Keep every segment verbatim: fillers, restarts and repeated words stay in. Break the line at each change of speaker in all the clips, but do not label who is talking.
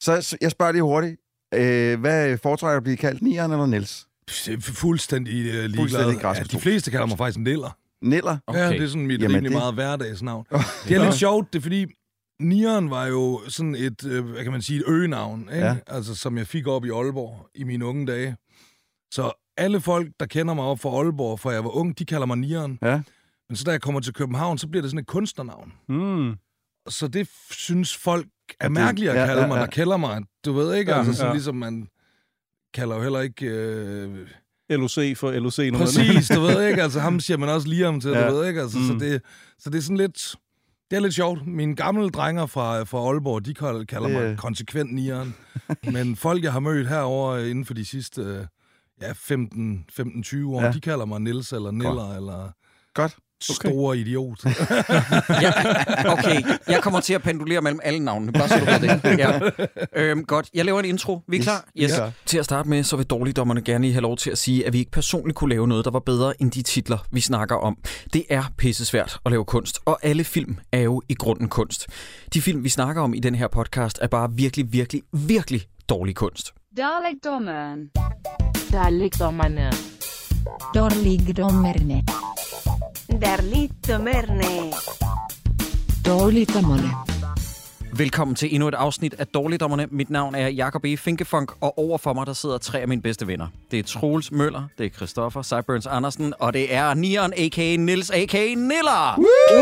Så, så jeg spørger lige hurtigt. Øh, hvad foretrækker at blive kaldt, Nieren eller Niels?
Fuldstændig uh, ligeglad.
Fuldstændig
ja, de fleste kalder mig faktisk Niller.
Niller?
Okay. Ja, det er sådan mit
Jamen,
rimelig
det...
meget hverdagsnavn. Det er lidt sjovt, det er fordi, Nieren var jo sådan et, øh, hvad kan man sige, et øgenavn, ikke? Ja. Altså, som jeg fik op i Aalborg i mine unge dage. Så alle folk, der kender mig op fra Aalborg, fra jeg var ung, de kalder mig Nieren.
Ja.
Men så da jeg kommer til København, så bliver det sådan et kunstnernavn. Mm. Så det synes folk er mærkeligt at kalde ja, ja, ja. mig, der kalder mig. Du ved ikke, ja, altså sådan ja. ligesom man kalder jo heller ikke... Øh...
L O C for L O C.
Præcis, du ved ikke, altså ham siger man også Liam til, ja. du ved ikke, altså mm. så, det, så det er sådan lidt... Det er lidt sjovt. Mine gamle drenger fra, fra Aalborg, de kalder yeah. mig konsekvent Nieren. Men folk, jeg har mødt herovre inden for de sidste ja, femten til tyve år, ja. de kalder mig Niels eller Niller Godt. eller...
Godt.
Okay. Store idiot.
ja, okay, jeg kommer til at pendulere mellem alle navnene, bare så du ved det. Ja. Øhm, godt, jeg laver en intro. Vi er klar? Yes. Ja. Til at starte med, så vil dårligdommerne gerne lige have lov til at sige, at vi ikke personligt kunne lave noget, der var bedre end de titler, vi snakker om. Det er pissesvært at lave kunst, og alle film er jo i grunden kunst. De film, vi snakker om i den her podcast, er bare virkelig, virkelig, virkelig dårlig kunst.
Dårligdommerne.
Dårligdommerne.
Dårligdommerne.
Dårligdommerne.
Dårligdommerne.
Velkommen til endnu et afsnit af Dårligdommerne. Mit navn er Jacob E. Finkefunk, og overfor mig der sidder tre af mine bedste venner. Det er Troels Møller, det er Christoffer Sideburns Andersen, og det er Nieren, a k a. Niels, a k a. Niller.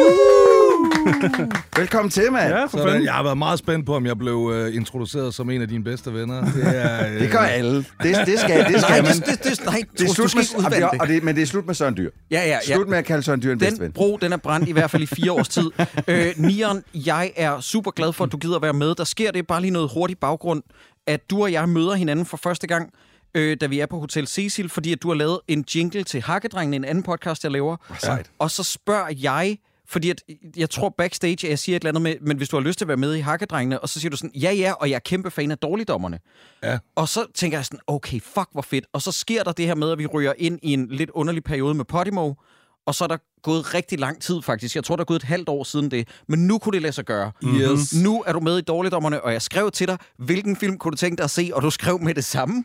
Velkommen til, mand.
Ja, Sådan, jeg har været meget spændt på, om jeg blev uh, introduceret som en af dine bedste venner. Det, er, uh...
det gør alle. Det, det skal, det skal
nej,
man.
Det, det, nej,
det er slut med, og det, men det er slut med Søren Dyr.
Ja, ja, ja.
Slut med at kalde Søren Dyr en bedste ven.
Den bro, den er brændt i hvert fald i fire års tid. øh, Nieren, jeg er super glad for, at du gider være med. Der sker det bare lige noget hurtigt baggrund, at du og jeg møder hinanden for første gang, øh, da vi er på Hotel Cecil, fordi at du har lavet en jingle til Hakkedrengene, en anden podcast, jeg laver.
Ja.
Og så spørger jeg, fordi at, jeg tror backstage, at jeg siger et eller andet med, men hvis du har lyst til at være med i Hakkedrengene, og så siger du sådan, ja ja, og jeg er kæmpe fan af Dårligdommerne.
Ja.
Og så tænker jeg sådan, okay, fuck, hvor fedt. Og så sker der det her med, at vi ryger ind i en lidt underlig periode med Podimo, og så er der gået rigtig lang tid, faktisk. Jeg tror, der er gået et halvt år siden det. Men nu kunne det lade sig gøre.
Yes.
Nu er du med i Dårligdommerne, og jeg skrev til dig, hvilken film kunne du tænke dig at se, og du skrev med det samme.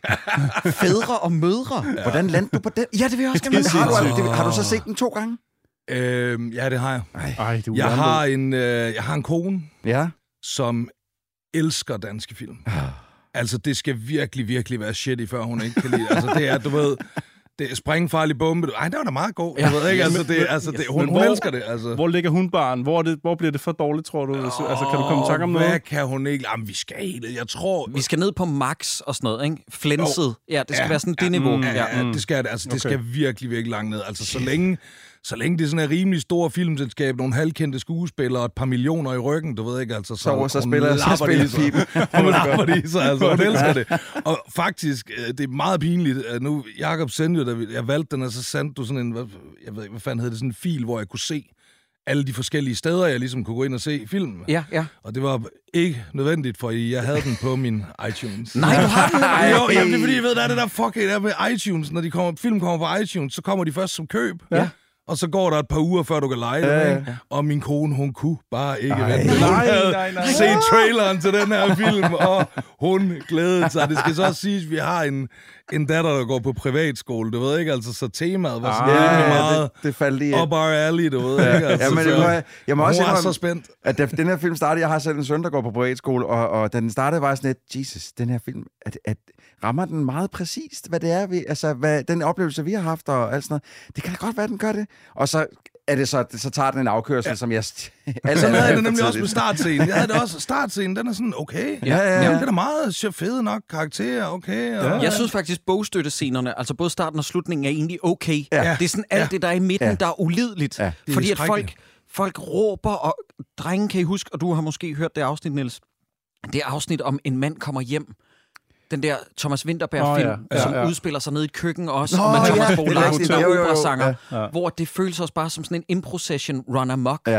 Fædre og mødre.
Ja. Hvordan landte du på den?
Ja, det vil jeg også gerne
have. Har, du, har du så set den to gange?
Øhm, ja, det har jeg.
Ej, du
jeg, har en, øh, jeg har en kone,
ja.
som elsker danske film. Altså, det skal virkelig, virkelig være shitty, før hun ikke kan lide. Altså, det er, du ved... Det er sprængfarlig bombe. Ej, det var da meget god. Jeg ved ikke, altså, det, altså, det, hun, hun
hvor,
elsker det. Altså.
Hvor ligger hun barn? Hvor, det, hvor bliver det for dårligt, tror du? Oh, altså, kan du komme i tanke om noget?
Hvad kan hun ikke? Jamen, vi skal helt. Jeg tror...
Vi skal ned på max og sådan noget, ikke? Flænset. Oh. Ja, det skal ja, være sådan det
ja,
niveau.
Mm, ja, ja, det skal det. Altså, det okay. skal virkelig, virkelig langt ned. Altså, så længe... Så længe det er sådan en rimelig stor filmselskab, nogle halvkendte skuespillere og et par millioner i ryggen, du ved ikke, altså...
Så, så, så spiller så spiller pipen.
Hun lapper det i sig, altså. Hun elsker det. Og faktisk, det er meget pinligt. Nu, Jacob sendte jo, da jeg valgte den, og så sendte du sådan en... Hvad, jeg ved ikke, hvad fanden hed det? Sådan en fil, hvor jeg kunne se alle de forskellige steder, jeg ligesom kunne gå ind og se filmen.
Ja, ja.
Og det var ikke nødvendigt, for jeg havde den på min iTunes.
Nej, du har den?
Jo, jamen, det er fordi, jeg ved, der er det der fucking der med iTunes. Når de kommer, film kommer på iTunes, så kommer de først som køb.
Ja.
Og så går der et par uger, før du kan lege det,
ja,
ikke? Ja. Og min kone, hun kunne bare ikke
Ej.
vente. Hun
Nej,
havde
nej, nej.
set traileren til den her film, og hun glædede sig. Det skal så også siges, at vi har en, en datter, der går på privatskole, du ved ikke? Altså, så temaet var sådan
ah,
ja, meget
det, det faldt lige
up our alley, du ved ikke? Altså,
ja, men det var, jeg må også
hun var
indrømme,
så spændt.
At da den her film startede, jeg har selv en søn, der går på privatskole, og, og da den startede, var jeg sådan lidt, Jesus, den her film, at, at rammer den meget præcist, hvad det er, vi, altså, hvad, den oplevelse, vi har haft, og alt sådan noget. Det kan da godt være, den gør det. Og så er det så, så tager den en afkørsel, ja. som jeg...
Altså, sådan havde jeg det nemlig også med startscenen. Jeg havde det også, startscenen, den er sådan, okay.
Ja, ja, ja.
Jamen, det er meget fede nok karakterer, okay. Og...
Jeg synes faktisk, bogstøttescenerne, altså både starten og slutningen, er egentlig okay.
Ja.
Det er sådan alt
ja.
det, der er i midten,
ja.
der er ulideligt.
Ja.
Fordi at folk, folk råber, og drenge kan I huske, og du har måske hørt det afsnit, Niels, det afsnit om en mand kommer hjem. Den der Thomas Vinterberg-film,
oh, ja.
som
ja, ja.
udspiller sig ned i køkken også,
Nå,
og med Thomas
ja,
Bo Larsen, der er operasanger,
ja.
hvor det føles også bare som sådan en impro-session run amok.
Ja.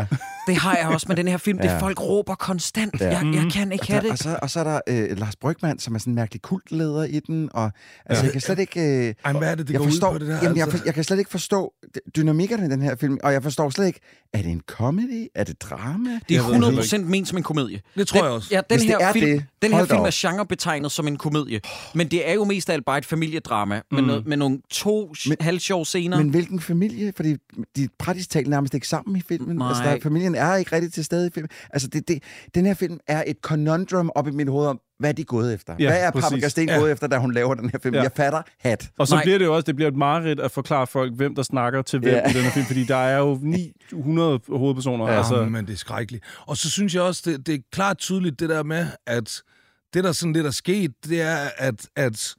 det har jeg også med den her film. Ja. Det folk råber konstant. Ja. Jeg, jeg kan ikke
og
have
der,
det.
Og så, og så er der øh, Lars Brygmann, som er sådan en mærkelig kultleder i den, og altså, ja. jeg kan slet ikke... Øh,
Ej, hvad er det, det
jeg
går
forstår,
ud på det der?
Jamen,
altså?
jeg, for, jeg kan slet ikke forstå dynamikkerne i den her film, og jeg forstår slet ikke, er det en comedy? Er det drama?
Det er hundrede procent ment som en komedie.
Det tror
den,
jeg også.
Ja, den
Hvis
her
det er
film,
det,
den her
hold da
film
op.
er genrebetegnet som en komedie. Men det er jo mest af alt bare et familiedrama, mm. med, noget, med nogle to
Men-
halvsjove scener.
Men hvilken familie? Fordi de er praktisk talt nærmest ikke sammen i filmen.
Nej.
Altså, der, familien er ikke rigtig til stede i filmen. Altså, det, det, den her film er et conundrum op i mit hoved om, hvad er de gået efter?
Ja,
hvad er
præcis.
Paprika Steen
Ja.
gået efter, da hun laver den her film?
Ja.
Jeg fatter hat.
Og så
Nej.
bliver det jo også, det bliver et mareridt at forklare folk, hvem der snakker til hvem
Ja.
i den her film, fordi der er jo ni hundrede hovedpersoner.
Ja.
Altså,
Altså, men det er skrækkeligt. Og så synes jeg også, det, det er klart tydeligt, det der med, at det, der sådan det, der er sket, det er, at, at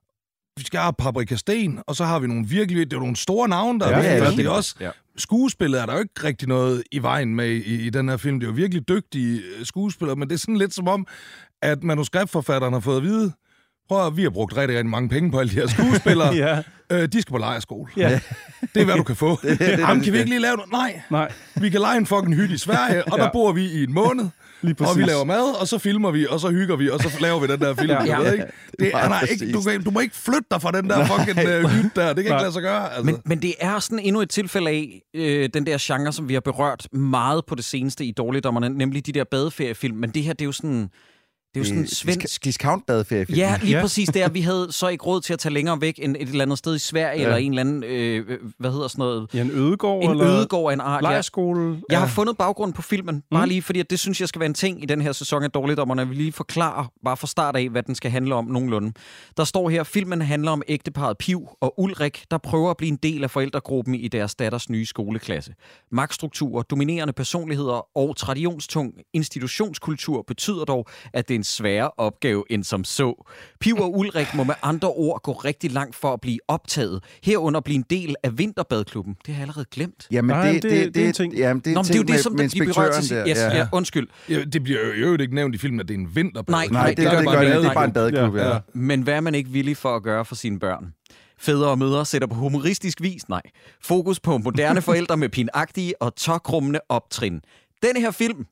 vi skal have Paprika Steen, og så har vi nogle virkelig, det er jo nogle store navne, der
Ja,
er
ja,
med.
ja.
Det er også,
Ja.
skuespillet er der jo ikke rigtig noget i vejen med i, i den her film. Det er jo virkelig dygtige skuespillere, men det er sådan lidt som om, at manuskriptforfatteren har fået at vide, prøv at vi har brugt rigtig, rigtig mange penge på alle de her skuespillere.
ja.
øh, de skal på lejrskole.
Ja.
Det er, hvad du kan få.
det, det,
Jamen,
det,
kan vi
det.
ikke lige lave noget? Nej.
Nej,
Vi kan lege en fucking hytte i Sverige, og der
Ja.
bor vi i en måned.
lige præcis.
Og vi laver mad, og så filmer vi, og så hygger vi, og så laver vi den der film.
Ja.
Ja.
Ja.
Ikke? Det,
meget
er, ikke, du,
præcist.
kan, du må ikke flytte dig fra den der fucking uh, hytte der. Det kan
Nej.
ikke lade sig gøre. Altså.
Men, men det er sådan endnu et tilfælde af øh, den der genre, som vi har berørt meget på det seneste i Dårligdommerne, nemlig de der badeferiefilm. Men det her, det er jo sådan... Det er jo sådan svensk...
Discount-badeferiefilm.
Ja, lige
Ja.
ja. præcis. Det er, vi havde så ikke råd til at tage længere væk end et eller andet sted i Sverige,
Ja.
eller en eller anden, øh, hvad hedder sådan noget,
Ja, en ødegård,
en
eller
ødegård af en art. Ja.
lejrskole.
Jeg har fundet baggrunden på filmen, bare
Mm.
lige fordi, at det synes jeg skal være en ting i den her sæson af Dårligdommerne. Jeg vil lige forklare, bare fra start af, hvad den skal handle om nogenlunde. Der står her, filmen handler om ægteparret Piv og Ulrik, der prøver at blive en del af forældregruppen i deres datters nye skoleklasse. Magtstrukturer, dominerende personligheder og traditionstung institutionskultur betyder dog, at det er en sværere opgave end som så. Piv og Ulrik må med andre ord gå rigtig langt for at blive optaget, herunder blive en del af Vinterbadklubben. Det har jeg allerede glemt.
Jamen,
Nej,
det,
men
det,
det-
det,
det er en
det,
ting.
jamen, det er
Nå,
en
men det er jo
ting
det,
med-
som
med
de berører til
inspektøren
sidst.
der.
Yes,
Ja.
ja, undskyld.
Ja, det bliver jo jo ikke nævnt i filmen, at det er en vinterbad.
Nej,
Nej, det,
det
det,
gør
det,
man
gør det.
ikke.
Det er bare en
Nej.
badeklub, ja.
Ja.
ja.
Men hvad er man ikke villig for at gøre for sine børn? Fædre og mødre sætter på humoristisk vis, nej. Fokus på moderne forældre med pinagtige og tåkrummende optrin. Den her film,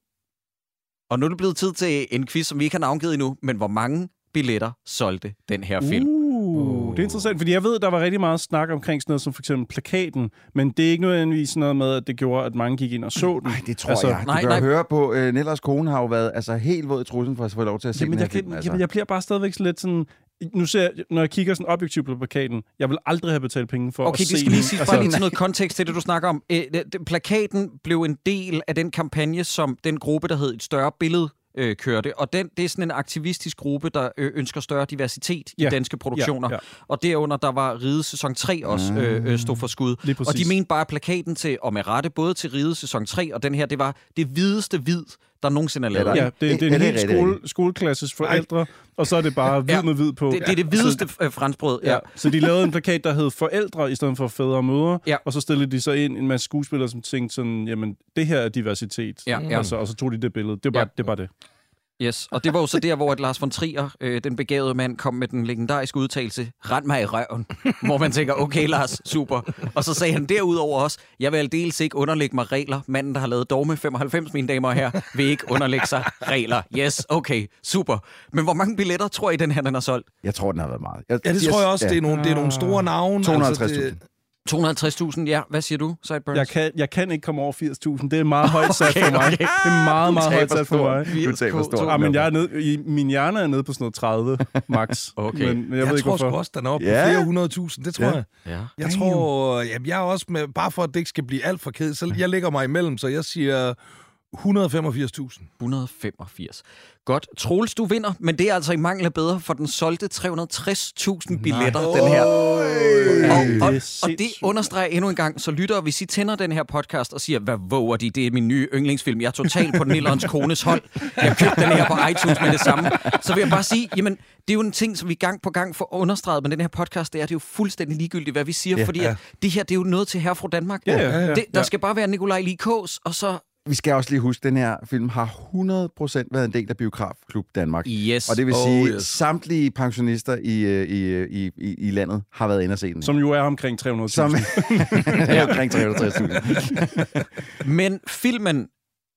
og nu er det blevet tid til en quiz, som vi ikke har navngivet endnu, men hvor mange billetter solgte den her film?
Uh, det er interessant, fordi jeg ved, der var rigtig meget snak omkring sådan noget som for eksempel plakaten, men det er ikke nødvendigvis sådan noget med, at det gjorde, at mange gik ind og så den.
Nej, det tror
Altså,
altså, jeg. Du
nej,
kan
nej.
jo høre på, uh, Nellers kone har jo været altså, helt våd i trussen for at få lov til at se
Jamen,
den her
jeg,
film.
kan,
Altså.
jeg, jeg bliver bare stadigvæk sådan lidt sådan... Nu ser jeg, når jeg kigger sådan objektivt på plakaten, jeg vil aldrig have betalt penge for
Okay,
at se
det skal lige
den.
sige,
Altså,
bare lige til noget kontekst til det, du snakker om. Æ, det, det, plakaten blev en del af den kampagne, som den gruppe, der hed Et Større Billede, øh, kørte. Og den, det er sådan en aktivistisk gruppe, der øh, ønsker større diversitet
Ja.
i danske produktioner.
Ja, ja.
Og derunder, der var Ride sæson tre også øh, øh, stod for skud.
Lige præcis.
Og de mente bare plakaten til, og med rette, både til Ride sæson tre, og den her, det var det hvideste hvid, der nogensinde er lavet.
Ja,
Ja, det, det er
Ja,
en
det er
helt
rigtigt,
skole, skoleklasses forældre, og så er det bare hvid
Ja.
med hvid på.
Det, det er det hvideste øh, franskbrød. Ja.
Ja. Så de lavede en plakat, der hed forældre, i stedet for fædre og mødre,
Ja.
og så stillede de så ind en masse skuespillere, som tænkte sådan, jamen, det her er diversitet.
Ja, ja.
Altså, og så tog de det billede. Det er bare,
Ja.
det. Er bare det.
Yes, og det var jo så der, hvor at Lars von Trier, øh, den begavede mand, kom med den legendariske udtalelse, rend mig i røven, hvor man tænker, okay Lars, super. Og så sagde han derudover også, jeg vil aldeles ikke underlægge mig regler. Manden, der har lavet Dogme femoghalvfems, mine damer og herrer, vil ikke underlægge sig regler. Yes, okay, super. Men hvor mange billetter tror I, den her den har solgt?
Jeg tror, den har været meget. Jeg,
Ja, det tror jeg også. Det er nogle, det er nogle store navne.
to hundrede og
Altså,
halvtreds
det-
tusind.
to hundrede og halvtreds tusind, ja. Hvad siger du, Sideburns?
Jeg kan, jeg kan ikke komme over firs tusind. Det er meget højt sat for mig. Det er meget, meget højt sat for mig.
Du taber stort.
Ah, men jeg er nede, i, min hjerne er nede på sådan noget tredive max.
Okay.
Men, men jeg,
Jeg,
ved
jeg
ikke,
tror sgu
hvorfor.
også, den er oppe
Ja.
på flere hundrede tusind. Det tror
Ja.
jeg.
Ja.
Jeg tror, jamen, jeg er også med, bare for at det ikke skal blive alt for kedeligt, så jeg lægger mig imellem, så jeg siger et hundrede og femogfirs tusind.
et hundrede og femogfirs. Godt. Troels, du vinder, men det er altså i mangel af bedre, for den solgte tre hundrede og tres tusind billetter, den her. Og, og, og det
sindssygt.
understreger endnu en gang, så lytter, hvis I tænder den her podcast og siger, hvad våger de, det er min nye yndlingsfilm, jeg er totalt på Nillerens kones hold, jeg købte den her på iTunes med det samme, så vil jeg bare sige, jamen, det er jo en ting, som vi gang på gang får understreget med den her podcast, det er, det er jo fuldstændig ligegyldigt, hvad vi siger,
Ja.
fordi at det her, det er jo noget til herre fra Danmark.
Ja, ja, ja.
Det, der
Ja.
skal bare være Nikolaj Likås, og så
Vi skal også lige huske, at den her film har hundrede procent været en del af Biografklub Danmark.
yes.
Og det vil
Oh,
sige, at
yes.
samtlige pensionister i, øh, i, i, i, i landet har været inde og se den.
Som jo er omkring tre hundrede tusind.
Som er omkring tre hundrede og tres tusind.
Men filmen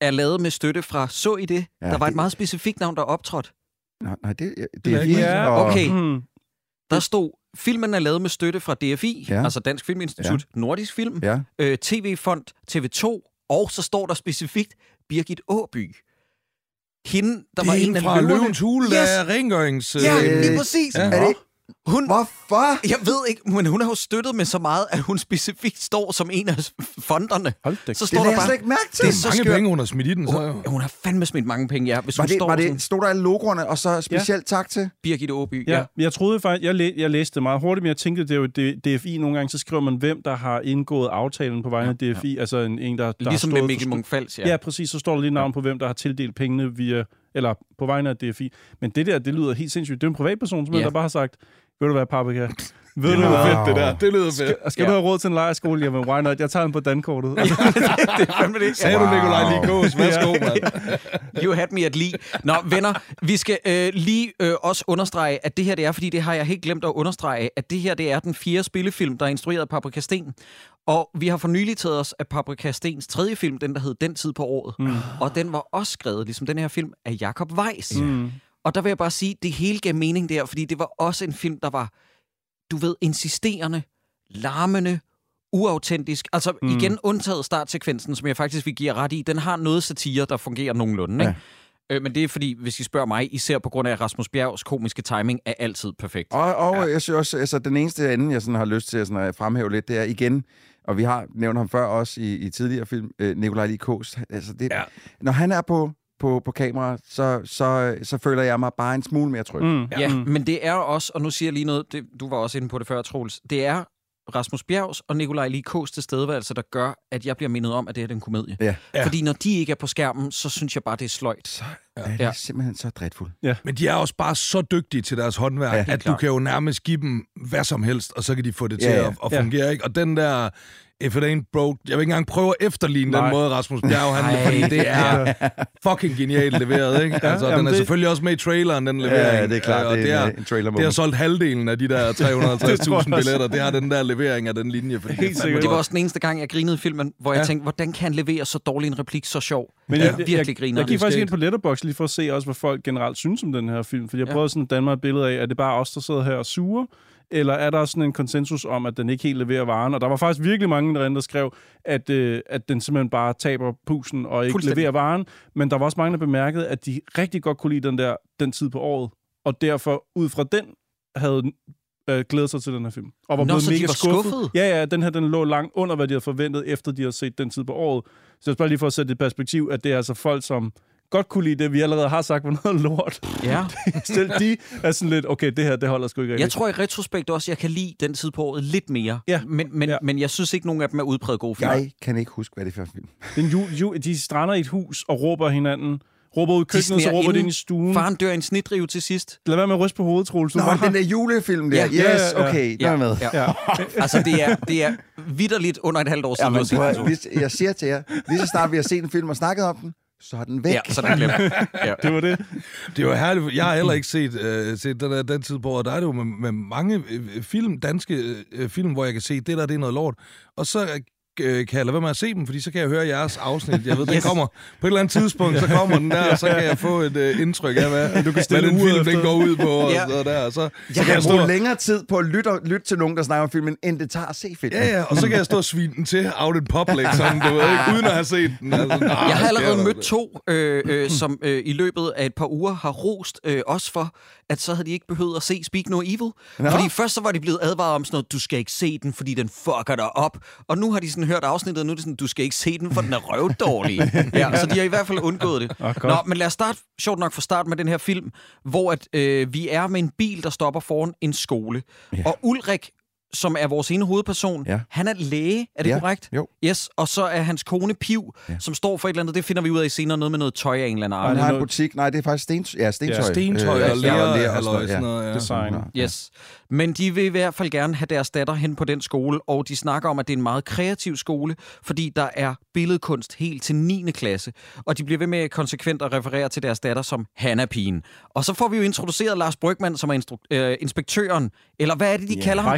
er lavet med støtte fra, så I det?
Ja,
der var
det...
et meget specifikt navn, der optrådte.
Nej, nej det, det er fint.
Ja,
og...
okay.
Hmm.
Der stod, filmen er lavet med støtte fra D F I,
Ja.
altså Dansk Filminstitut, ja. Nordisk Film,
Ja.
øh, T V-fond, T V to, og så står der specifikt Birgit Åby. Hende, der
Det
var
er
en
en
af
fra
løverne.
Løvens Hule, der
Yes.
er rengørings...
Ja,
øh,
lige præcis.
Ja.
Er det...
Hun,
Hvorfor?
jeg ved ikke, men hun har jo støttet med så meget, at hun specifikt står som en af fonderne.
Hold da.
Så
Det
står
lader
der
jeg
bare...
slet ikke mærke til.
Det er så
mange
skørt.
penge, hun har smidt i den, så jo.
Hun, hun har fandme smidt mange penge, ja. Hvis
Var
hun
det,
står
var
sådan,
det, stod der alle logoerne, og så specielt ja. tak til?
Birgit Åby,
Ja,
ja.
jeg troede faktisk, jeg, læ- jeg læste det meget hurtigt, men jeg tænkte, det er jo D F I. Nogle gange, så skriver man, hvem der har indgået aftalen på vegne af D F I. Altså en, en der, der
Ligesom
har
med
stået
Mikkel
for-
Munch-Fals,
Ja. ja, præcis. Så står der lige navn på, hvem der har tildelt pengene via, eller på vegne af D F I. Men det der, det lyder helt sindssygt. Det er en privatperson, som
Ja.
der bare har sagt, ved du hvad, Paprika? Ved du
Det lyder
hvad?
fedt, det der. Det lyder fedt.
Skal, skal
Ja.
du have råd til en lejerskole? Jamen, why not? Jeg tager den på dankortet. Altså,
Det er fandme det.
Sagde du, Nikolaj Likås? Værsgo, mand.
You had me at lige. Nå, venner, vi skal øh, lige øh, også understrege, at det her det er, fordi det har jeg helt glemt at understrege, at det her det er den fjerde spillefilm, der er instrueret af Paprika Steen. Og vi har for nylig taget os af Paprika Steens tredje film, den der hed Den tid på året. Mm. Og den var også skrevet, ligesom den her film, af Jacob Weiss. Mm. Og der vil jeg bare sige, det hele gav mening der, fordi det var også en film, der var, du ved, insisterende, larmende, uautentisk. Altså mm. igen undtaget startsekvensen, som jeg faktisk vil give jer ret i. Den har noget satire, der fungerer nogenlunde, ikke? Øh, men det er fordi, hvis I spørger mig, især på grund af Rasmus Bjergs komiske timing, er altid perfekt.
Og, og ja. jeg synes også, altså den eneste anden, jeg sådan har lyst til at, sådan at fremhæve lidt, det er igen, og vi har nævnt ham før også i, i tidligere film, øh, Nikolaj Likås. Altså det,
Ja.
når han er på, på, på kamera, så, så, så føler jeg mig bare en smule mere tryg.
mm.
Ja, mm. men det er også, og nu siger jeg lige noget, det, du var også inde på det før, Troels, det er Rasmus Bjergs og Nikolaj Likås tilstedeværelse, der gør, at jeg bliver mindet om, at det her er en komedie.
Ja.
Ja.
Fordi når de ikke er på skærmen, så synes jeg bare, det er sløjt.
Så er det
Ja.
simpelthen så drætfuld.
Men de er også bare så dygtige til deres håndværk,
Ja,
ja, at
klart.
du kan jo nærmest give dem hvad som helst, og så kan de få det til
Ja, ja.
at, at
Ja.
fungere, ikke? Og den der If it ain't broke, jeg vil ikke engang prøve at efterligne
Nej.
den måde, Rasmus Bjerg han,
Ej.
fordi det er fucking genialt leveret, ikke? Altså,
jamen
den er
det-
selvfølgelig også med i traileren, den levering.
Ja, det er klart,
Øh, og
det er
det,
en,
er,
en trailer
det har solgt halvdelen af de der tre hundrede og halvtreds tusind
Det tror jeg også.
billetter. Det har den der levering af den linje. Fordi
Helt
det er fandme
sikkert.
Det var
godt.
også den eneste gang, jeg grinede i filmen, hvor jeg
Ja.
tænkte, hvordan kan han levere så dårlig en replik så sjov?
Men
Ja,
jeg,
virkelig
jeg,
griner.
jeg gik
Det
faktisk
skægt.
ind på Letterboxd lige for at se også, hvad folk generelt synes om den her film. Fordi jeg
Ja.
prøvede sådan at danne mig et billede af, er det bare os, der sidder her og suger? Eller er der sådan en konsensus om, at den ikke helt leverer varen? Og der var faktisk virkelig mange derinde, der skrev, at, øh, at den simpelthen bare taber pusen og ikke
Fuldstændig.
leverer varen. Men der var også mange, der bemærkede, at de rigtig godt kunne lide den der den tid på året. Og derfor, ud fra den, havde øh, glædet sig til den her film. Og var
Nå,
blevet
så de
mega
var
skuffet.
skuffede?
Ja, ja, den her den lå langt under, hvad de havde forventet, efter de havde set den tid på året. Så jeg bare lige for at sætte det i perspektiv, at det er altså folk, som godt kunne lide det, vi allerede har sagt, var noget lort.
Ja.
Selv de er sådan lidt, okay, det her, det holder sgu ikke
Jeg
rigtigt.
tror i retrospekt også, jeg kan lide den tid på året lidt mere.
Ja.
Men, men,
Ja.
men jeg synes ikke, nogen af dem er udpræget gode film.
Jeg kan ikke huske, hvad det er for en film.
Den ju, ju, de strander i et hus og råber hinanden. Råber ud i køkkenet, så
sneer
råber de
inden.
ind i stuen.
Faren dør i en snitdrive til sidst.
Lad være med at ryste på hovedet, Troels. Du
Nå,
bare-
den der julefilm der.
Ja.
Yes,
Ja, ja, ja.
okay, der er med.
Ja.
Ja.
Altså, det er, det er vitterligt under et halvt år
Ja,
siden.
men,
jeg har set
prøv,
den.
at- hvis, jeg siger til jer, lige så snart vi har set en film og snakket om den, så er den væk.
Ja, så er den glemt. Ja.
Det var det.
Det er jo herligt. Jeg har heller ikke set, øh, set den, der, den tid på året. Der er det jo med, med mange øh, film, danske øh, film, hvor jeg kan se, det der, det er noget lort. Og så øh, kan jeg lade være med at se dem, fordi så kan jeg høre jeres afsnit. Jeg ved, den
Yes.
kommer på et eller andet tidspunkt, så kommer den der, og så kan jeg få et øh, indtryk af, hvad, du kan
stille
hvad den
uret
film den
efter.
går ud på. Og
Ja.
sådan noget der. Og så, så
Jeg
kan
kan
jeg stå...
bruge længere tid på at lytte, lytte til nogen, der snakker om filmen, end det tager at se filmen.
Ja, ja, og så kan jeg stå og svine den til out in public, sådan, du ved, ikke, uden at have set den. Altså, nah,
Jeg har allerede
sker der
mødt to, øh, øh, som øh, i løbet af et par uger har rost øh, os for, at så havde de ikke behøvet at se Speak No Evil.
Nå.
Fordi først så var de blevet advaret om sådan noget, du skal ikke se den, fordi den fucker dig op. Og nu har de sådan hørt afsnittet, og nu er det sådan, du skal ikke se den, for den er røvdårlig. Ja, så de har i hvert fald undgået det.
Ah, godt.
Nå, men lad os starte, sjovt nok, for start med den her film, hvor at, øh, vi er med en bil, der stopper foran en skole.
Ja.
Og Ulrik, som er vores ene hovedperson,
Ja.
han er læge, er det
Ja,
korrekt?
jo.
Yes, og så er hans kone Piv,
Ja.
som står for et eller andet, det finder vi ud af senere, noget med noget tøj af en eller anden
Han
art.
har en
noget-
butik. Nej, det er faktisk sten, ja, stentøj.
Ja,
stentøj
Øh,
og
ja,
ler,
og ler
og
og sådan noget,
sådan
ja.
noget, ja.
Design.
Yes. Men de vil i hvert fald gerne have deres datter hen på den skole, og de snakker om, at det er en meget kreativ skole, fordi der er billedkunst helt til niende klasse. Og de bliver ved med konsekvent at referere til deres datter som Hanna-pigen. Og så får vi jo introduceret Lars Brygmann, som er instru- øh, inspektøren. Eller hvad er det, de
Ja,
kalder ham? De
rektor.
kalder ham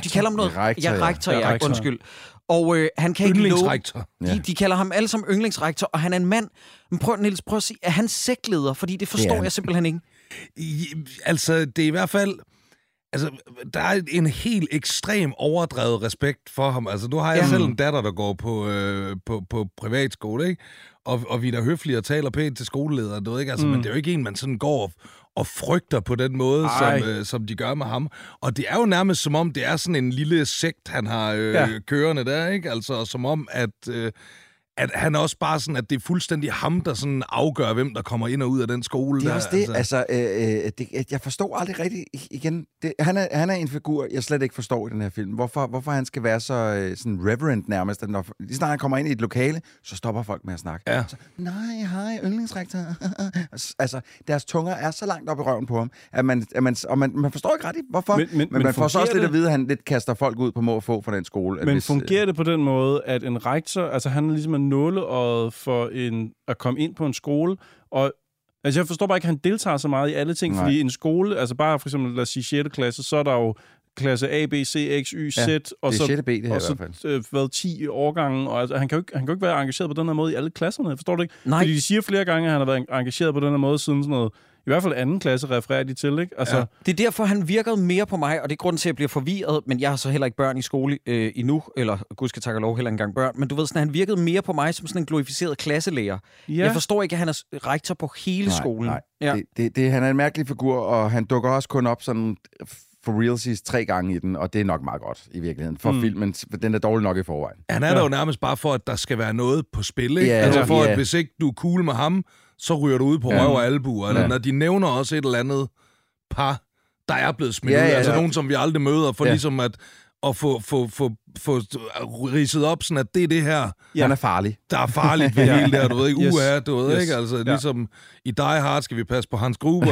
noget...
Rektor,
ja,
ja.
rektor, ja,
Ja, rektor.
undskyld. Og øh, han kan ikke love...
Yndlingsrektor.
De, de kalder ham alle som yndlingsrektor, og han er en mand. Men prøv, Niels, prøv at sige, er han sektleder? Fordi det forstår
Ja.
jeg simpelthen ikke.
I, altså, det er i hvert fald... Altså, der er en helt ekstrem overdrevet respekt for ham. Altså, nu har jeg
Ja.
selv en datter, der går på, øh, på, på privatskole, ikke? Og, og vi er da høflige og taler pænt til skolelederen, du ved ikke? Altså, mm. men det er jo ikke en, man sådan går og, og frygter på den måde, som, øh, som de gør med ham. Og det er jo nærmest som om, det er sådan en lille sekt, han har øh,
Ja.
kørende der, ikke? Altså, som om, at... Øh, at han er også bare sådan, at det er fuldstændig ham, der sådan afgør, hvem der kommer ind og ud af den skole.
Det er
der,
også det, altså, altså øh, det, jeg forstår aldrig rigtigt, igen, det, han, er, han er en figur, jeg slet ikke forstår i den her film. Hvorfor, hvorfor han skal være så øh, sådan reverend nærmest, at når, lige snart han kommer ind i et lokale, så stopper folk med at snakke.
Ja.
Så, nej, hej, yndlingsrektor. Altså, deres tunger er så langt op i røven på ham, at man, at man, og man, man forstår ikke rigtigt, hvorfor.
Men-
Men,
men-
men,
men
man får så også
fungerer
lidt at vide, at han lidt kaster folk ud på må og få fra den skole. At
Men
hvis,
fungerer det på den måde, at en rektor, altså han er ligesom en nåleøjet for en, at komme ind på en skole, og altså jeg forstår bare ikke, at han deltager så meget i alle ting,
Nej.
fordi en skole, altså bare for eksempel, lad os sige sjette klasse, så er der jo klasse A, B, C, X, Y, Z,
Ja,
og
det er
så,
sjette B, det her
og
i
så
hvert fald.
øh, været ti årgange, og altså, han, kan jo ikke, han kan jo ikke være engageret på den her måde i alle klasserne, forstår du ikke?
Nej.
Fordi de siger flere gange, at han har været engageret på den her måde siden sådan noget, i hvert fald anden klasse refererer de til, ikke? Altså,
Ja.
Det er derfor, han virkede mere på mig, og det er grunden til, at jeg bliver forvirret, men jeg har så heller ikke børn i skole øh, endnu, eller gud skal takke lov, heller ikke engang børn, men du ved sådan, han virkede mere på mig som sådan en glorificeret klasselærer.
ja.
Jeg forstår ikke, at han er rektor på hele
nej,
skolen.
Nej,
Ja.
det, det, det, han er en mærkelig figur, og han dukker også kun op sådan for realsies tre gange i den, og det er nok meget godt i virkeligheden. For mm. filmen, den er dårlig nok i forvejen.
Han er der jo nærmest bare for, at der skal være noget på spil, ikke?
Ja,
altså for,
ja.
at hvis ikke du er cool med ham, så ryger du ud på
Ja.
røv og albuer. Eller
Ja.
når de nævner også et eller andet par, der er blevet smidt
Ja,
ud.
ja,
Altså
ja.
nogen, som vi aldrig møder, for
Ja.
ligesom at, at få, få, få, få ridset op, sådan at det er det her,
Ja. Han er farlig.
der er farligt ved hele det her, du ved ikke?
Yes.
Uha, du ved
Yes.
ikke? Altså
Ja.
ligesom i Die Hard skal vi passe på Hans Gruber.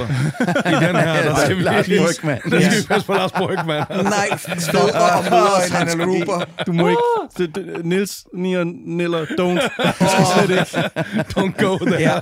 I den her, der skal vi,
Lars
lige-
Brygmann.
der skal vi passe på Lars Brygmann.
Nej, fædre og mødres
en
hans
analogi.
grupper.
Du må ikke... Det, det, Niels, Nier, Niller, don't. Du skal slet ikke.
Don't go there.
Ja.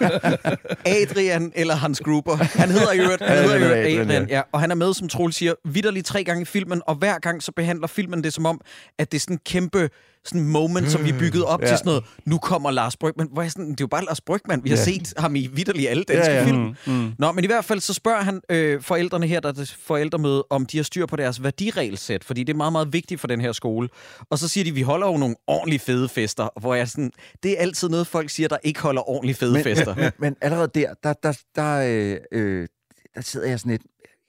Adrian eller Hans Gruber. Han hedder jo han hedder jo
Adrian,
Adrian, ja. Og han er med, som Troels siger, vitterligt tre gange i filmen, og hver gang så behandler filmen det som om, at det er sådan en kæmpe sådan moment, som vi er bygget op
Ja.
til sådan noget, nu kommer Lars Brygmann. Hvor er sådan, det er jo bare Lars Brygmann. Vi har
Ja.
set ham i vitterligt alle danske
Ja, ja.
film.
Mm, mm.
Nå, men i hvert fald så spørger han øh, forældrene her, der er det forældremøde, om de har styr på deres værdiregelsæt, fordi det er meget, meget vigtigt for den her skole. Og så siger de, vi holder jo nogle ordentligt fede fester, hvor jeg sådan, det er altid noget, folk siger, der ikke holder ordentligt fede
Men,
fester.
men, men allerede der, der, der, der, øh, øh, der sidder jeg sådan lidt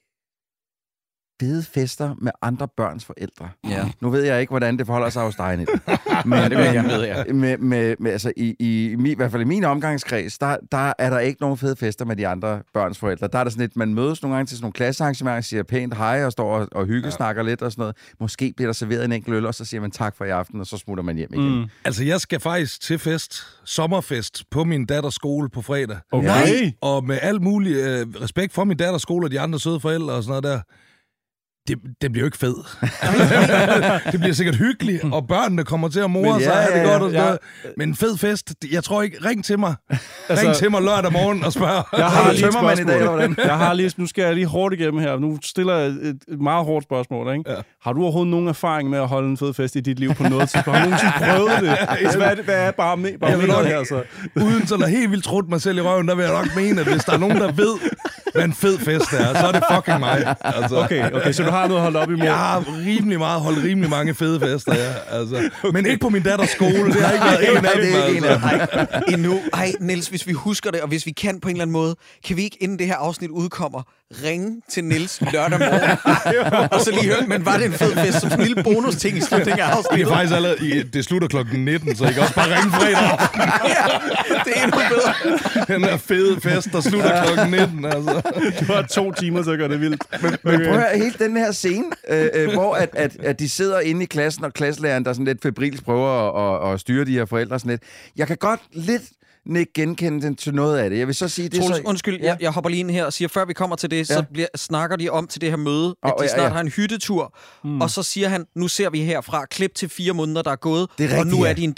fede fester med andre børns forældre.
Ja.
Nu ved jeg ikke, hvordan det forholder sig hos dig, Niels. Men,
Ja, det vil jeg gerne vide, ja.
Med, med, med, altså, i, i, i, i hvert fald i min omgangskreds, der, der er der ikke nogen fede fester med de andre børns forældre. Der er der sådan lidt, man mødes nogle gange til sådan nogle klassearrangementer, siger pænt hej og står og, og hyggesnakker ja. lidt og sådan noget. Måske bliver der serveret en enkelt øl, og så siger man tak for i aften, og så smutter man hjem igen.
Mm.
Altså, jeg skal faktisk til fest, sommerfest, på min datters skole på fredag.
Okay.
Nej.
Og med alt mulig øh, respekt for min datters skole og de andre søde forældre og sådan noget der, det, det bliver jo ikke fed. Det bliver sikkert hyggeligt, og børnene kommer til at more
Men ja,
sig, er det
ja,
godt og sådan
ja.
noget. Men en fed fest, jeg tror ikke, ring til mig.
Altså-
Ring til mig lørdag morgen og spørg.
Jeg har lige et
Tømmermand i dag, eller hvordan?
spørgsmål. Jeg har lige, nu skal jeg lige hårdt igennem her. Nu stiller jeg et, et meget hårdt spørgsmål. Ikke?
Ja.
Har du overhovedet nogen erfaring med at holde en fed fest i dit liv på noget tidspunkt? Har du nogensinde prøvet det? Altså, hvad, er det hvad er bare med, bare
Jeg vil
med
nok-
her? Så?
Uden sådan at helt vildt trutte mig selv i røven, der vil jeg nok mene, at hvis der er nogen, der ved, hvad en fed fest er, så er det fucking mig. Altså.
Okay, okay, så du har noget at holde op imod?
Jeg har rimelig meget, holdt rimelig mange fede fester, ja. Altså. Okay. Men ikke på min datters skole, det har ikke været en af
Nej,
dem.
det er ikke en
Altså.
af dem.
Ej, endnu. Ej, Niels, hvis vi husker det, og hvis vi kan på en eller anden måde, kan vi ikke, inden det her afsnit udkommer, ringe til Niels lørdag morgen, og så lige høre, men var det en fed fest, som sådan en lille bonus-ting i slutningen af
Det er
afsnittet?
faktisk allerede, i- det slutter klokken nitten, så I kan også bare ringe fredag.
Ja, det er endnu bedre.
Den der fede fest, der slutter klokken nitten, altså.
Du har to timer til at gøre det vildt.
Men prøv at høre, hele den her scene, øh, øh, hvor at, at, at de sidder inde i klassen, og klasselæreren, der sådan lidt febrilsk prøver at, at, at styre de her forældre sådan lidt. Jeg kan godt lidt ikke genkende den til noget af det. Jeg vil så sige, det er
Troels,
så...
undskyld,
Ja.
jeg, jeg hopper lige ind her og siger, før vi kommer til det, ja. så
Ja.
bliver, snakker de om til det her møde, at
Åh,
de
ja,
snart
ja.
har en hyttetur, mm. og så siger han, nu ser vi herfra klip til fire måneder, der er gået,
Det er
og
rigtigt,
nu
ja.
er de en del.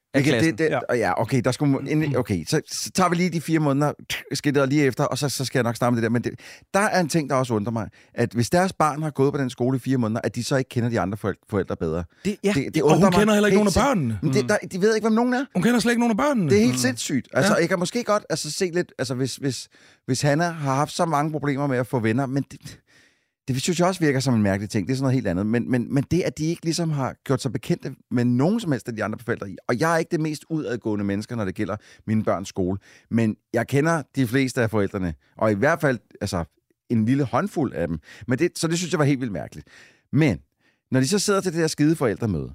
af
Okay,
klassen.
det, det, ja. ja, okay, der skulle, okay, så, så tager vi lige de fire måneder skidtet lige efter, og så, så skal jeg nok starte med det der. Men det, der er en ting, der også undrer mig, at hvis deres barn har gået på den skole i fire måneder, at de så ikke kender de andre forældre bedre.
Det, ja.
det, det
og hun
mig
kender heller ikke nogen af børnene.
Men det, der, de ved ikke, hvem nogen er.
Hun kender slet ikke nogen af børnene.
Det er helt mm. sindssygt. Altså,
Ja.
jeg kan måske godt altså, se lidt, altså hvis, hvis, hvis Hanna har haft så mange problemer med at få venner, men det, det synes jeg også virker som en mærkelig ting. Det er sådan noget helt andet. Men, men, men det, at de ikke ligesom har gjort sig bekendte med nogen som helst af de andre forældre, og jeg er ikke det mest udadgående mennesker, når det gælder mine børns skole, men jeg kender de fleste af forældrene, og i hvert fald altså, en lille håndfuld af dem. Men det, så det synes jeg var helt vildt mærkeligt. Men når de så sidder til det der skide forældremøde,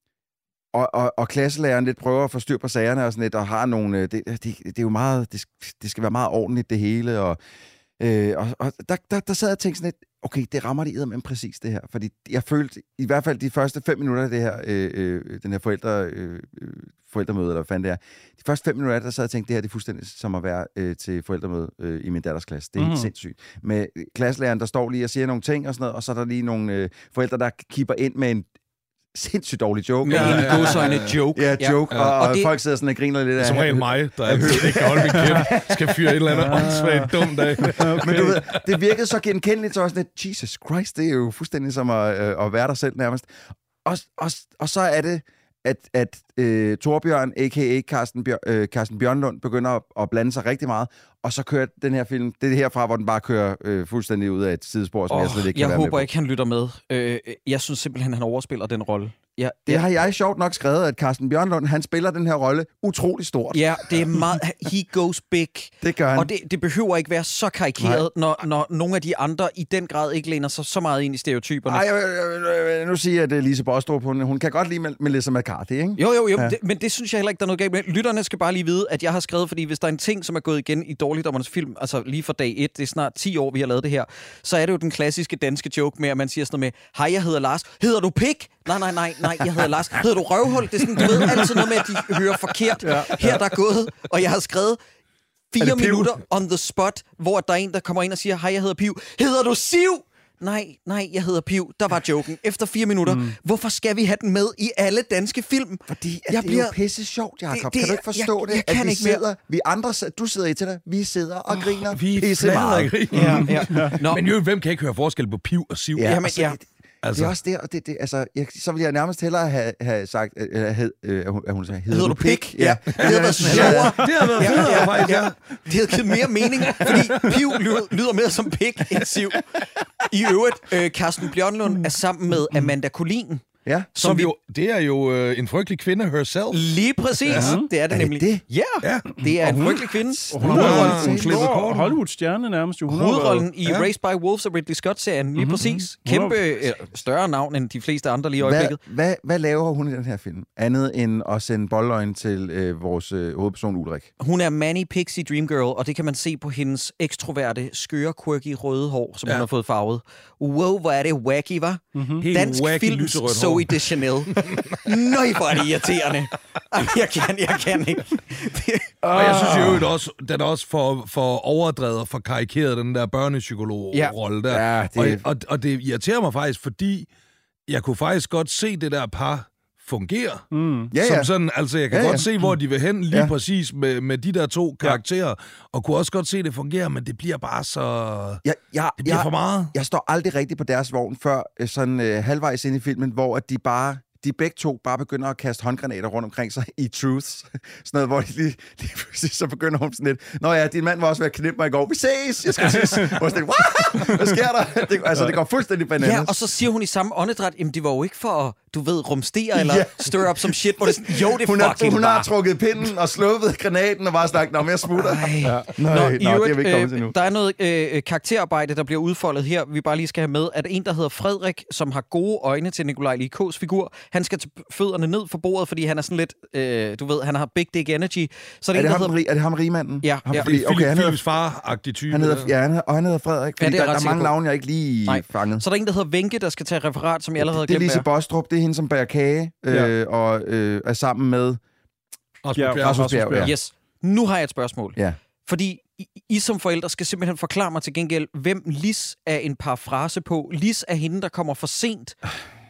og, og, og klasselæreren lidt prøver at få styr på sagerne og sådan lidt, og har nogle... Det, det, det er jo meget... Det, det skal være meget ordentligt, det hele, og... Øh, og, og der, der, der sad jeg og tænkte sådan lidt, okay, det rammer de eddermame præcis det her. Fordi jeg følte, i hvert fald de første fem minutter af det her, øh, øh, den her forældre, øh, forældremøde, eller hvad fanden det er, de første fem minutter af det, der sad jeg og tænkte, det her det er fuldstændig som at være øh, til forældremøde øh, i min datters klasse. Det er mm. helt sindssygt. Med klasselæreren, der står lige og siger nogle ting og sådan noget, og så er der lige nogle øh, forældre, der kipper ind med en sindssygt dårlig joke.
Ja, ja, ja, en godsøjne joke.
Ja, joke, ja. Og, og,
og det...
folk sidder sådan og griner lidt af...
Som regel mig, der altid ikke kan holde min kæft, skal fyre et eller andet åndssvagt dumt af.
Okay. Men du ved, det virkede så genkendeligt, så også lidt, Jesus Christ, det er jo fuldstændig som at, øh, at være der selv nærmest. Og, og, og så er det, at, at øh, Torbjørn, a k a. Carsten, Bjør, øh, Carsten Bjørnlund, begynder at, at blande sig rigtig meget, og så kører den her film, det er herfra, hvor den bare kører øh, fuldstændig ud af et sidespor, som oh, jeg slet ikke kan
jeg
være
håber
med
ikke, han lytter med. Øh, jeg synes simpelthen, han overspiller den rolle. Ja,
det har jeg sjovt nok skrevet, at Carsten Bjørnlund, han spiller den her rolle utrolig stort.
Ja, det er meget... He goes big.
Det gør han.
Og det, det behøver ikke være så karikeret, når, når nogle af de andre i den grad ikke læner sig så meget ind i stereotyperne.
Ej, jeg, jeg, jeg, nu siger jeg, at det er Lise Bostrup. Hun, hun kan godt lide Melissa McCarthy, ikke?
Jo, jo, jo. Ja. Det, men det synes jeg heller ikke, der er noget galt med. Lytterne skal bare lige vide, at jeg har skrevet, fordi hvis der er en ting, som er gået igen i Dårligdommernes film, altså lige fra dag et, det er snart ti år, vi har lavet det her, så er det jo den klassiske danske joke med, at man siger sådan noget med, hej, jeg hedder Lars. Hedder du pik? Nej, nej, nej, nej, jeg hedder Lars. Hedder du røvhul? Det er sådan, du ved altid noget med, at de hører forkert. Ja, ja. Her der er gået, og jeg har skrevet fire minutter on the spot, hvor der er en, der kommer ind og siger, hej, jeg hedder Piv. Hedder du Siv? Nej, nej, jeg hedder Piv. Der var joken. Efter fire minutter. Mm. Hvorfor skal vi have den med i alle danske film?
Fordi at jeg det bliver... er jo pisse sjovt, Jacob. Det, det, kan du ikke forstå jeg, det? Jeg at kan vi ikke sidder, mere. Vi andre, du sidder i til dig, vi sidder og oh, griner
vi
pisse meget.
Ja, ja. No. Men jo, hvem kan ikke høre forskel på Piv og Siv?
Ja,
Jamen,
altså,
ja.
Altså. Det er også det, og det, det altså, jeg, så ville jeg nærmest hellere have, have sagt, øh, hed, øh, at hun sagde, hedder, hedder du pik?
Ja. Det havde været sjovere.
Det havde været federe, ja, faktisk, ja.
Det havde givet mere mening, fordi Piv lyder, lyder mere som pik end Siv. I øvrigt, øh, Carsten Bjørnlund er sammen med Amanda Collin.
Ja.
Som, som vi... jo, det er jo øh, en frygtelig kvinde herself.
Lige præcis. Ja. Det er det
er
nemlig.
Det?
Ja, ja, det er en frygtelig kvinde.
Hun er en stor Hollywood-stjerne nærmest.
Hovedrollen i ja. Raised by Wolves og Ridley Scott-serien. Lige mm-hmm. præcis. Kæmpe øh, større navn end de fleste andre lige i øjeblikket.
Hvad, hvad, hvad laver hun i den her film? Andet end at sende boldøjen til øh, vores øh, hovedperson Ulrik.
Hun er Manny Pixie Dream Girl, og det kan man se på hendes ekstroverte, skøre, quirky røde hår, som ja. hun har fået farvet. Wow, hvor er det wacky, hva'? Mm-hmm. Dansk film, Zoe Deschanel. Nøj, hvor er det irriterende. Jeg kan, jeg kan ikke.
Og jeg synes jo også, den er også for, for overdrevet og for karikeret, den der børnepsykolog-rolle der.
Ja, det...
Og, og, og det irriterer mig faktisk, fordi jeg kunne faktisk godt se det der par fungere. Mm. Ja, ja. Som sådan, altså jeg kan ja, ja. godt se, hvor de vil hen lige ja. præcis med, med de der to karakterer, ja. og kunne også godt se, det fungerer, men det bliver bare så...
Ja, ja,
det bliver
ja,
for meget.
Jeg står aldrig rigtigt på deres vogn før sådan øh, halvvejs ind i filmen, hvor at de bare... de begge to bare begynder at kaste håndgranater rundt omkring sig i Truths. Sådan noget, hvor de lige, lige pludselig så begynder hun sådan lidt, nå ja, din mand var også ved at knippe mig i går. Vi ses! Jeg skal ses! Hvor sådan, hvad sker der? Det, altså, det går fuldstændig bananas.
Ja, og så siger hun i samme åndedræt, jamen det var jo ikke for at, du ved, rumstere eller ja. stir up som shit, hvor det sådan, jo, det
hun
fucking
har, Hun
var.
har trukket pinden og sluppet granaten og bare snakket, nå, mere smutter.
Ja.
Nå,
nå,
nå, det er vi ikke kommet til nu.
Der er noget øh, karakterarbejde, der bliver udfoldet her, vi bare lige skal have med, at en, der hedder Frederik, som har gode øjne til Nikolaj Likås figur, han skal til fødderne ned for bordet, fordi han er sådan lidt, øh, du ved, han har big dick energy. Så er, det
er, det
en,
ham, hedder... er det ham rigmanden?
Ja.
Ham,
ja.
Fordi, okay, han
Philips far-agtig type.
Han hedder, ja, han hedder, og han hedder Frederik, fordi
ja,
der, der er mange navne, jeg ikke lige
Nej.
fanget.
Så er der en, der hedder Wenke, der skal tage referat, som jeg allerede har
glemt. Det er
Lise
Bostrup, det er hende, som bærer kage, øh, ja. og øh, er sammen med
Rasmus Bjerg.
Ja, Rasmus Bjerg, ja.
Yes. Nu har jeg et spørgsmål.
Ja.
Fordi I, I som forældre skal simpelthen forklare mig til gengæld, hvem Lis er en parafrase på. Lis er hende, der kommer for sent.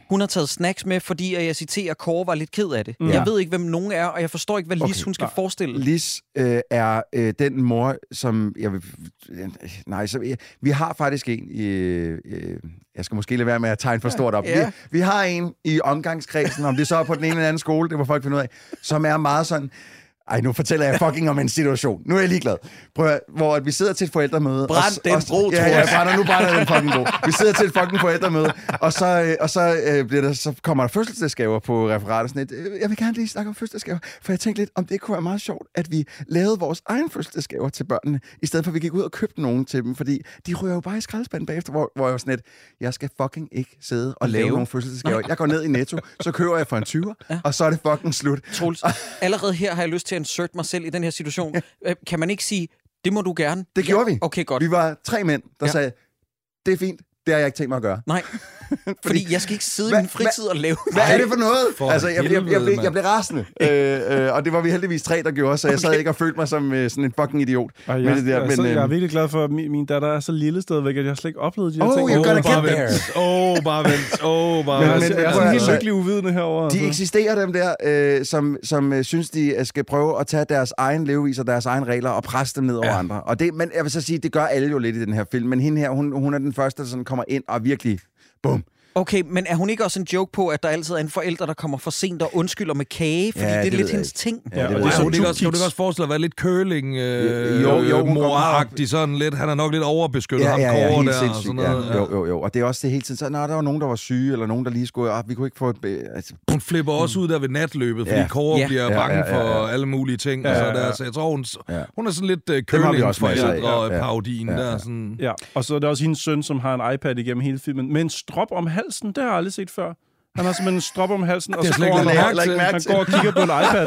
Hun har taget snacks med, fordi, jeg citerer, Kåre var lidt ked af det.
Ja.
Jeg ved ikke, hvem nogen er, og jeg forstår ikke, hvad Lis
Okay.
hun skal
Nej.
forestille.
Lis øh, er øh, den mor, som... Jeg vil, nej, så, jeg, vi har faktisk en i... Øh, jeg skal måske lade være med at tegne for stort op.
Ja.
Vi, vi har en i omgangskredsen, om det så er på den ene eller anden skole, det må folk finde ud af, som er meget sådan... Ej, nu fortæller jeg fucking om en situation. Nu er jeg ligeglad. Prøv at, hvor at vi sidder til et forældremøde.
Brænd
og,
den
og,
bro,
ja, ja, brænder, nu brænder den fucking bro. Vi sidder til et fucking forældremøde, og så, øh, og så, øh, bliver der, så kommer der fødselsdagsgaver på referatet. Sådan et, øh, jeg vil gerne lige snakke om fødselsdagsgaver, for jeg tænkte lidt, om det kunne være meget sjovt, at vi lavede vores egen fødselsdagsgaver til børnene, i stedet for at vi gik ud og købte nogen til dem, fordi de ryger jo bare i skraldespanden bagefter, hvor, hvor jeg var sådan et, jeg skal fucking ikke sidde og lave,
Lave?
nogle fødselsdagsgaver. Jeg går ned i Netto, så køber jeg for en tyver, ja. og så er det fucking slut.
Troels, allerede her har jeg lyst til at insert mig selv i den her situation. Øh, Kan man ikke sige, det må du gerne?
Det gjorde vi.
Okay, godt.
Vi var tre mænd, der
Ja.
sagde, det er fint, det har jeg ikke tænkt mig at gøre.
Nej, fordi jeg skal ikke sidde i
Hvad-
min fritid og lave...
Hvad er det for noget?
For
Altså, jeg, jeg, jeg, jeg,
helvede,
blev,
mand.
jeg blev rasende. øh, øh, og det var vi heldigvis tre, der gjorde, så jeg sad ikke og følte mig som øh, sådan en fucking idiot.
Og
med
jeg,
det der,
jeg, altså,
men, øh,
jeg er virkelig glad for, at min, min datter er så lille stadigvæk, at jeg slet ikke oplevede de her
Oh,
ting.
you're
Åh,
gonna
bare
get
vent. Åh, oh, bare vent. Åh, oh, bare
Men-
vent.
Jeg,
men-
jeg er
prøv
sådan
at-
helt
altså-
lykkelig uvidende herovre.
de
altså.
eksisterer, dem der, øh, som, som øh, synes, de øh, skal prøve at tage deres egen levevis og deres egen regler og presse dem ned over
Ja.
andre. Og det, men jeg vil så sige, det gør alle jo lidt i den her film. Men hende her, hun, hun er den første, der sådan kommer ind og virkelig... Bum.
Okay, men er hun ikke også en joke på, at der altid er en forælder, der kommer for sent og undskylder med kage? Fordi
Ja,
det er
det ved
lidt
jeg
hendes
ikke.
ting.
Ja, det
og
ved
det er
jeg
Ej,
så
hun
to
kan også, hun
kids.
kan også forestille at være lidt curling øh,
Jo, jo, hun går
moragtig, sådan lidt. Han er nok lidt overbeskyttet, ham Kåre
helt
der og
sindssygt.
sådan noget.
Ja. Jo, jo, jo. Og det er også det hele tiden. Så, nå, der var nogen, der var syge, eller nogen, der lige skulle... Ah, vi kunne ikke få et... øh, Altså,
Hun flipper også ud der ved natløbet, fordi
Ja.
Kåre
Ja.
bliver
Ja,
bange
ja, ja, ja.
for alle mulige ting.
Ja,
Og så,
ja, ja.
der, så jeg tror, hun,
Ja.
hun er sådan lidt uh,
Dem har vi også masser af.
curling-forældre-parodien
Ja, ja.
der. Sådan.
Ja, og så er det også hendes søn, som har en iPad igennem hele filmen. Med en strop om halsen, det har jeg aldrig set før. Han har simpelthen en strop om halsen, og
Det
så
har slet
går
ikke
han,
lagt
og,
mærke til.
han går og kigger på en iPad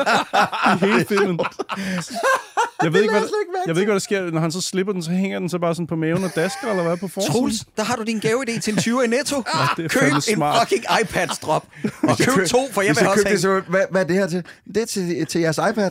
i hele filmen. Jeg ved, ikke, hvad, jeg ved ikke, hvad der sker. Når han så slipper den, så hænger den så bare sådan på maven og dasker, eller hvad, på forsiden.
Troels, der har du din gaveidé til en tyver i Netto.
det er
Køb
fandme
en
smart.
fucking iPad-strop. Og køb to, for jeg
Hvis
vil
jeg
også
købte
have...
det, så, hvad, hvad er det her til? Det er til, til jeres iPad.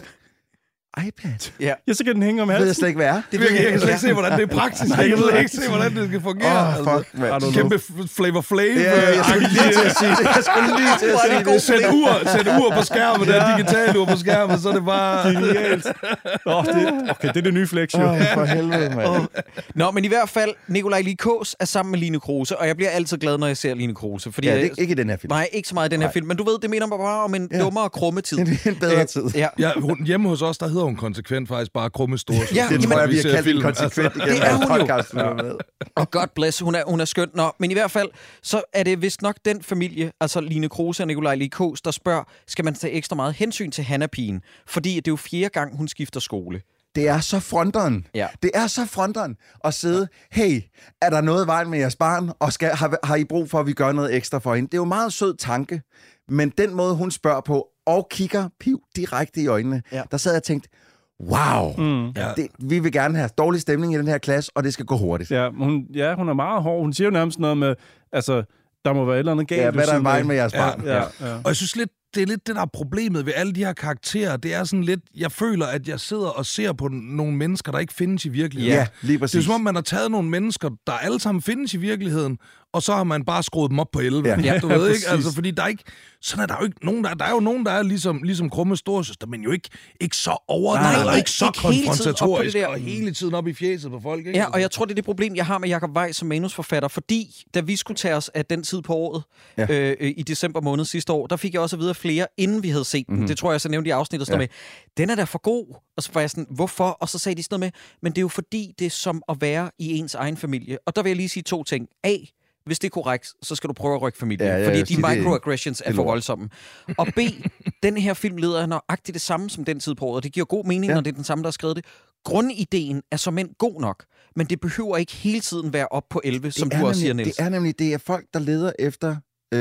iPad?
Ja.
Ja, så kan den hænge om
Det ved jeg
halsen.
slet ikke, hvad er.
Det virker, jeg kan slet ikke se, hvordan det er praktisk. Jeg kan slet ikke se, hvordan det skal fungere.
Åh, fuck,
I
mand.
don't know.
Kæmpe f- Flavor Flav.
Ja, ja, jeg skulle lige til at sige det. Jeg skulle lige til at
Hvor er det
sige det.
god
Sæt ur, sæt ur på skærmen, ja. Der digitale ur på skærmen, så er det bare...
Genialt. Oh, det, okay, det er det nye flex, jo.
Åh, for helvede, mand.
Nå, men i hvert fald, Nikolaj Likås er sammen med Line Kruse, og jeg bliver altid glad, når jeg ser Line Kruse. Fordi
Ja,
jeg,
det er ikke i den her film.
Nej, ikke så meget i den her
Nej.
film, men du ved, det mener mig bare om en
Ja.
dummere krumme tid.
Det er en bedre
Øh,
tid.
Ja.
Ja, hun, hjemme hos os, der hedder hun konsekvent faktisk bare Krumme Store.
Ja,
Det
jamen,
tror jeg, vi har
ser
kaldt
film.
en konsekvent
Altså,
igen.
det er hun jo.
Podcasten, ja. med.
Og God bless, hun er, hun er skøn. Nå, men i hvert fald, så er det vist nok den familie, altså Line Kruse og Nikolaj Likås, der spørger, skal man tage ekstra meget hensyn til Hanna-pigen? Fordi det er jo fjerde gang, hun skifter skole.
Det er så fronteren.
Ja.
Det er så fronteren at sidde, hey, er der noget i vejen med jeres barn, og skal, har, har I brug for, at vi gør noget ekstra for hende? Det er jo en meget sød tanke, men den måde, hun spørger på, og kigger piv direkte i øjnene,
Ja.
der sad jeg og tænkte, wow,
Mm.
Ja.
det, vi vil gerne have dårlig stemning i den her klasse, og det skal gå hurtigt.
Ja, hun, ja, hun er meget hård. Hun siger jo nærmest noget med, altså, der må være et eller andet galt.
Ja,
ved
hvad er der i
siden
vejen
af.
med jeres barn?
Ja, ja.
Og jeg synes lidt, det er lidt det, der er problemet ved alle de her karakterer. Det er sådan lidt, jeg føler, at jeg sidder og ser på nogle mennesker, der ikke findes i virkeligheden.
Ja, lige præcis.
Det er som om, man har taget nogle mennesker, der alle sammen findes i virkeligheden, og så har man bare skruet dem op på elleve.
Ja.
Ja, du
Ja,
ved ikke?
præcis.
Altså, fordi der er ikke... Sådan er der jo ikke nogen, der... Der er jo nogen, der er ligesom, ligesom Krumme Storesøster, men jo ikke, ikke så overdrevet,
Nej,
eller
ikke-
ikke så
ikke hele tiden op på det
konfrontatorisk,
der.
og hele tiden op i fjeset på folk. Ikke?
Ja, og jeg tror, det er det problem, jeg har med Jacob Weiss som manusforfatter, fordi da vi skulle tage os af den tid på året,
Ja.
øh, øh, i december måned sidste år, der fik jeg også at vide af flere, inden vi havde set den. Mm-hmm. Det tror jeg, jeg så nævnte i afsnittet, sådan
Ja.
ja. med, den er da for god. Og så var jeg sådan, hvorfor? Og så sagde de sådan noget med, men det er jo fordi, det er som at være i ens egen familie. Og der vil jeg lige sige to ting. A, hvis det er korrekt, så skal du prøve at rykke familien.
Ja,
Ja,
ja,
ja, fordi
jeg
de
siger, det-
microaggressions er
det er
for
lort.
voldsomme. Og B, den her film leder nøjagtigt det samme som den tid på året. Det giver god mening,
Ja.
ja. når det er den samme, der har skrevet det. Grundideen er som end god nok, men det behøver ikke hele tiden være op på elleve, som
Det
du
er
også siger,
nemlig-
Niels.
Det er nemlig, det er folk, der leder efter,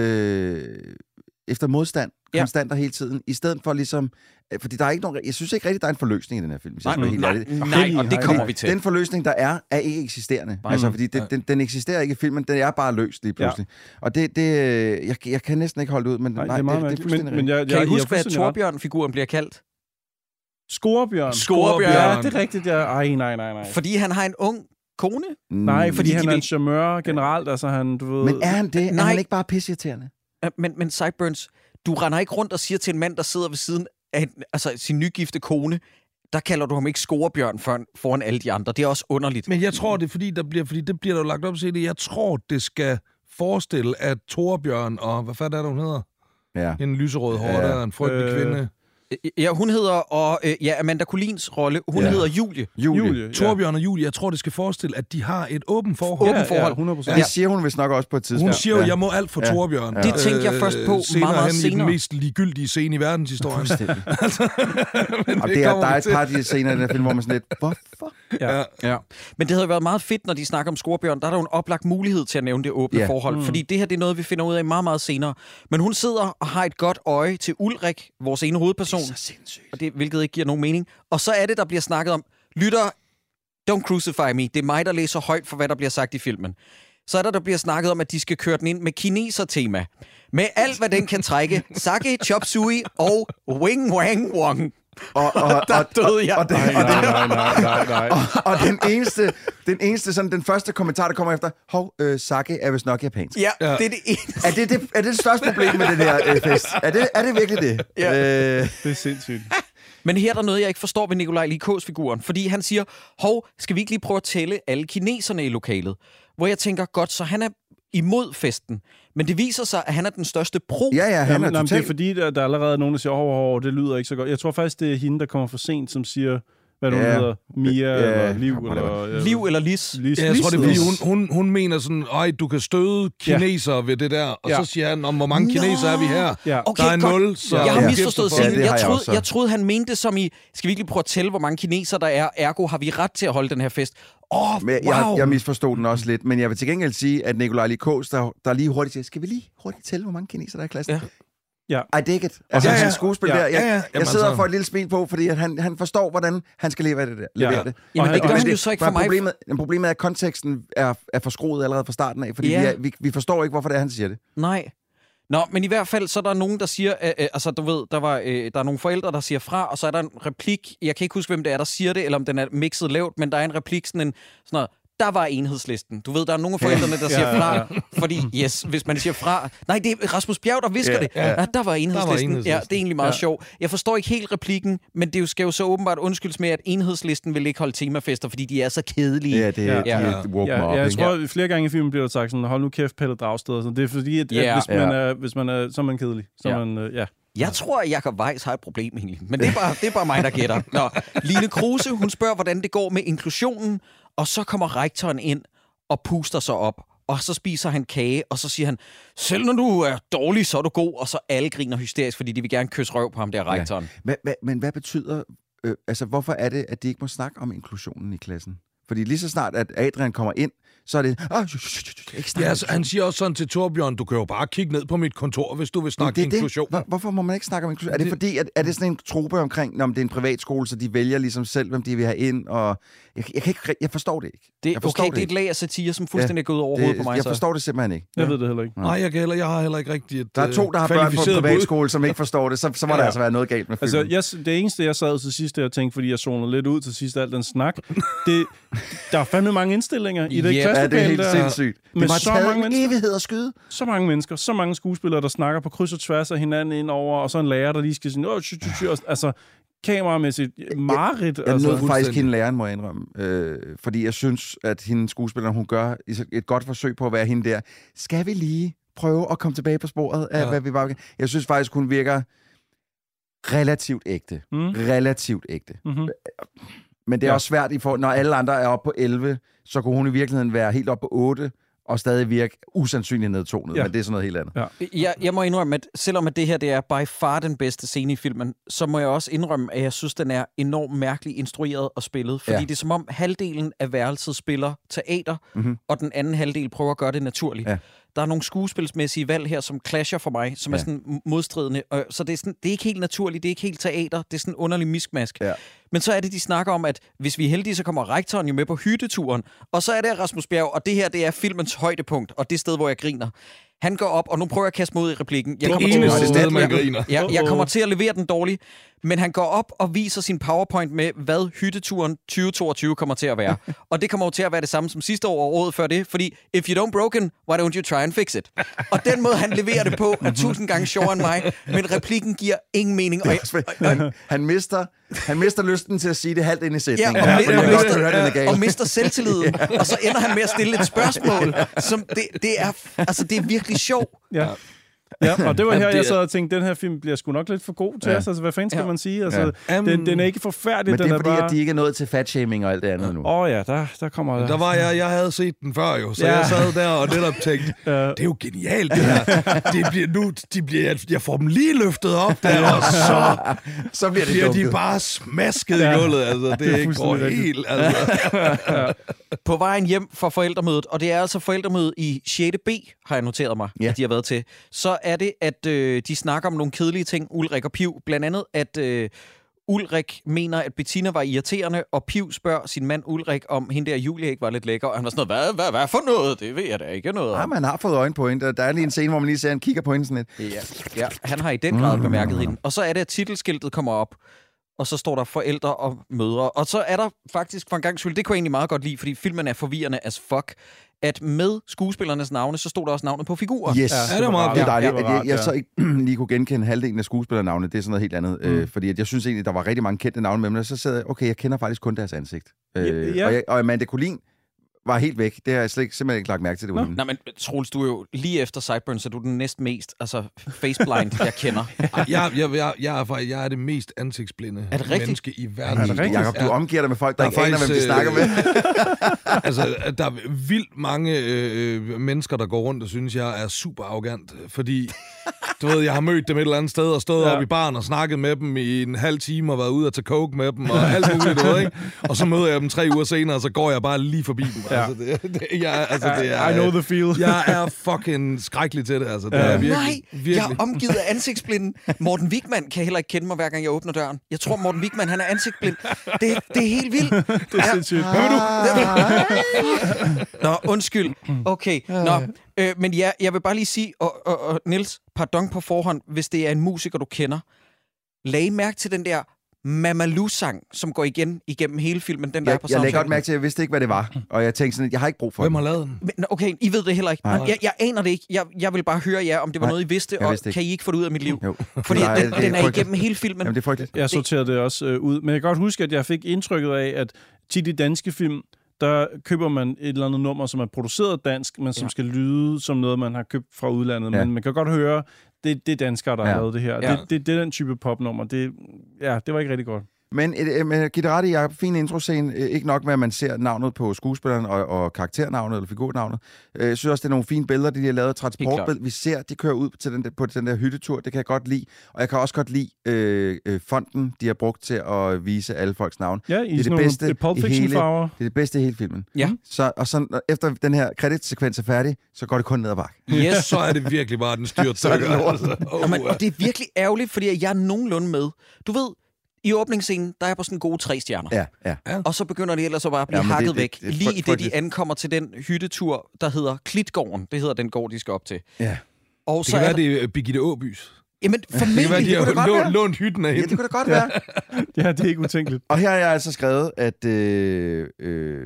øh, efter modstand,
Ja.
konstant og hele tiden, i stedet for ligesom, øh, fordi der er ikke nogen, jeg synes ikke rigtigt, der er en forløsning i den her film, hvis jeg skal være helt
nej,
ærlig.
nej, og det kommer vi til.
Den forløsning, der er, er ikke eksisterende. Altså, fordi det, den, den eksisterer ikke i filmen, den er bare løst lige pludselig. Ja. Og det, det øh, jeg, jeg kan næsten ikke holde det ud, men
Nej,
nej,
det er meget
det, det er
mærkeligt.
fuldstændig
Men, men
rigtigt.
jeg,
Kan
jeg,
I huske,
jeg,
hvad Torbjørn-figuren bliver kaldt?
Scorebjørn.
Scorebjørn.
Ja, det er rigtigt. Ja. Ej, nej, nej, nej.
Fordi han har en ung kone?
Nej, fordi
Fordi
han
de
er en
vil-
charmeur generelt. Altså, han, du ved...
Men er han det? Er
Nej.
han ikke bare pisseirriterende?
men, men Sideburns, du render ikke rundt og siger til en mand, der sidder ved siden af altså, sin nygifte kone, der kalder du ham ikke scorebjørn foran, foran alle de andre. Det er også underligt.
Men jeg tror, det er fordi, der bliver, fordi det bliver der jo lagt op til det. Jeg tror, det skal forestille, at Torbjørn og... Hvad fanden er det, hun hedder?
Ja.
En lyserød hår,
Ja.
der er en frygtelig øh... kvinde.
Ja, hun hedder, og øh, ja, Amanda Collins rolle, hun
Ja.
hedder Julie.
Julie.
Julie, ja.
Torbjørn og Julie, jeg tror, det skal forestille, at de har et åbent forhold.
Åbent forhold.
Ja, hundrede procent.
Det siger hun vist nok også på et tidspunkt.
Hun siger jo,
Ja.
jeg må alt for
Ja.
Torbjørn.
Ja.
Det tænkte jeg først på
senere
meget, meget
hen i
senere.
den mest ligegyldige scene i verdenshistorien.
Fuldstændig.
Men
Og
det
det er,
kommer
der er
vi
et
til.
par af de scener i den her film, hvor man sådan lidt, hvorfor?
Ja.
Ja. Men det havde været meget fedt, når de snakker om scorebjørn. Der er der jo en oplagt mulighed til at nævne det åbne
Ja.
forhold. Mm. Fordi det her det er noget, vi finder ud af meget, meget senere. Men hun sidder og har et godt øje til Ulrik, vores ene hovedperson.
Så sindssygt.
Og det, hvilket ikke giver nogen mening. Og så er det, der bliver snakket om, lytter, don't crucify me. Det er mig, der læser højt for, hvad der bliver sagt i filmen. Så er der, der bliver snakket om, at de skal køre den ind med kineser-tema. Med alt, hvad den kan trække. Sake, chop suey og wing wang wong.
Og, og,
Der
og,
døde jeg.
og, den,
Nej,
og, den,
nej, nej, nej, nej.
og, og den eneste, den eneste, sådan den første kommentar, der kommer efter, hov, øh, sake er vist nok japansk.
Ja,
Ja.
det er det eneste.
Er det det, er det det største problem med den her øh, fest? Er det, er det virkelig det?
Ja.
Øh,
Det er sindssygt.
Men her er der noget, jeg ikke forstår ved Nikolaj Likås-figuren. Fordi han siger, hov, skal vi ikke lige prøve at tælle alle kineserne i lokalet? Hvor jeg tænker, godt, så han er imod festen. Men det viser sig, at han er den største pro.
ja, ja, han
Jamen,
er
jamen, det er
totalt...
fordi, der, der er allerede nogen, der siger, hov, hov, det lyder ikke så godt. Jeg tror faktisk, det er hende, der kommer for sent, som siger, hvad hun
Ja.
hedder, Mia
Ja,
eller Liv.
whatever.
Eller,
Liv eller Lis.
Lis.
Ja, jeg tror, det er, fordi
Lis.
hun, hun, hun mener sådan, ej, du kan støde kinesere ja. ved det der. Og
Ja.
så siger han, om hvor mange
Nå.
kinesere er vi her?
Ja.
Okay,
Der er
godt.
nul, så...
Jeg har
Ja.
misforstået
Ja,
scenen.
det har
jeg,
jeg
troede,
også.
jeg troede, han mente det som i, skal vi ikke lige prøve at tælle, hvor mange kinesere der er? Ergo har vi ret til at holde den her fest. Åh, oh,
Men
wow.
jeg, jeg misforstod den også lidt, men jeg vil til gengæld sige, at Nikolaj Likås, der, der lige hurtigt siger, skal vi lige hurtigt tælle, hvor mange kineser der er i klassen?
Ja.
Ja.
I dig it. Altså,
Ja,
ja,
ja.
hans skuespil
Ja.
der. Jeg,
Ja, ja.
jeg
Jamen,
sidder og
altså-
får et lille smil på, fordi at han, han forstår, hvordan han skal levere det der. Levere
Ja.
det.
Jamen,
Og
det
han-
gør
og
han
det-
jo så ikke
men
for mig.
Problemet, men problemet er, at konteksten er, er forskruet allerede fra starten af, fordi
Ja.
vi, er, vi, vi forstår ikke, hvorfor det er, han siger det.
Nej. Nå, men i hvert fald, så er der nogen, der siger, øh, øh, altså du ved, der, var, øh, der er nogle forældre, der siger fra, og så er der en replik, jeg kan ikke huske, hvem det er, der siger det, eller om den er mixet lavt, men der er en replik, sådan en, sådan noget, der var enhedslisten. Du ved, der er nogle af forældrene, der siger
Ja, ja,
fra, fordi, yes, hvis man siger fra... Nej, det er Rasmus Bjerg, der visker
Ja,
det.
ja.
Ja, der var enhedslisten.
enhedslisten.
Ja, det er egentlig meget
Ja.
sjovt. Jeg forstår ikke helt replikken, men det skal jo så åbenbart undskyldes med, at enhedslisten vil ikke holde temafester, fordi de er så kedelige.
Ja, det er
Ja.
ja.
Ja.
ja. woke
Ja,
mig op,
ja, jeg
ikke?
tror, flere gange i filmen bliver der sagt sådan, hold nu kæft, Pelle Dragsted. og sådan. Det er fordi, at,
Ja.
at hvis, man
Ja.
er, hvis man er, så er man kedelig. Så
Ja.
ja. man, øh, ja.
Jeg tror, at Jacob Weiss har et problem egentlig. Men det er bare, det er bare mig, der gætter. Nå, Line Kruse, hun spørger, hvordan det går med inklusionen, og så kommer rektoren ind og puster sig op. Og så spiser han kage, og så siger han, selv når du er dårlig, så er du god. Og så alle griner hysterisk, fordi de vil gerne kysse røv på ham der, rektoren.
Hva, hva, men hvad betyder... Øh, altså, hvorfor er det, at de ikke må snakke om inklusionen i klassen? Fordi lige så snart, at Adrian kommer ind, så er det... Ah, ikke snakke
Ja,
om
altså, han siger også sådan til Torbjørn, du kan jo bare kigge ned på mit kontor, hvis du vil snakke
det er
inklusion.
det. Hvor- Hvorfor må man ikke snakke om inklusion? Er det
Det-
fordi, at, er det sådan en trope omkring, når det er en privatskole, så de vælger ligesom selv, hvem de vil have ind, og jeg, jeg, kan ikke, jeg forstår det ikke.
Det,
jeg forstår
okay, det er et lag af satire, som fuldstændig er gået over hovedet på mig.
Jeg
Så.
forstår det simpelthen ikke.
Jeg ved det heller ikke.
Nej, jeg, kan heller, jeg har heller ikke rigtig et
Der er to, der har børn på en
kvalificeret bud.
privatskole, som ikke forstår det, så, så må ja. der altså være noget galt med filmen.
Altså, jeg, det eneste, jeg sad til sidst, jeg tænkte, fordi jeg zonede lidt ud til sidst af al den snak, det, der er fandme mange indstillinger i det
Ja,
ja, det er
klasselokale
helt
der.
sindssygt. Det
Med
var
så
taget
mange
en
mennesker.
evighed at skyde.
Så mange mennesker, så mange skuespillere, der snakker på kryds og tværs af hinanden indover, og så en lærer, der lige skal sige, åh, tj, tj, tj, altså, kameramæssigt, mareridt.
Jeg
altså,
nød faktisk
fuldstændig.
hende læreren, må jeg indrømme. Øh, fordi jeg synes, at hende skuespiller, hun gør et godt forsøg på at være hende der. Skal vi lige prøve at komme tilbage på sporet af, ja. hvad vi bare... Jeg synes faktisk, hun virker relativt ægte.
Mm.
Relativt ægte.
Mm-hmm.
Men det er
Ja.
også svært, i for, når alle andre er oppe på elleve, så kunne hun i virkeligheden være helt oppe på otte, og stadig virke usandsynligt nedtonet.
Ja.
Men det er sådan noget helt andet.
Ja.
Jeg, jeg må indrømme, at selvom at det her det er by far den bedste scene i filmen, så må jeg også indrømme, at jeg synes, den er enormt mærkeligt instrueret og spillet. Fordi
Ja.
det er som om halvdelen af værelset spiller teater,
Mhm.
og den anden halvdel prøver at gøre det naturligt.
Ja.
Der er nogle skuespilsmæssige valg her, som clasher for mig, som ja. er
Ja.
sådan modstridende. Og så det er, sådan, det er ikke helt naturligt, det er ikke helt teater, det er sådan en underlig miskmask.
Ja.
Men så er det, de snakker om, at hvis vi er heldige, så kommer rektoren jo med på hytteturen. Og så er det Rasmus Bjerg, og det her, det er filmens højdepunkt, og det sted, hvor jeg griner. Han går op, og nu prøver jeg at kaste mig ud i replikken. Jeg
Det
kommer til
eneste
at-
sted, man
jeg-
griner.
Ja, jeg kommer til at levere den dårligt. Men han går op og viser sin PowerPoint med, hvad hytteturen tyve toogtyve kommer til at være. Og det kommer jo til at være det samme som sidste år og året før det, fordi if you don't broken, why don't you try and fix it? Og den måde, han leverer det på, er tusind gange sjovere end mig, men replikken giver ingen mening. Og, og, og,
han, han, mister, han mister lysten til at sige det halvt ind i sætningen.
Ja, og,
ja,
og,
og,
mister, og mister selvtilliden, ja. Og så ender han med at stille et spørgsmål, som det, det, er, altså, det er virkelig sjov.
Ja. Ja, og det var her, jeg sad og tænkte, den her film bliver sgu nok lidt for god til ja. os. Altså, hvad fanden skal ja. man sige? Altså,
ja.
den, den er ikke forfærdelig.
Men det er,
den er
fordi,
bare...
at de ikke er nået til fatshaming og alt det andet nu.
Åh oh, ja, der, der kommer...
Der var jeg, jeg havde set den før jo, så
ja.
jeg sad der og netop tænkte, ja. det er jo genialt det her. Det bliver nu, de bliver, jeg får dem lige løftet op der, og så,
så bliver, det
bliver de bare smasket ja. i gulvet. Altså, det, det går helt... Altså.
ja.
På vejen hjem fra forældremødet, og det er altså forældremødet i sjette B, har jeg noteret mig, ja. at de har været til, så er det, at øh, de snakker om nogle kedelige ting, Ulrik og Piv. Blandt andet, at øh, Ulrik mener, at Bettina var irriterende, og Piv spørger sin mand Ulrik, om hende der Julie ikke var lidt lækker, og han var sådan noget, hvad, hvad, hvad for noget? Det ved jeg da ikke noget om.
Ja, man har fået øjne på hende. Der er lige en scene, hvor man lige ser, han kigger på hende sådan lidt.
Ja, ja, han har i den grad bemærket hende. Og så er det, at titelskiltet kommer op, og så står der forældre og mødre. Og så er der faktisk for en gang skyld, det kunne jeg egentlig meget godt lide, fordi filmen er forvirrende as fuck, at med skuespillernes navne, så stod der også navnet på figurer.
Yes,
ja,
det,
det,
var det er dejligt.
Ja,
At jeg, jeg så ikke lige kunne genkende halvdelen af skuespillernavne, det er sådan noget helt andet. Mm. Øh, fordi at jeg synes egentlig, der var rigtig mange kendte navne med, men så sad jeg, okay, jeg kender faktisk kun deres ansigt. Øh,
ja.
Og, jeg, og Amanda Collin var helt væk. Det har jeg slet ikke, simpelthen ikke lagt mærke til, det var hende.
Nej, men Troels, du er jo lige efter Sideburns, så du er den næst mest altså, faceblind, jeg kender.
jeg, jeg, jeg, jeg, er, faktisk, jeg er det mest ansigtsblinde
er det
menneske i verden.
Er det rigtigt?
Jacob, du omgiver dig med folk, der,
der
ikke aner,
faktisk,
hvem de snakker med.
altså, der er vildt mange øh, mennesker, der går rundt og synes, jeg er super arrogant, fordi du ved, jeg har mødt dem et eller andet sted og stået ja. op i baren og snakket med dem i en halv time og været ude at tage coke med dem og alt muligt, du ved, ikke? Og så møder jeg dem tre uger senere, og så går jeg bare lige forbi dem.
Ja.
Altså, det, det, jeg, altså, det er,
I know the feel.
jeg er fucking skrækkelig til det, altså. Det er virkelig,
Nej,
virkelig.
jeg er omgivet af ansigtsblinden. Morten Wigman kan heller ikke kende mig, hver gang jeg åbner døren. Jeg tror, Morten Wigman, han er ansigtsblind. Det, det er helt vildt.
Det er sindssygt.
Hvad vil du? Nå, undskyld. Okay, nå. Øh, men ja, jeg vil bare lige sige, og, og, og Niels, pardon på forhånd, hvis det er en musiker, du kender. Lag mærke til den der Mamalou-sang, som går igen igennem hele filmen. Den, der
Jeg,
er på
jeg lægger
soundtracken.
godt mærke til, at jeg vidste ikke, hvad det var. Og jeg tænkte sådan, at jeg har ikke brug for
Hvem
den.
har lavet den?
Men, okay, I ved det heller ikke. Jeg, jeg aner det ikke. Jeg, jeg vil bare høre jer, om det var
Nej,
noget, I vidste,
jeg
og
vidste ikke.
kan I ikke få det ud af mit liv?
Jo.
Fordi
Nej,
den,
det er
den er
frygteligt.
igennem hele filmen.
Jamen, det er frygteligt.
Jeg sorterede det også øh, ud. Men jeg kan godt huske, at jeg fik indtrykket af, at tit i danske film, der køber man et eller andet nummer, som er produceret dansk, men som ja. skal lyde som noget, man har købt fra udlandet. Ja. Men man kan godt høre, det, det er danskere, der ja. har lavet det her. Ja. Det, det, det er den type popnummer. Det, ja, det var ikke rigtig godt.
Men et, giv det ret i, jeg fin introscene. Ikke nok med, at man ser navnet på skuespilleren og, og karakternavnet eller figurnavnet. Jeg synes også, det er nogle fine billeder, de har lavet. Transportbilleder. Vi ser, de kører ud til den, på den der hyttetur. Det kan jeg godt lide. Og jeg kan også godt lide øh, øh, fonden, de har brugt til at vise alle folks navn.
Ja, i
det er
sådan
det bedste
nogle Pulp
i hele,
Fiction-farver.
det er det bedste i hele filmen.
Ja.
Så, og så efter den her kreditsekvens er færdig, så går det kun ned ad bakke.
Yes.
Så er det virkelig bare den styrt.
Så er det lort.
Altså, oh,
Jamen, og det er virkelig ærgerligt, fordi jeg er nogenlunde med. Du ved, i åbningsscenen, der er jeg på sådan gode tre stjerner.
Ja, ja.
Og så begynder det ellers at bare blive
Ja, men
hakket
det- det-
væk.
det er
Lige
frygt-
i det, de
frygteligt.
ankommer til den hyttetur, der hedder Klitgården. Det hedder den gård, de skal op til.
Ja.
Og
det
så
kan
er
være,
der...
det er Birgitte Åbys.
Jamen,
Det kan
formentlig,
være, de
det kunne det
har
godt være.
lånt, lånt hytten af
Ja,
hende.
det kunne da godt være.
Ja, det er ikke utænkeligt.
Og her har jeg altså skrevet, at øh, øh,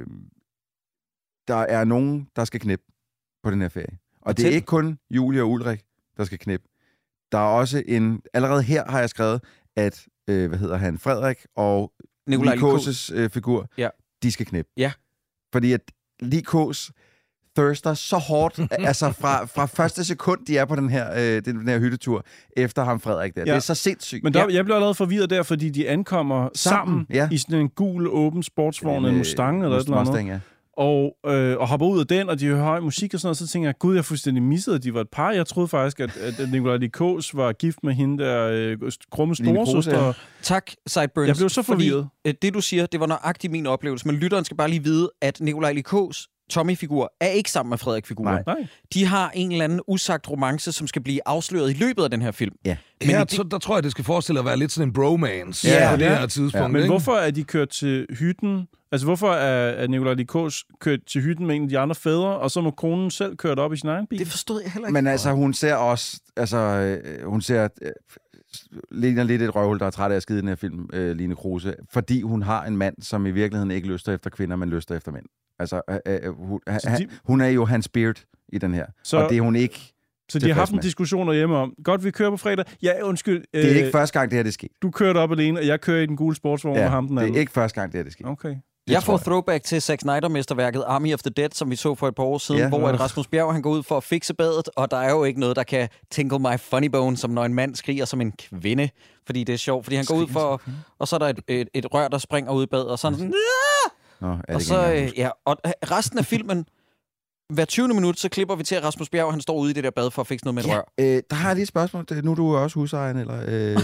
der er nogen, der skal knæppe på den her ferie. Og det er
Fortæl.
ikke kun Julie og Ulrik, der skal knæppe. Der er også en... Allerede her har jeg skrevet, at, øh, hvad hedder han, Frederik og
Nikolaj
Likås' øh, figur,
Ja.
de skal knæppe.
Ja.
Fordi at Likås thirster så hårdt, altså fra, fra første sekund, de er på den her, øh, den her hyttetur, efter ham Frederik der. Ja.
Ja.
Det er så sindssygt.
Men der, jeg blev allerede forvirret der, fordi de ankommer sammen,
Sammen, ja.
i sådan en gul, åben sportsvogn, en Mustang eller et eller andet.
Mustang, ja.
Og, øh, og hopper ud af den, og de hører høj musik og sådan noget, så tænker jeg, gud, jeg er fuldstændig misset, at de var et par. Jeg troede faktisk, at, at Nikolaj Likås var gift med hende der øh, krumme
Line Kruse,
storesøster.
ja.
Tak, Sideburns.
Jeg blev så forvirret.
Fordi, øh, det, du siger, det var nøjagtigt min oplevelse. Men lytteren skal bare lige vide, at Nikolaj Likås Tommy-figur er ikke sammen med Frederik-figuren.
Nej.
Nej.
De har en eller anden usagt romance, som skal blive afsløret i løbet af den her film.
Ja.
Men
Her,
i det-
så, der tror jeg, det skal forestille at være lidt sådan en bromance
Ja,
på det
ja.
her tidspunkt.
Men
ikke?
hvorfor er de kørt til hytten? Altså, hvorfor er, er Nikolaj Likås kørt til hytten med en af de andre fædre, og så må konen selv kørt op i sin egen bil?
Det forstod jeg heller ikke.
Men altså, hun ser også, altså, øh, hun ser øh, ligner lidt et røvhul, der er træt af at skide i den her film, øh, Line Kruse, fordi hun har en mand, som i virkeligheden ikke lyster efter kvinder, men lyster efter mænd. Altså, øh, øh, hun, de, han, hun er jo hans spirit i den her, så, og det er hun ikke.
Så de har haft en diskussion hjemme om, godt, vi kører på fredag. Ja, undskyld.
Øh, det er ikke første gang, det her det sker.
Du kørte op alene, og jeg kører i den gule sportsvogn
ja,
med ham den anden.
det er ikke første gang, det her det sker.
Okay.
Det jeg får throwback til Zack Snyder-mesterværket Army of the Dead, som vi så for et par år siden,
ja,
hvor at Rasmus Bjerg han går ud for at fikse badet, og der er jo ikke noget, der kan tinkle my funny bone, som når en mand skriger som en kvinde. Fordi det er sjovt, fordi han går ud for, og så er der et, et, et rør, der springer ud i badet, og sådan sådan,
Nå,
og så, øh, ja, og resten af filmen, hver tyvende minut, så klipper vi til, at Rasmus Bjerg han står ude i det der bad for at fikse noget med et
ja,
rør.
Øh, der har jeg lige et spørgsmål. Nu er du også husejeren, eller... Øh,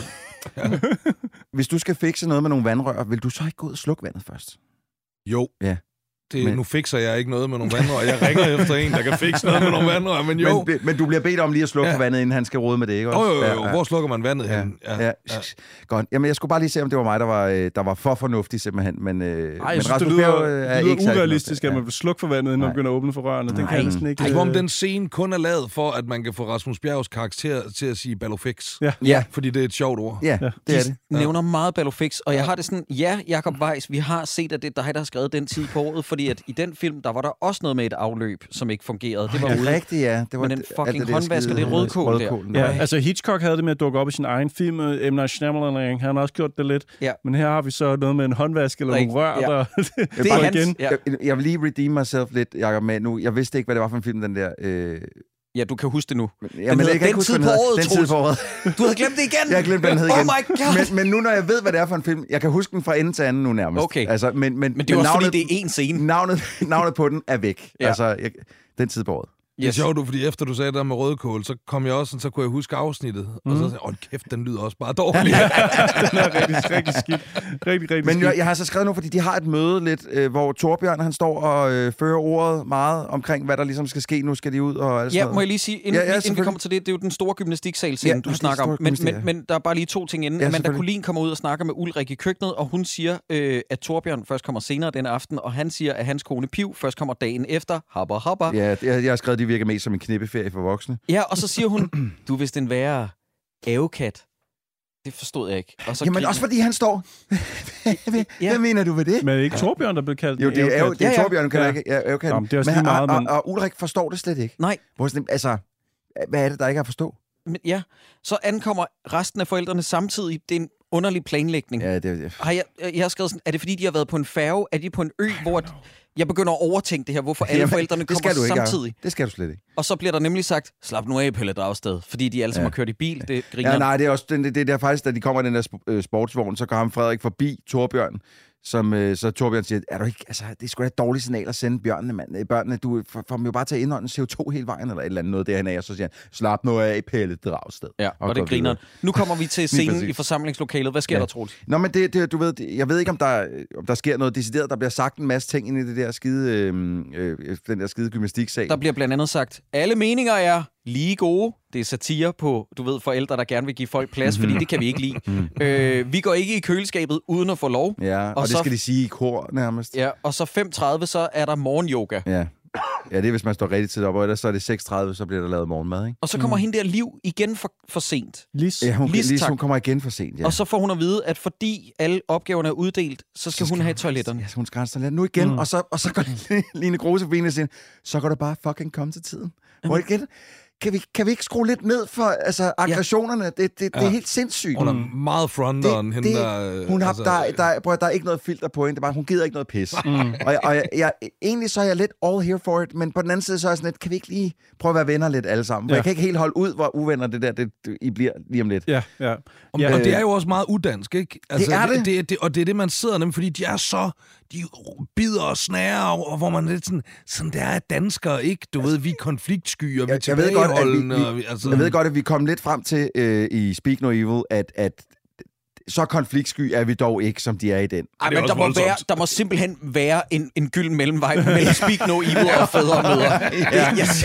hvis du skal fikse noget med nogle vandrør, vil du så ikke gå ud og slukke vandet først?
Jo.
Ja.
Det, men... Nu fikser jeg ikke noget med nogle vandrør. Jeg ringer efter en, der kan fikse noget med nogle vandrør, men jo.
Men, men du bliver bedt om lige at slukke ja. for vandet, inden han skal rode med det, ikke også?
Jo, jo, jo. jo. Hvor slukker man vandet
ja.
hen?
Ja. Ja. Ja. Godt. Jamen, jeg skulle bare lige se, om det var mig, der var, der var for fornuftig simpelthen. Men,
Ej, jeg
men
synes, det lyder, er det lyder ikke urealistisk, at man vil slukke for vandet, inden man begynder at åbne for rørene. Den kan jeg næsten ikke...
Ej, om den scene kun er lavet for, at man kan få Rasmus Bjergs karakter til at sige ballofix.
Ja.
ja.
Fordi det er et sjovt ord.
Ja, det er det.
De nævner meget ballofix, og jeg har det sådan, ja, Jacob Weiss, vi har set, at det er dig, der har skrevet den tid på året, fordi at i den film, der var der også noget med et afløb, som ikke fungerede. Det var
ja, ude. Rigtigt, ja. Det var
men den fucking håndvask og det rødkål der.
Ja, altså Hitchcock havde det med at dukke op i sin egen film, M. Night Shyamalan, han har også gjort det lidt. Ja. Men her har vi så noget med en håndvask eller nogle rør, ja. der...
det er hans, igen. Ja. Jeg, jeg vil lige redeem myself lidt, Jacob, med nu. Jeg vidste ikke, hvad det var for en film, den der... Øh...
Ja, du kan huske det nu.
Ja, den men hedder Den tid på året, Den tid på året.
Du havde glemt det igen?
Jeg har glemt, hvad den hed igen.
Oh my god!
Men, men nu, når jeg ved, hvad det er for en film, jeg kan huske den fra ende til anden nu nærmest.
Okay.
Altså, men, men,
men det er også navnet, fordi, det er én scene.
Navnet, navnet på den er væk. Ja. Altså, jeg, Den tid på året.
Yes. Det er sjovt, du, fordi efter du sagde det med rødkål, så kom jeg også, så kunne jeg huske afsnittet. Mm. Og så sagde jeg, åh kæft, den lyder også bare dårlig.
Ja, den er rigtig, rigtig skidt. Rigtig, rigtig
Men
skidt.
Jeg, jeg har så skrevet nu, fordi de har et møde lidt, øh, hvor Torbjørn, han står og øh, fører ordet meget omkring, hvad der ligesom skal ske. Nu skal de ud og alt
Ja,
sådan
må jeg lige sige, inden, ja, ja, inden vi kommer til det, det er jo den store gymnastiksal-scene, ja, du snakker om. Men, men, men der er bare lige to ting inden. Ja, Amanda Collin kommer ud og snakker med Ulrik i køkkenet, og hun siger, øh, at Torbjørn først kommer senere den aften, og han siger, at hans kone Piv først kommer dagen efter. Hopper, hopper.
Ja, jeg, jeg har skrevet, de virker mest som en knippeferie for voksne.
Ja, og så siger hun, du er vist en værre ævekat. Det forstod jeg ikke. Og så
Jamen griner. Også fordi han står... hvad, ja. hvad mener du ved det?
Men er det ikke Torbjørn, der blev kaldt
Jo, det er, jo, det er ja, ja. Torbjørn, kan ja. ikke... Ja, jo, kan.
Jamen, det er også
men,
meget,
og,
men...
og, og Ulrik forstår det slet ikke.
Nej.
Hvor, altså, hvad er det, der ikke er at forstå?
Men, ja, så ankommer resten af forældrene samtidig. Det er en underlig planlægning.
Ja, det er det.
Har jeg, jeg har skrevet sådan, er det fordi, de har været på en færge? Er de på en ø, hvor... Jeg begynder at overtænke det her, hvorfor alle forældrene kommer samtidig.
Ikke, det skal du slet ikke.
Og så bliver der nemlig sagt, slap nu af, Pelle Dragsted, fordi de alle sammen ja. har kørt i bil. Det griner.
Ja, nej, det er også det, det er der faktisk, da de kommer i den der sportsvogn, så går ham Frederik forbi Torbjørn, som øh, så Torbjørn siger, er du ikke, altså, det er sgu da et dårligt signal at sende børnene, mand. Børnene, du får dem jo bare til at indånde C O to hele vejen, eller et eller andet noget derhen af, og så siger han, slap nu af, Pelle Dragsted.
Ja, og, og det griner. Nu kommer vi til scenen i forsamlingslokalet. Hvad sker ja. der, Troels?
Nå, men det, det, du ved, jeg ved ikke, om der, om der sker noget decideret. Der bliver sagt en masse ting ind i det der skide, øh, øh, den der skide gymnastiksal.
Der bliver blandt andet sagt, alle meninger er lige gode. Det er satire på, du ved, forældre, der gerne vil give folk plads, fordi det kan vi ikke lide. øh, vi går ikke i køleskabet uden at få lov.
Ja, og, og det så, skal de sige i kor nærmest.
Ja, og så fem tredive, så er der morgenyoga.
Ja. Ja, det er, hvis man står rigtig tid op, og ellers så er det seks tredive, så bliver der lavet morgenmad, ikke?
Og så kommer mm. hende der Liv igen for, for sent.
Lis.
Ja, hun,
Lis,
Lis, hun kommer igen for sent, ja.
Og så får hun at vide, at fordi alle opgaverne er uddelt, så skal, så skal hun have toiletterne.
Ja, så hun skal have toiletterne nu igen, mm. og, så, og så går Line Kruse på en og siger, så går der bare fucking komme til tiden. Hvor igen... Kan vi, kan vi ikke skrue lidt ned for altså, aggressionerne? Ja. Det, det, det ja. er helt sindssygt.
Hun er meget fronteren.
Det, det,
der,
hun har, altså, der, der, der, der er ikke noget filter på hende. Det er bare, hun gider ikke noget pis. Mm. og og jeg, jeg, egentlig så er jeg lidt all here for it, men på den anden side så er jeg sådan lidt, kan vi ikke lige prøve at være venner lidt alle sammen? Ja. Jeg kan ikke helt holde ud, hvor uvenner det der, det, det, I bliver lige om lidt.
Ja, ja.
Og, ja. og det er jo også meget udansk, ikke? Altså,
det er det.
det, det, det. Og det er det, man sidder nemlig, fordi de er så... De bider og snærer, og hvor man er lidt sådan, sådan der er danskere, ikke? Du ved, vi er konfliktsky, og vi er tilbageholdende.
Jeg, vi, vi, altså. jeg ved godt, at vi kom lidt frem til øh, i Speak No Evil, at, at så konfliktsky er vi dog ikke, som de er i den.
Ej, men der må, være, der må simpelthen være en, en gylden mellemvej mellem Speak No Evil og fædremøder. Ja. Yes.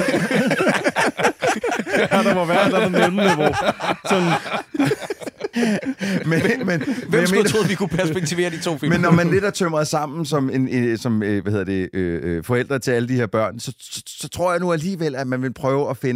Ja, der må være der er mellemniveau. Sådan...
men, men,
Hvem skulle tro, at vi kunne perspektivere de to film?
Men når man lidt er tømret sammen som, en, som hvad hedder det, øh, forældre til alle de her børn, så, så, så tror jeg nu alligevel, at man vil prøve at finde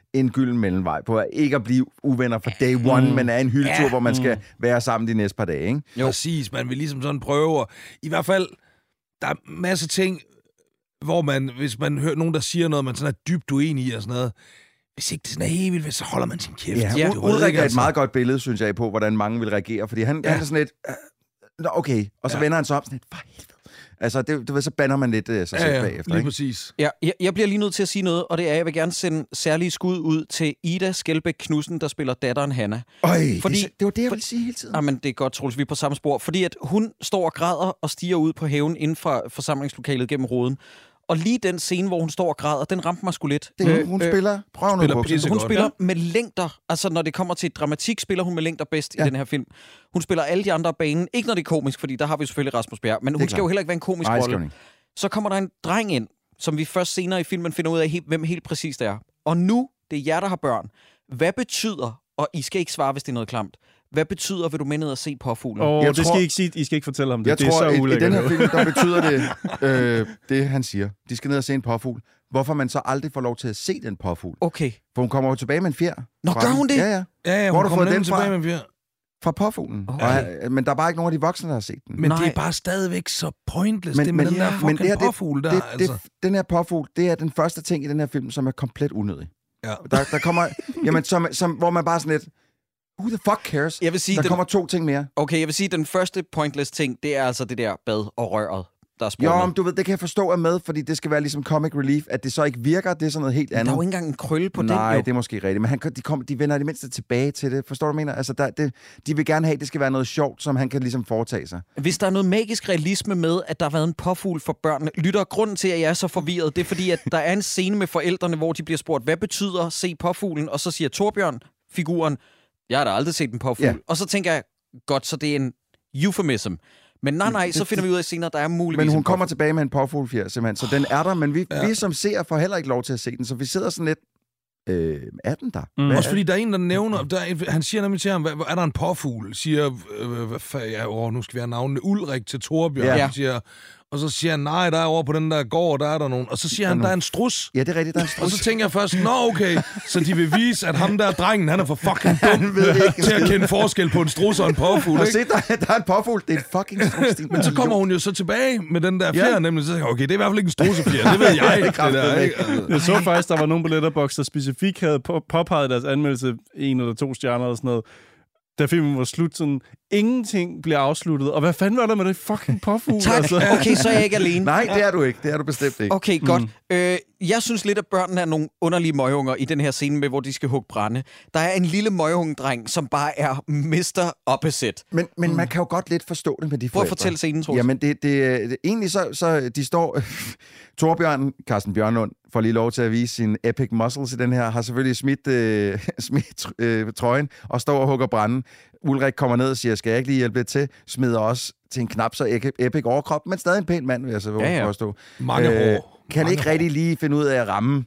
en gylden mellemvej, på at ikke at blive uvenner fra day one, mm. men er en hyldetur, ja. hvor man skal være sammen de næste par dage, ikke?
Jo. Præcis, man vil ligesom sådan prøve, og i hvert fald, der er masser ting, hvor man, hvis man hører nogen, der siger noget, man sådan er dybt uenig i og sådan noget, hvis ikke det sådan er helt vildt, så holder man sin kæft.
Ja, ja. Ulrik er et meget godt billede, synes jeg, på, hvordan mange vil reagere, fordi han, ja. han er sådan lidt, uh, okay, og så ja. vender han sig op sådan lidt, for helvede. Altså, det, du ved, så bander man lidt uh, sig selv ja, ja, bagefter,
lige
ikke?
præcis.
Ja, jeg, jeg bliver lige nødt til at sige noget, og det er, at jeg vil gerne sende særlige skud ud til Ida Skelbæk Knudsen, der spiller datteren Hanna.
Øj, fordi, det, det var det, jeg ville sige hele tiden.
Jamen, det er godt, Troels, vi er på samme spor. Fordi at hun står og græder og stiger ud på haven inden for forsamlingslokalet gennem roden. Og lige den scene, hvor hun står og græder, den ramte mig sgu lidt.
Det, øh, hun spiller, prøv nu på.
Hun spiller ja. med længder. Altså, når det kommer til dramatik, spiller hun med længder bedst ja. i den her film. Hun spiller alle de andre af banen. Ikke når det er komisk, fordi der har vi selvfølgelig Rasmus Bjerg. Men hun skal jo heller ikke være en komisk rolle. Så kommer der en dreng ind, som vi først senere i filmen finder ud af, hvem helt præcis det er. Og nu, det er jer, der har børn. Hvad betyder, og I skal ikke svare, hvis det er noget klamt, hvad betyder, vil du med ned og se Påfuglen?
Åh, oh, det skal I ikke sige. I skal ikke fortælle om det.
Jeg
det
tror,
er så
ulækkert. I den her film, der betyder det, øh, det han siger. De skal ned og se en påfugl. Hvorfor man så aldrig får lov til at se den påfugl.
Okay.
For hun kommer jo tilbage med en fjer.
Nå, gør hun det?
Ja, ja.
ja, ja
Hvor har du fået den fra?
Tilbage med en fjer.
Fra påfuglen.
Okay.
Og, men der er bare ikke nogen af de voksne, der har set den.
Men
Nej.
det er bare stadigvæk så pointless, men, det med
men,
den der fucking
det her,
påfugl der.
Det,
altså.
det, den her påfugl, det er den første ting i den her film, som er komplet unødig.
Ja.
Der, der kommer, jamen, som, som, hvor man bare sådan lidt, who the fuck cares?
Jeg vil sige,
der
den,
kommer to ting mere.
Okay, jeg vil sige, at den første pointless ting, det er altså det der bad og røret, der er
Jo, men du ved, det kan jeg forstå er med, fordi det skal være ligesom comic relief, at det så ikke virker, det er sådan noget helt andet.
Der er jo ikke engang en krølle på
Nej,
den,
Nej, det er måske rigtigt, men han, de, kom, de vender det mindste tilbage til det. Forstår du, hvad jeg mener? Altså, der, det, de vil gerne have, at det skal være noget sjovt, som han kan ligesom foretage sig.
Hvis der er noget magisk realisme med, at der har været en påfugl for børnene, lytter grunden til, at jeg er så forvirret, det er fordi, at der er en scene med forældrene, hvor de bliver spurgt, hvad betyder se påfuglen? Og så siger Torbjørn, figuren, jeg har da aldrig set en påfugl. Ja. Og så tænker jeg, godt, så det er en euphemism. Men nej, nej, så finder vi ud af senere, der er muligvis.
Men hun kommer tilbage med en påfuglfjer, simpelthen. Så den er der, men vi, ja. vi som ser får heller ikke lov til at se den. Så vi sidder sådan lidt, øh, er den der?
Mm. Også fordi der er en, der nævner, der er, han siger nemlig til ham, er der en påfugl? Siger, øh, hvad, ja, åh, nu skal vi have navnene, Ulrik til Torbjørn. Ja. Siger, og så siger han, nej, der er over på den der gård, der er der nogen. Og så siger han, der er en strus.
Ja, det er rigtigt, der er en strus.
Og så tænker jeg først, nå okay, så de vil vise, at ham der drengen, han er for fucking dum til at kende forskel på en strus og en påfugl.
Og se, der, der er en påfugl, det er en fucking strus.
Men så kommer hun jo så tilbage med den der fjer, ja. nemlig, så tænker jeg, okay, det er i hvert fald ikke en strussefjer, det ved jeg ikke. Det der, ikke? Altså.
Jeg så faktisk, der var nogen på Letterboxd, der specifikt havde påpeget deres anmeldelse, en eller to stjerner eller sådan noget, da filmen var slut, sådan, ingenting bliver afsluttet. Og hvad fanden var der med det fucking påfugl?
Tak. Altså? Okay, så er jeg ikke alene.
Nej, det er du ikke. Det er du bestemt ikke.
Okay, godt. Mm. Øh, jeg synes lidt, at børnene er nogle underlige møgunger i den her scene med, hvor de skal hugge brænde. Der er en lille møgungedreng, som bare er mister Opposite.
Men, men mm. man kan jo godt lidt forstå det med de forældre.
Prøv at fortælle scenen, Troels.
Jamen, det, det, det, egentlig så, så de står... Torbjørn, Carsten Bjørnlund, får lige lov til at vise sin epic muscles i den her, har selvfølgelig smidt, øh, smidt øh, trøjen og står og hugger branden. Ulrik kommer ned og siger, skal jeg ikke lige hjælpe lidt til? Smider også til en knap så epic overkrop, men stadig en pæn mand, vil jeg så ja, ja. påstå.
Mange øh, hår.
Kan
Mange
ikke
hår.
rigtig lige finde ud af at ramme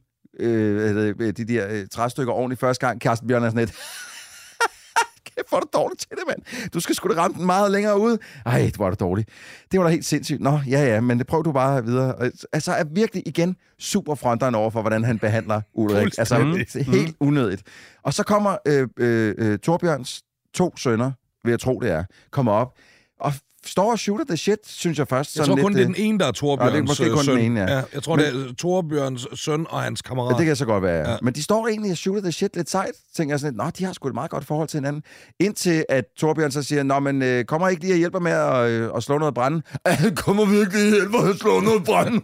øh, de der øh, træstykker ordentligt første gang. Carsten Bjørn er sådan lidt... Kæft, hvor er du dårligt til det, mand. Du skal sgu da ramme den meget længere ud. Ej, hvor er du dårligt. Det var da helt sindssygt. Nå, ja, ja, men det prøv du bare videre. Altså, er virkelig igen super fronteren over for, hvordan han behandler Ulrik. Altså, det er helt unødigt. Og så kommer øh, øh, Torbjørns to sønner, vil jeg tro det er, kommer op og står og shooter the shit, synes jeg først.
Jeg tror kun,
lidt,
det er den ene, der er Torbjørns
ja, det er måske kun
søn.
Den ene, ja.
Ja, jeg tror, men, det er Torbjørns søn og hans kammerat.
Ja, det kan så godt være,
ja.
Men de står egentlig og shooter the shit lidt sejt. Tænker jeg sådan lidt, nå, de har sgu et meget godt forhold til hinanden. Indtil at Torbjørn så siger, nå, men øh, kommer ikke lige og hjælper med at, øh, at slå noget brænde? Øh, kommer virkelig og hjælper at slå noget brænde?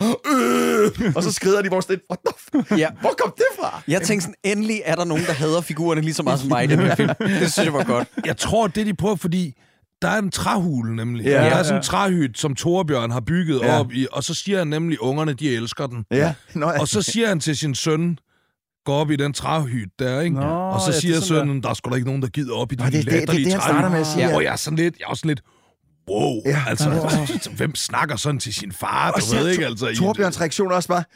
Øh. Og så skrider de vores lidt, what the f- ja. Hvor kom det fra?
Jeg tænkte sådan, endelig er der nogen, der hader figurerne lige så meget som mig i den her film. Det synes jeg var godt.
Jeg tror, det de prøver, fordi... Der er en træhule, nemlig.
Ja,
der er
ja.
sådan en træhyt, som Torbjørn har bygget ja. op i, og så siger han nemlig, ungerne, de elsker den.
Ja. Nå, ja.
Og så siger han til sin søn, gå op i den træhyt der, ikke?
Nå,
og så
ja,
siger sønnen, der er sgu da ikke nogen, der gider op i de
Nå, det, det, det, det, det, han starter med at sige.
Og jeg er sådan lidt, jeg er også sådan lidt, wow, ja, altså, ja. Hvem snakker sådan til sin far, du ved ikke, altså.
Torbjørns reaktion også bare,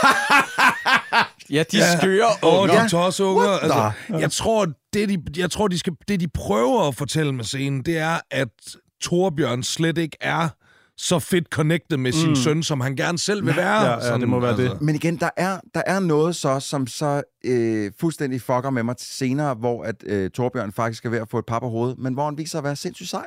ja, de ja. skøre
unger. De tosseunger. Altså, jeg tror, det de, jeg tror de skal, det de prøver at fortælle med scenen, det er, at Torbjørn slet ikke er så fedt connectet med sin mm. søn, som han gerne selv vil være.
Ja, ja,
sådan,
det må være
altså.
det.
Men igen, der er, der er noget så, som så øh, fuldstændig fucker med mig senere, hvor at øh, Torbjørn faktisk er ved at få et par på hovedet, men hvor han viser at være sindssygt sej.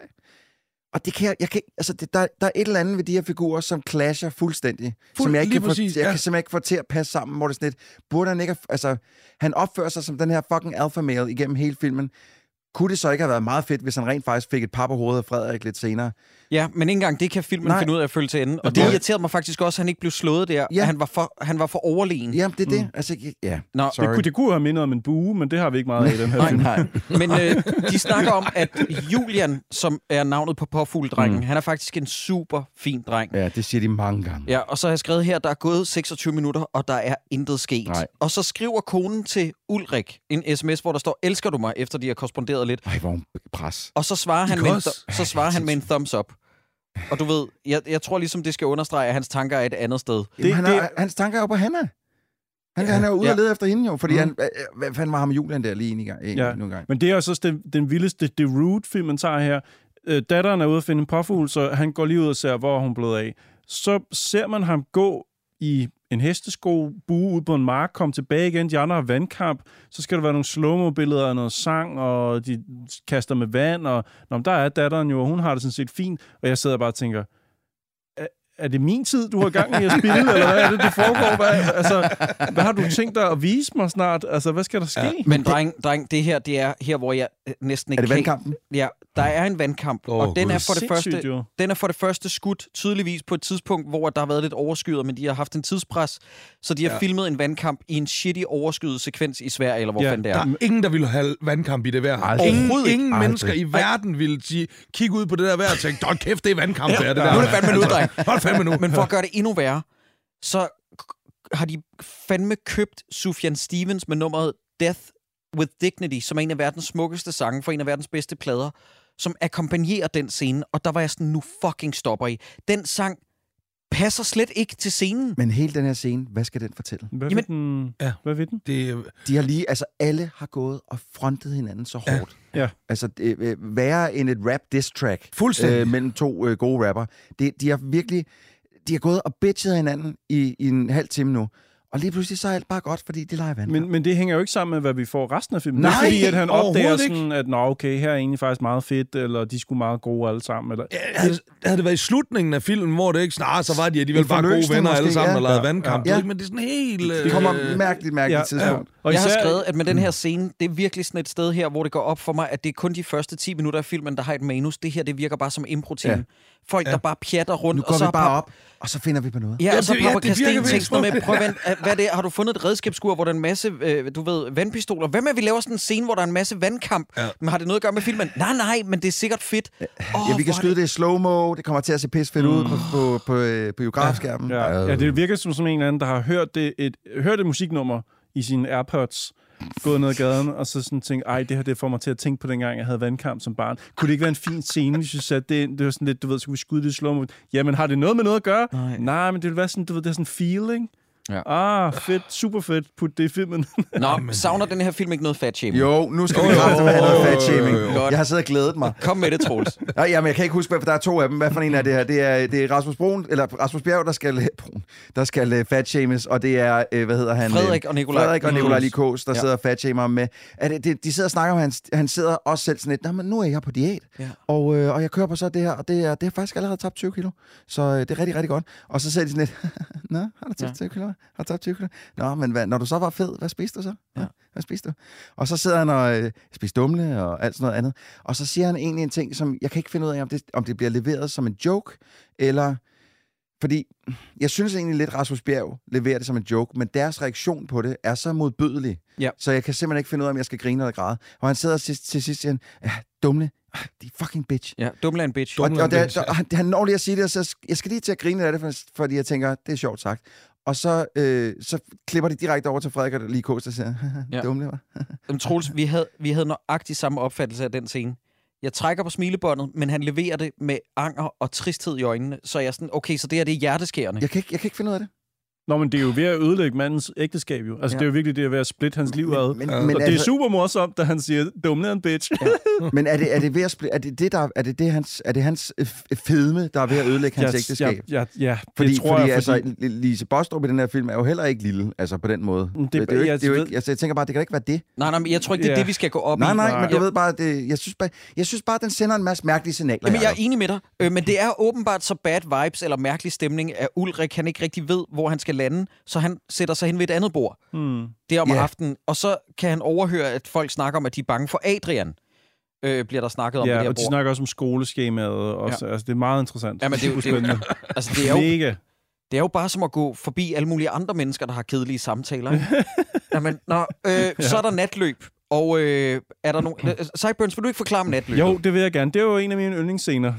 Og det kan jeg, jeg kan, altså det, der, der er et eller andet ved de her figurer, som clasher fuldstændig, Fuld, som jeg ikke kan,
præcis,
få, jeg
ja.
kan simpelthen ikke få til at passe sammen, hvor det er sådan lidt, burde han ikke, altså, han opfører sig som den her fucking alpha male igennem hele filmen. Kunne det så ikke have været meget fedt, hvis han rent faktisk fik et par på hovedet af Frederik lidt senere?
Ja, men ikke engang det kan filmen
Nej.
finde ud af at følge til enden. Og det irriterede mig faktisk også, at han ikke blev slået der.
Ja.
Han var for, han var for overlegen.
Ja, det er det. Mm. Altså, ja,
Nå,
Det kunne, det kunne have mindet om en bue, men det har vi ikke meget af i den her film.
nej.
Men øh, de snakker om, at Julian, som er navnet på påfugledrengen, mm. han er faktisk en super fin dreng.
Ja, det siger de mange gange.
Ja, og så har jeg skrevet her, der er gået seksogtyve minutter, og der er intet sket.
Nej.
Og så skriver konen til Ulrik en sms, hvor der står, elsker du mig, efter de har korresponderet lidt.
Ej, hvor en pres.
Og så svarer han, med en,
Because.
th- så svarer han med en thumbs up. Og du ved, jeg, jeg tror ligesom, det skal understrege, at hans tanker er et andet sted.
Jamen, han
det-
er, hans tanker er jo på Hanna. Han, ja. han er jo ude
Ja.
og lede efter hende jo, fordi
Mm.
han, øh, hvad fanden var ham Julian der lige en gang? En,
Ja.
en gang.
Men det er også den, den vildeste The Root-filmen tager her. Øh, datteren er ude at finde en påfugl, så han går lige ud og ser, hvor hun er blevet af. Så ser man ham gå i en hestesko, bue ud på en mark, komme tilbage igen, de andre har vandkamp, så skal der være nogle slow-mo-billeder og noget sang, og de kaster med vand, og nå, der er datteren jo, og hun har det sådan set fint, og jeg sidder bare og tænker, er, er det min tid, du har gang i at spille, eller hvad er det, det foregår? Hvad, altså, hvad har du tænkt dig at vise mig snart? Altså, hvad skal der ske?
Ja. Men dreng, dreng, det her, det er her, hvor jeg øh, næsten ikke
Er det
kan...
vandkampen?
Ja, der er en vandkamp,
Åh,
og den
Gud.
er, for det
Sindssygt,
første,
jo.
den er for det første skudt tydeligvis på et tidspunkt, hvor der har været lidt overskyet, men de har haft en tidspres, så de har ja. filmet en vandkamp i en shitty overskyet sekvens i Sverige, eller hvor
Ja,
fanden det
Der
er.
er ingen, der ville have vandkamp i det vejr.
Aldrig.
Ingen,
Overhovedet
ingen
ikke.
mennesker
Aldrig.
i verden ville sige, kigge ud på det der vejr og tænke, hold kæft, det er vandkamp, det er det der.
Nu er det fandme nu, dreng.
Hold fandme nu.
Men for at gøre det endnu værre, så k- har de fandme købt Sufjan Stevens med nummeret Death with Dignity, som er en af verdens smukkeste sange for en af verdens bedste plader, som akkompagnerer den scene, og der var jeg sådan, nu fucking stopper I. Den sang passer slet ikke til scenen.
Men hele den her scene, hvad skal den fortælle?
Hvad
Jamen-
vil den?
Ja.
Hvad vil den?
Det,
De har lige, altså alle har gået og frontet hinanden så hårdt.
Ja.
Altså det, øh, værre end et rap diss track
Fuldstændig.
øh, mellem to øh, gode rapper. Det, de har virkelig, de har gået og bitchet hinanden i, i en halv time nu. Og lige pludselig så er alt bare godt, fordi de leger vand.
Men, men det hænger jo ikke sammen med, hvad vi får resten af filmen.
Nej,
det er fordi, at han opdager
overhovedet
sådan, at nå, okay, her er egentlig faktisk meget fedt, eller de skulle meget gode alle sammen. Eller...
Ja, havde, havde det været i slutningen af filmen, hvor det ikke snart, så var de alligevel
I
bare gode
forløsning
venner
måske,
alle sammen
ja.
og lavede
Ja.
vandkamp.
Ja.
Ja. Men det er sådan helt...
det kommer
øh,
mærkeligt, mærkeligt
Ja,
tidspunkt.
Og
Jeg har
især-
skrevet, at med den her scene, det er virkelig sådan et sted her, hvor det går op for mig, at det er kun de første ti minutter af filmen, der har et manus. Det her, det virker bare som impro-team.
Ja.
Folk, der bare pjatter rundt.
Nu går
og så
vi
har
bare
pap-
op, og så finder vi på noget.
Ja,
Ja,
og så
det-
har
ja,
Papa
det virker
Kasten
virkelig
tænkt noget med,
som-
prøv at vente, hvad er det? Har du fundet et redskabsskur, hvor der er en masse, øh, du ved, vandpistoler? Hvem er vi laver sådan en scene, hvor der er en masse vandkamp?
Ja.
Men har det noget at gøre med filmen? Nej, nej, men det er sikkert fedt. Oh,
Ja, vi kan skyde det i slow-mo, det kommer til at se pis fedt ud på, på, på, øh, på biografskærmen.
Ja, ja, det virker som, som en eller anden, der har hørt det, et, hørt et musiknummer i sine AirPods, gået ned ad gaden, og så sådan tænkt, ej, det her det får mig til at tænke på dengang, jeg havde vandkamp som barn. Kunne det ikke være en fin scene, hvis jeg satte det ind? Det var sådan lidt, du ved, skulle vi skyde det i slow-mo? Jamen, har det noget med noget at gøre?
Nej.
Nej, men det vil være sådan, du ved, det er sådan en feeling.
Ja.
Ah, fedt, super fedt, put det i filmen.
Nå, savner den her film ikke noget fat shaming?
Jo, nu skal vi kraftigt have noget fat shaming.
Godt.
Jeg har siddet og glædet mig.
Kom med det, Troels.
Nej, jamen, jeg kan ikke huske, hvad, for der er to af dem. Hvad for en er det her? Det er, det er Rasmus Brun, eller Rasmus Bjerg, der skal, Brun, der skal uh, fatshames, og det er, uh, hvad hedder han?
Frederik og Nikolaj.
Frederik og Nikolaj Likos, der
Ja.
sidder og fatshamer ham med. Er det, det, de sidder og snakker om, han, han sidder også selv sådan lidt, "Nå, men nu er jeg på diæt,
Ja.
og, øh, og jeg kører på så det her, og det er, det er faktisk allerede tabt tyve kilo, så øh, det er rigtig, rigtig godt. Og så siger de sådan lidt, nå, har du tabt
Ja.
tyve kilo? Har du tabt tyve kilo? Nå, men hvad, når du så var fed, hvad spiste du så? Ja.
Ja.
Hvad spiste du? Og så sidder han og øh, spiser dumle og alt sådan noget andet. Og så siger han egentlig en ting, som jeg kan ikke finde ud af, om det, om det bliver leveret som en joke, eller... Fordi jeg synes egentlig lidt, Rasmus Bjerg leverer det som en joke, men deres reaktion på det er så modbydelig.
Ja.
Så jeg kan simpelthen ikke finde ud af, om jeg skal grine eller græde. Og han sidder til, til sidst siger han, ja, dumle, ah, de er fucking bitch.
Ja, dumle en bitch.
Og,
Dumle
og
er en
det,
bitch,
der, han, han når lige at sige det, og så jeg skal lige til at grine af det, for, fordi jeg tænker, det er sjovt sagt. Og så, øh, så klipper de direkte over til Frederik og Likos, der siger,
Ja.
dumle, var.
Jamen, Troels, vi havde, vi havde nøjagtigt samme opfattelse af den scene. Jeg trækker på smilebåndet, men han leverer det med anger og tristhed i øjnene. Så jeg er sådan, okay, så det her det er hjerteskærende.
Jeg kan ikke, jeg kan ikke finde ud af det.
Nå, men det er jo ved at ødelægge mandens ægteskab jo. Altså, ja. Det er jo virkelig det at ved at splitte hans liv ad.
Men,
ja.
men,
og det er super morsomt, da han siger, dumne en bitch. Ja.
Men er det, er det ved at splitte, er det det, der, er det det hans, er det hans fedme, der er ved at ødelægge hans
ja,
ægteskab?
Ja, ja, ja
fordi,
det tror
fordi,
jeg,
altså,
fordi...
Lise Bostrup i den her film er jo heller ikke lille, altså på den måde. Det, det, er jo ikke, det er jo ikke, altså, jeg tænker bare, det kan ikke være det.
Nej, nej, men jeg tror ikke, det er
ja.
det, vi skal gå op
nej,
i.
Nej, nej, men du
jeg...
ved bare, det, jeg, synes bare, jeg synes bare, den sender en masse mærkelige signaler.
Jamen, jeg er enig med dig, øh, men det er åbenbart så bad vibes eller mærkelig stemning, at Ulrik han ikke rigtig ved, hvor han skal lande, så han sætter sig hen ved et andet bord. Hmm. Det er om yeah. aftenen, og så kan han overhøre, at folk snakker om, at de er bange for Adrian. Øh, bliver der snakket om
ja,
det her
og
bord.
de snakker også om skoleskemaet. Også. Ja. Altså, det er meget interessant.
Ja, men det er jo, det er jo, altså, det er jo,
mega.
Det er jo bare som at gå forbi alle mulige andre mennesker, der har kedelige samtaler. Jamen, nå, øh, ja. Så er der natløb. Og øh, er der nogen... Sideburns, vil du ikke forklare om natløbet?
Jo, det vil jeg gerne. Det er jo en af mine yndlingsscener.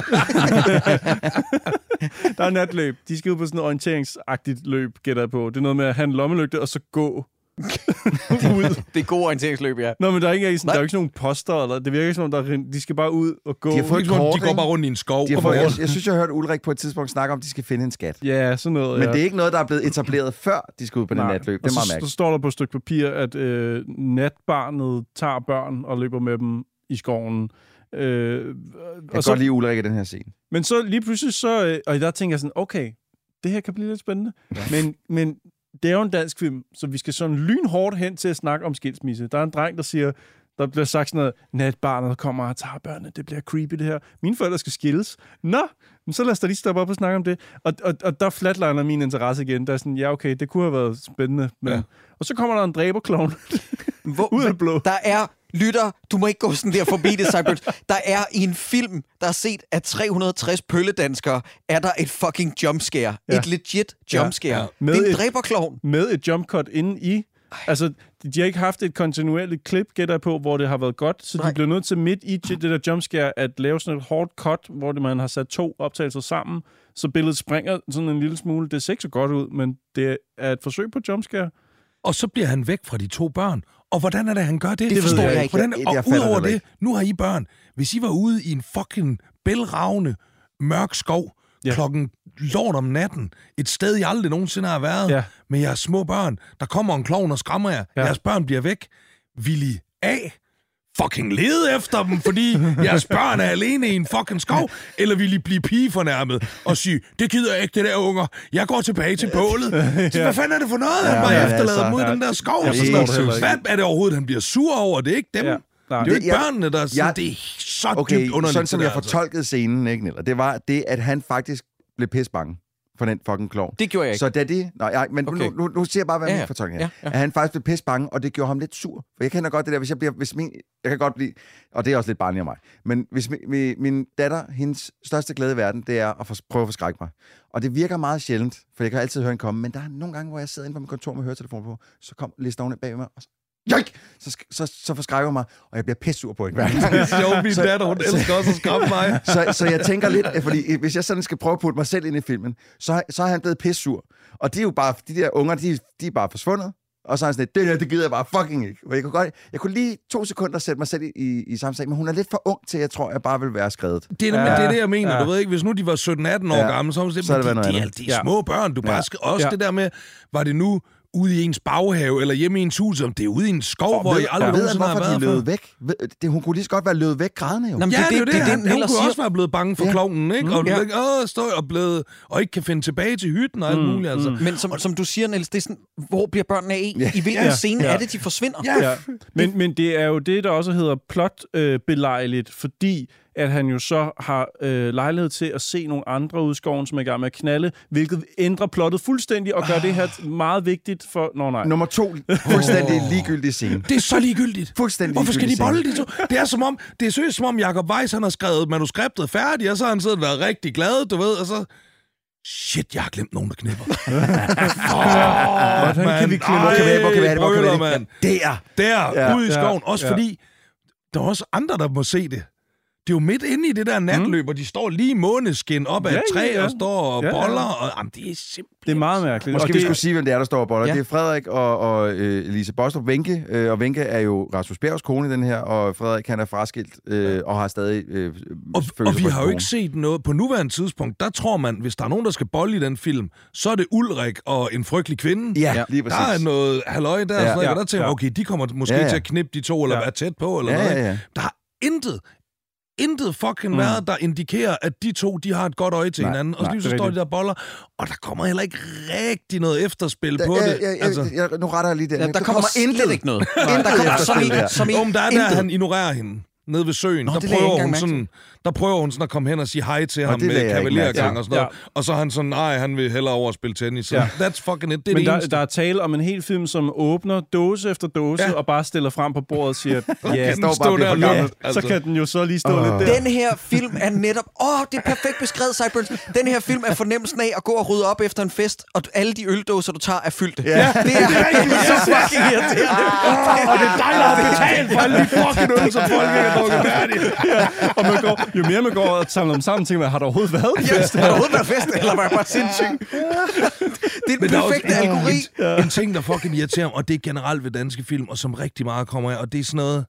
Der er natløb. De skal ud på sådan et orienteringsagtigt løb, gætter jeg på. Det er noget med at have en lommelygte, og så gå ud.
Det er god orienteringsløb, ja.
Nå, men der er ikke, sådan, der er ikke sådan nogle poster, eller det virker som om, der, de skal bare ud og gå.
De, har fået kort,
de går bare rundt i en skov.
De fået, jeg, jeg synes, jeg har hørt Ulrik på et tidspunkt snakke om, at de skal finde en skat.
Ja, sådan noget,
Men
ja.
det er ikke noget, der er blevet etableret, før de skal ud på den natløb. Det er meget mærkeligt.
Så står der på et stykke papir, at øh, natbarnet tager børn og løber med dem i skoven. Øh,
jeg
kan
godt så, lide Ulrik i den her scene.
Men så lige pludselig, så, øh, og der tænker jeg sådan, okay, det her kan blive lidt spændende. Ja. Men, men det er jo en dansk film, så vi skal sådan lynhårdt hen til at snakke om skilsmisse. Der er en dreng, der siger, der bliver sagt sådan noget, natbarnet kommer og tager børnene, det bliver creepy det her. Mine forældre skal skilles. Nå, men så lad os da lige stoppe op og snakke om det. Og, og, og der flatliner min interesse igen. Der er sådan, ja okay, det kunne have været spændende. Men... Ja. Og så kommer der en dræberklovn ud af blå.
Der er, lytter, du må ikke gå sådan der forbi det, Cyber. Der er i en film, der er set af tre hundrede og tres pølledanskere, er der et fucking jumpscare. Ja. Et legit jumpscare. Ja. Ja. Det er en dræberklovn.
Med et jumpcut inde i... Altså, de har ikke haft et kontinuerligt klip, gætter på, hvor det har været godt, så Nej. de bliver nødt til midt i det der jumpscare at lave sådan et hårdt cut, hvor man har sat to optagelser sammen, så billedet springer sådan en lille smule. Det ser ikke så godt ud, men det er et forsøg på jumpscare.
Og så bliver han væk fra de to børn. Og hvordan er det, han gør det?
Det, det forstår jeg, jeg ikke.
Hvordan, og udover det, nu har I børn. Hvis I var ude i en fucking bælragende, mørk skov, ja. klokken lort om natten, et sted, I aldrig nogensinde har været, ja. med jeres små børn, der kommer en klovn og skræmmer jer, ja. jeres børn bliver væk, vil I A, fucking lede efter dem, fordi jeres børn er alene i en fucking skov, eller vil I blive pigefornærmet og sige, det gider jeg ikke, det der unger, jeg går tilbage til bålet. Så hvad fanden er det for noget, ja, han bare ja, efterlader ja, dem ud i ja. den der skov? Ja, så hvad er det overhovedet, han bliver sur over? Det er ikke dem. Ja. Nej. Det er jo ikke børnene, der sådan, ja, det er så
okay,
dybt underligt.
Sådan som jeg
altså.
fortolkede scenen, ikke, Niller, det var det, at han faktisk blev pissebange for den fucking klovn.
Det gjorde jeg ikke.
Så da de... Nej, ja, men okay. nu, nu, nu siger jeg bare, hvad ja, ja. min fortolkning er. Ja, ja. At han faktisk blev pissebange, og det gjorde ham lidt sur. For jeg kender godt det der, hvis jeg bliver... Hvis min, jeg kan godt blive... Og det er også lidt barnlig af mig. Men hvis min, min, min datter, hendes største glæde i verden, det er at for, prøve at forskrække mig. Og det virker meget sjældent, for jeg kan altid høre hende komme. Men der er nogle gange, hvor jeg sidder inde på mit kontor med høretelefonen på, så kom lister hun bag mig, og så... Jøjk! Så, så, så forskrækker jeg mig, og jeg bliver pissur på hende hver gang.
Det er sjovt, min datter, hun elsker også at skræmme mig.
så, så jeg tænker lidt, fordi hvis jeg sådan skal prøve at putte mig selv ind i filmen, så, så er han blevet pissur. Og det er jo bare, de der unger, de, de er bare forsvundet. Og så er han sådan lidt, det der, det gider jeg bare fucking ikke. Jeg kunne, godt, jeg kunne lige to sekunder sætte mig selv i, i, i samme sag, men hun er lidt for ung til, jeg tror, jeg bare vil være skredet.
Det er, ja, det, er det, jeg mener. Ja. Du ved ikke, hvis nu de var sytten atten år ja. gamle, så var det, så det de, de, de, de er små børn. Du ja. bare skal også ja. det der med, var det nu ude i ens baghave, eller hjemme i ens hus, om det er ude i en skov, og hvor I aldrig nogensinde har været.
Ved hvorfor de lød væk? Det, hun kunne lige så godt være løbet væk grædende, jo.
Jamen, ja, det er det. det, det, det, det hun kunne siger... også være blevet bange for ja. klovnen, ikke? Og, ja. åh, stå, og, blevet, og ikke kan finde tilbage til hytten og alt mm, muligt. Altså.
Mm. Men som, som du siger, Niels, det er sådan, hvor bliver børnene af? Ja. I hvilken ja. scene ja. er det, de forsvinder?
Ja. Ja. Men, men det er jo det, der også hedder plotbelejligt, øh, fordi at han jo så har øh, lejlighed til at se nogle andre ude i skoven, som er i gang med at knalde, hvilket ændrer plottet fuldstændig og gør oh. det her meget vigtigt for... Nå, nej.
Nummer to, fuldstændig oh. ligegyldig scene.
Det er så ligegyldigt.
Fuldstændig
Hvorfor skal de
scene.
bolde de to? Det er som om, det er seriøst som om Jacob Weiss, han har skrevet manuskriptet færdigt, og så har han siddet og været rigtig glad, du ved, og så... Shit, jeg har glemt nogen, der knipper.
Hvordan kan vi klippe? Hvor kan vi have det? Hvor kan vi have det? Hvor kan vi have det?
Der! Der, ja. ude i skoven. Ja. Også ja. fordi, der er også andre, der må se det. det er jo midt inde i det der natløb, mm. og de står lige i måneskin op ad
ja,
et træ
ja, ja.
og står og
ja, ja.
boller. Og, jamen, det er simpelthen...
Det er meget mærkeligt.
Måske
og
vi
det...
skulle sige, hvem det er, der står og boller.
Ja.
Det er Frederik og, og øh, Lise Bostrup Wenche, øh, og Wenche er jo Rasmus Bjergs kone i den her, og Frederik, han er fraskilt øh, og har stadig øh,
Og, og vi har jo ikke set noget på nuværende tidspunkt. Der tror man, hvis der er nogen, der skal bolle i den film, så er det Ulrik og en frygtelig kvinde.
Ja, lige præcis.
Der er noget halløj der,
Ja.
ja. sådan,
Ja.
der tænker,
Ja.
okay, de kommer måske
Ja, ja.
til at knippe de to, eller
Ja.
være tæt på, eller
Ja,
noget.
ja,
ikke?
ja.
Der er intet, intet fucking
Mm.
været, der indikerer, at de to, de har et godt øje til
Nej,
hinanden. Og
nej,
så, så
det er
står de
rigtigt.
der boller, og der kommer heller ikke rigtig noget efterspil
Der,
på
jeg,
det.
jeg, jeg,
altså,
jeg, nu retter jeg lige den.
Ja, der kommer slet ikke noget.
Intet
Der kommer som i,
efterspil der.
som i
om der er der,
intet.
han ignorerer hende. Nede ved søen,
Nå,
der,
det lagde jeg
prøver
ikke
hun
engang
sådan, der prøver hun sådan at komme hen og sige hej til ham
det
med
lagde jeg ikke mærke til.
kavalergang og sådan noget.
Ja.
Og så er han sådan, nej, han vil hellere over at spille tennis. Så
Ja.
that's fucking it. Det er
Men
det
der,
eneste.
der er tale om en hel film, som åbner dåse efter dåse,
Ja.
og bare stiller frem på bordet og siger, ja,
Kan
står
den
bare og
stå
bliver
der
for
nu?
gammel.
Altså.
så kan den jo så lige stå
Åh.
lidt der.
Den her film er netop... Åh, oh, det er perfekt beskrevet, Sideburns. Den her film er fornemmelsen af at gå og rydde op efter en fest, og alle de øldåser, du tager, er fyldte.
Ja.
Det er, det er så fucking irriterende.
Og det er dig, der har betalt for alle de fucking øl, som folk ikke har drukket færdigt.
Og man går, jo mere man går og samler dem sammen, tænker man, har der overhovedet været en
Ja,
fest?
har der overhovedet været fest, eller var jeg bare sindssyg? Det er den
Men der er også
perfekte
en-
algori.
En, en ting, der fucking irriterer mig, og det er generelt ved danske film, og som rigtig meget kommer af, og det er sådan noget...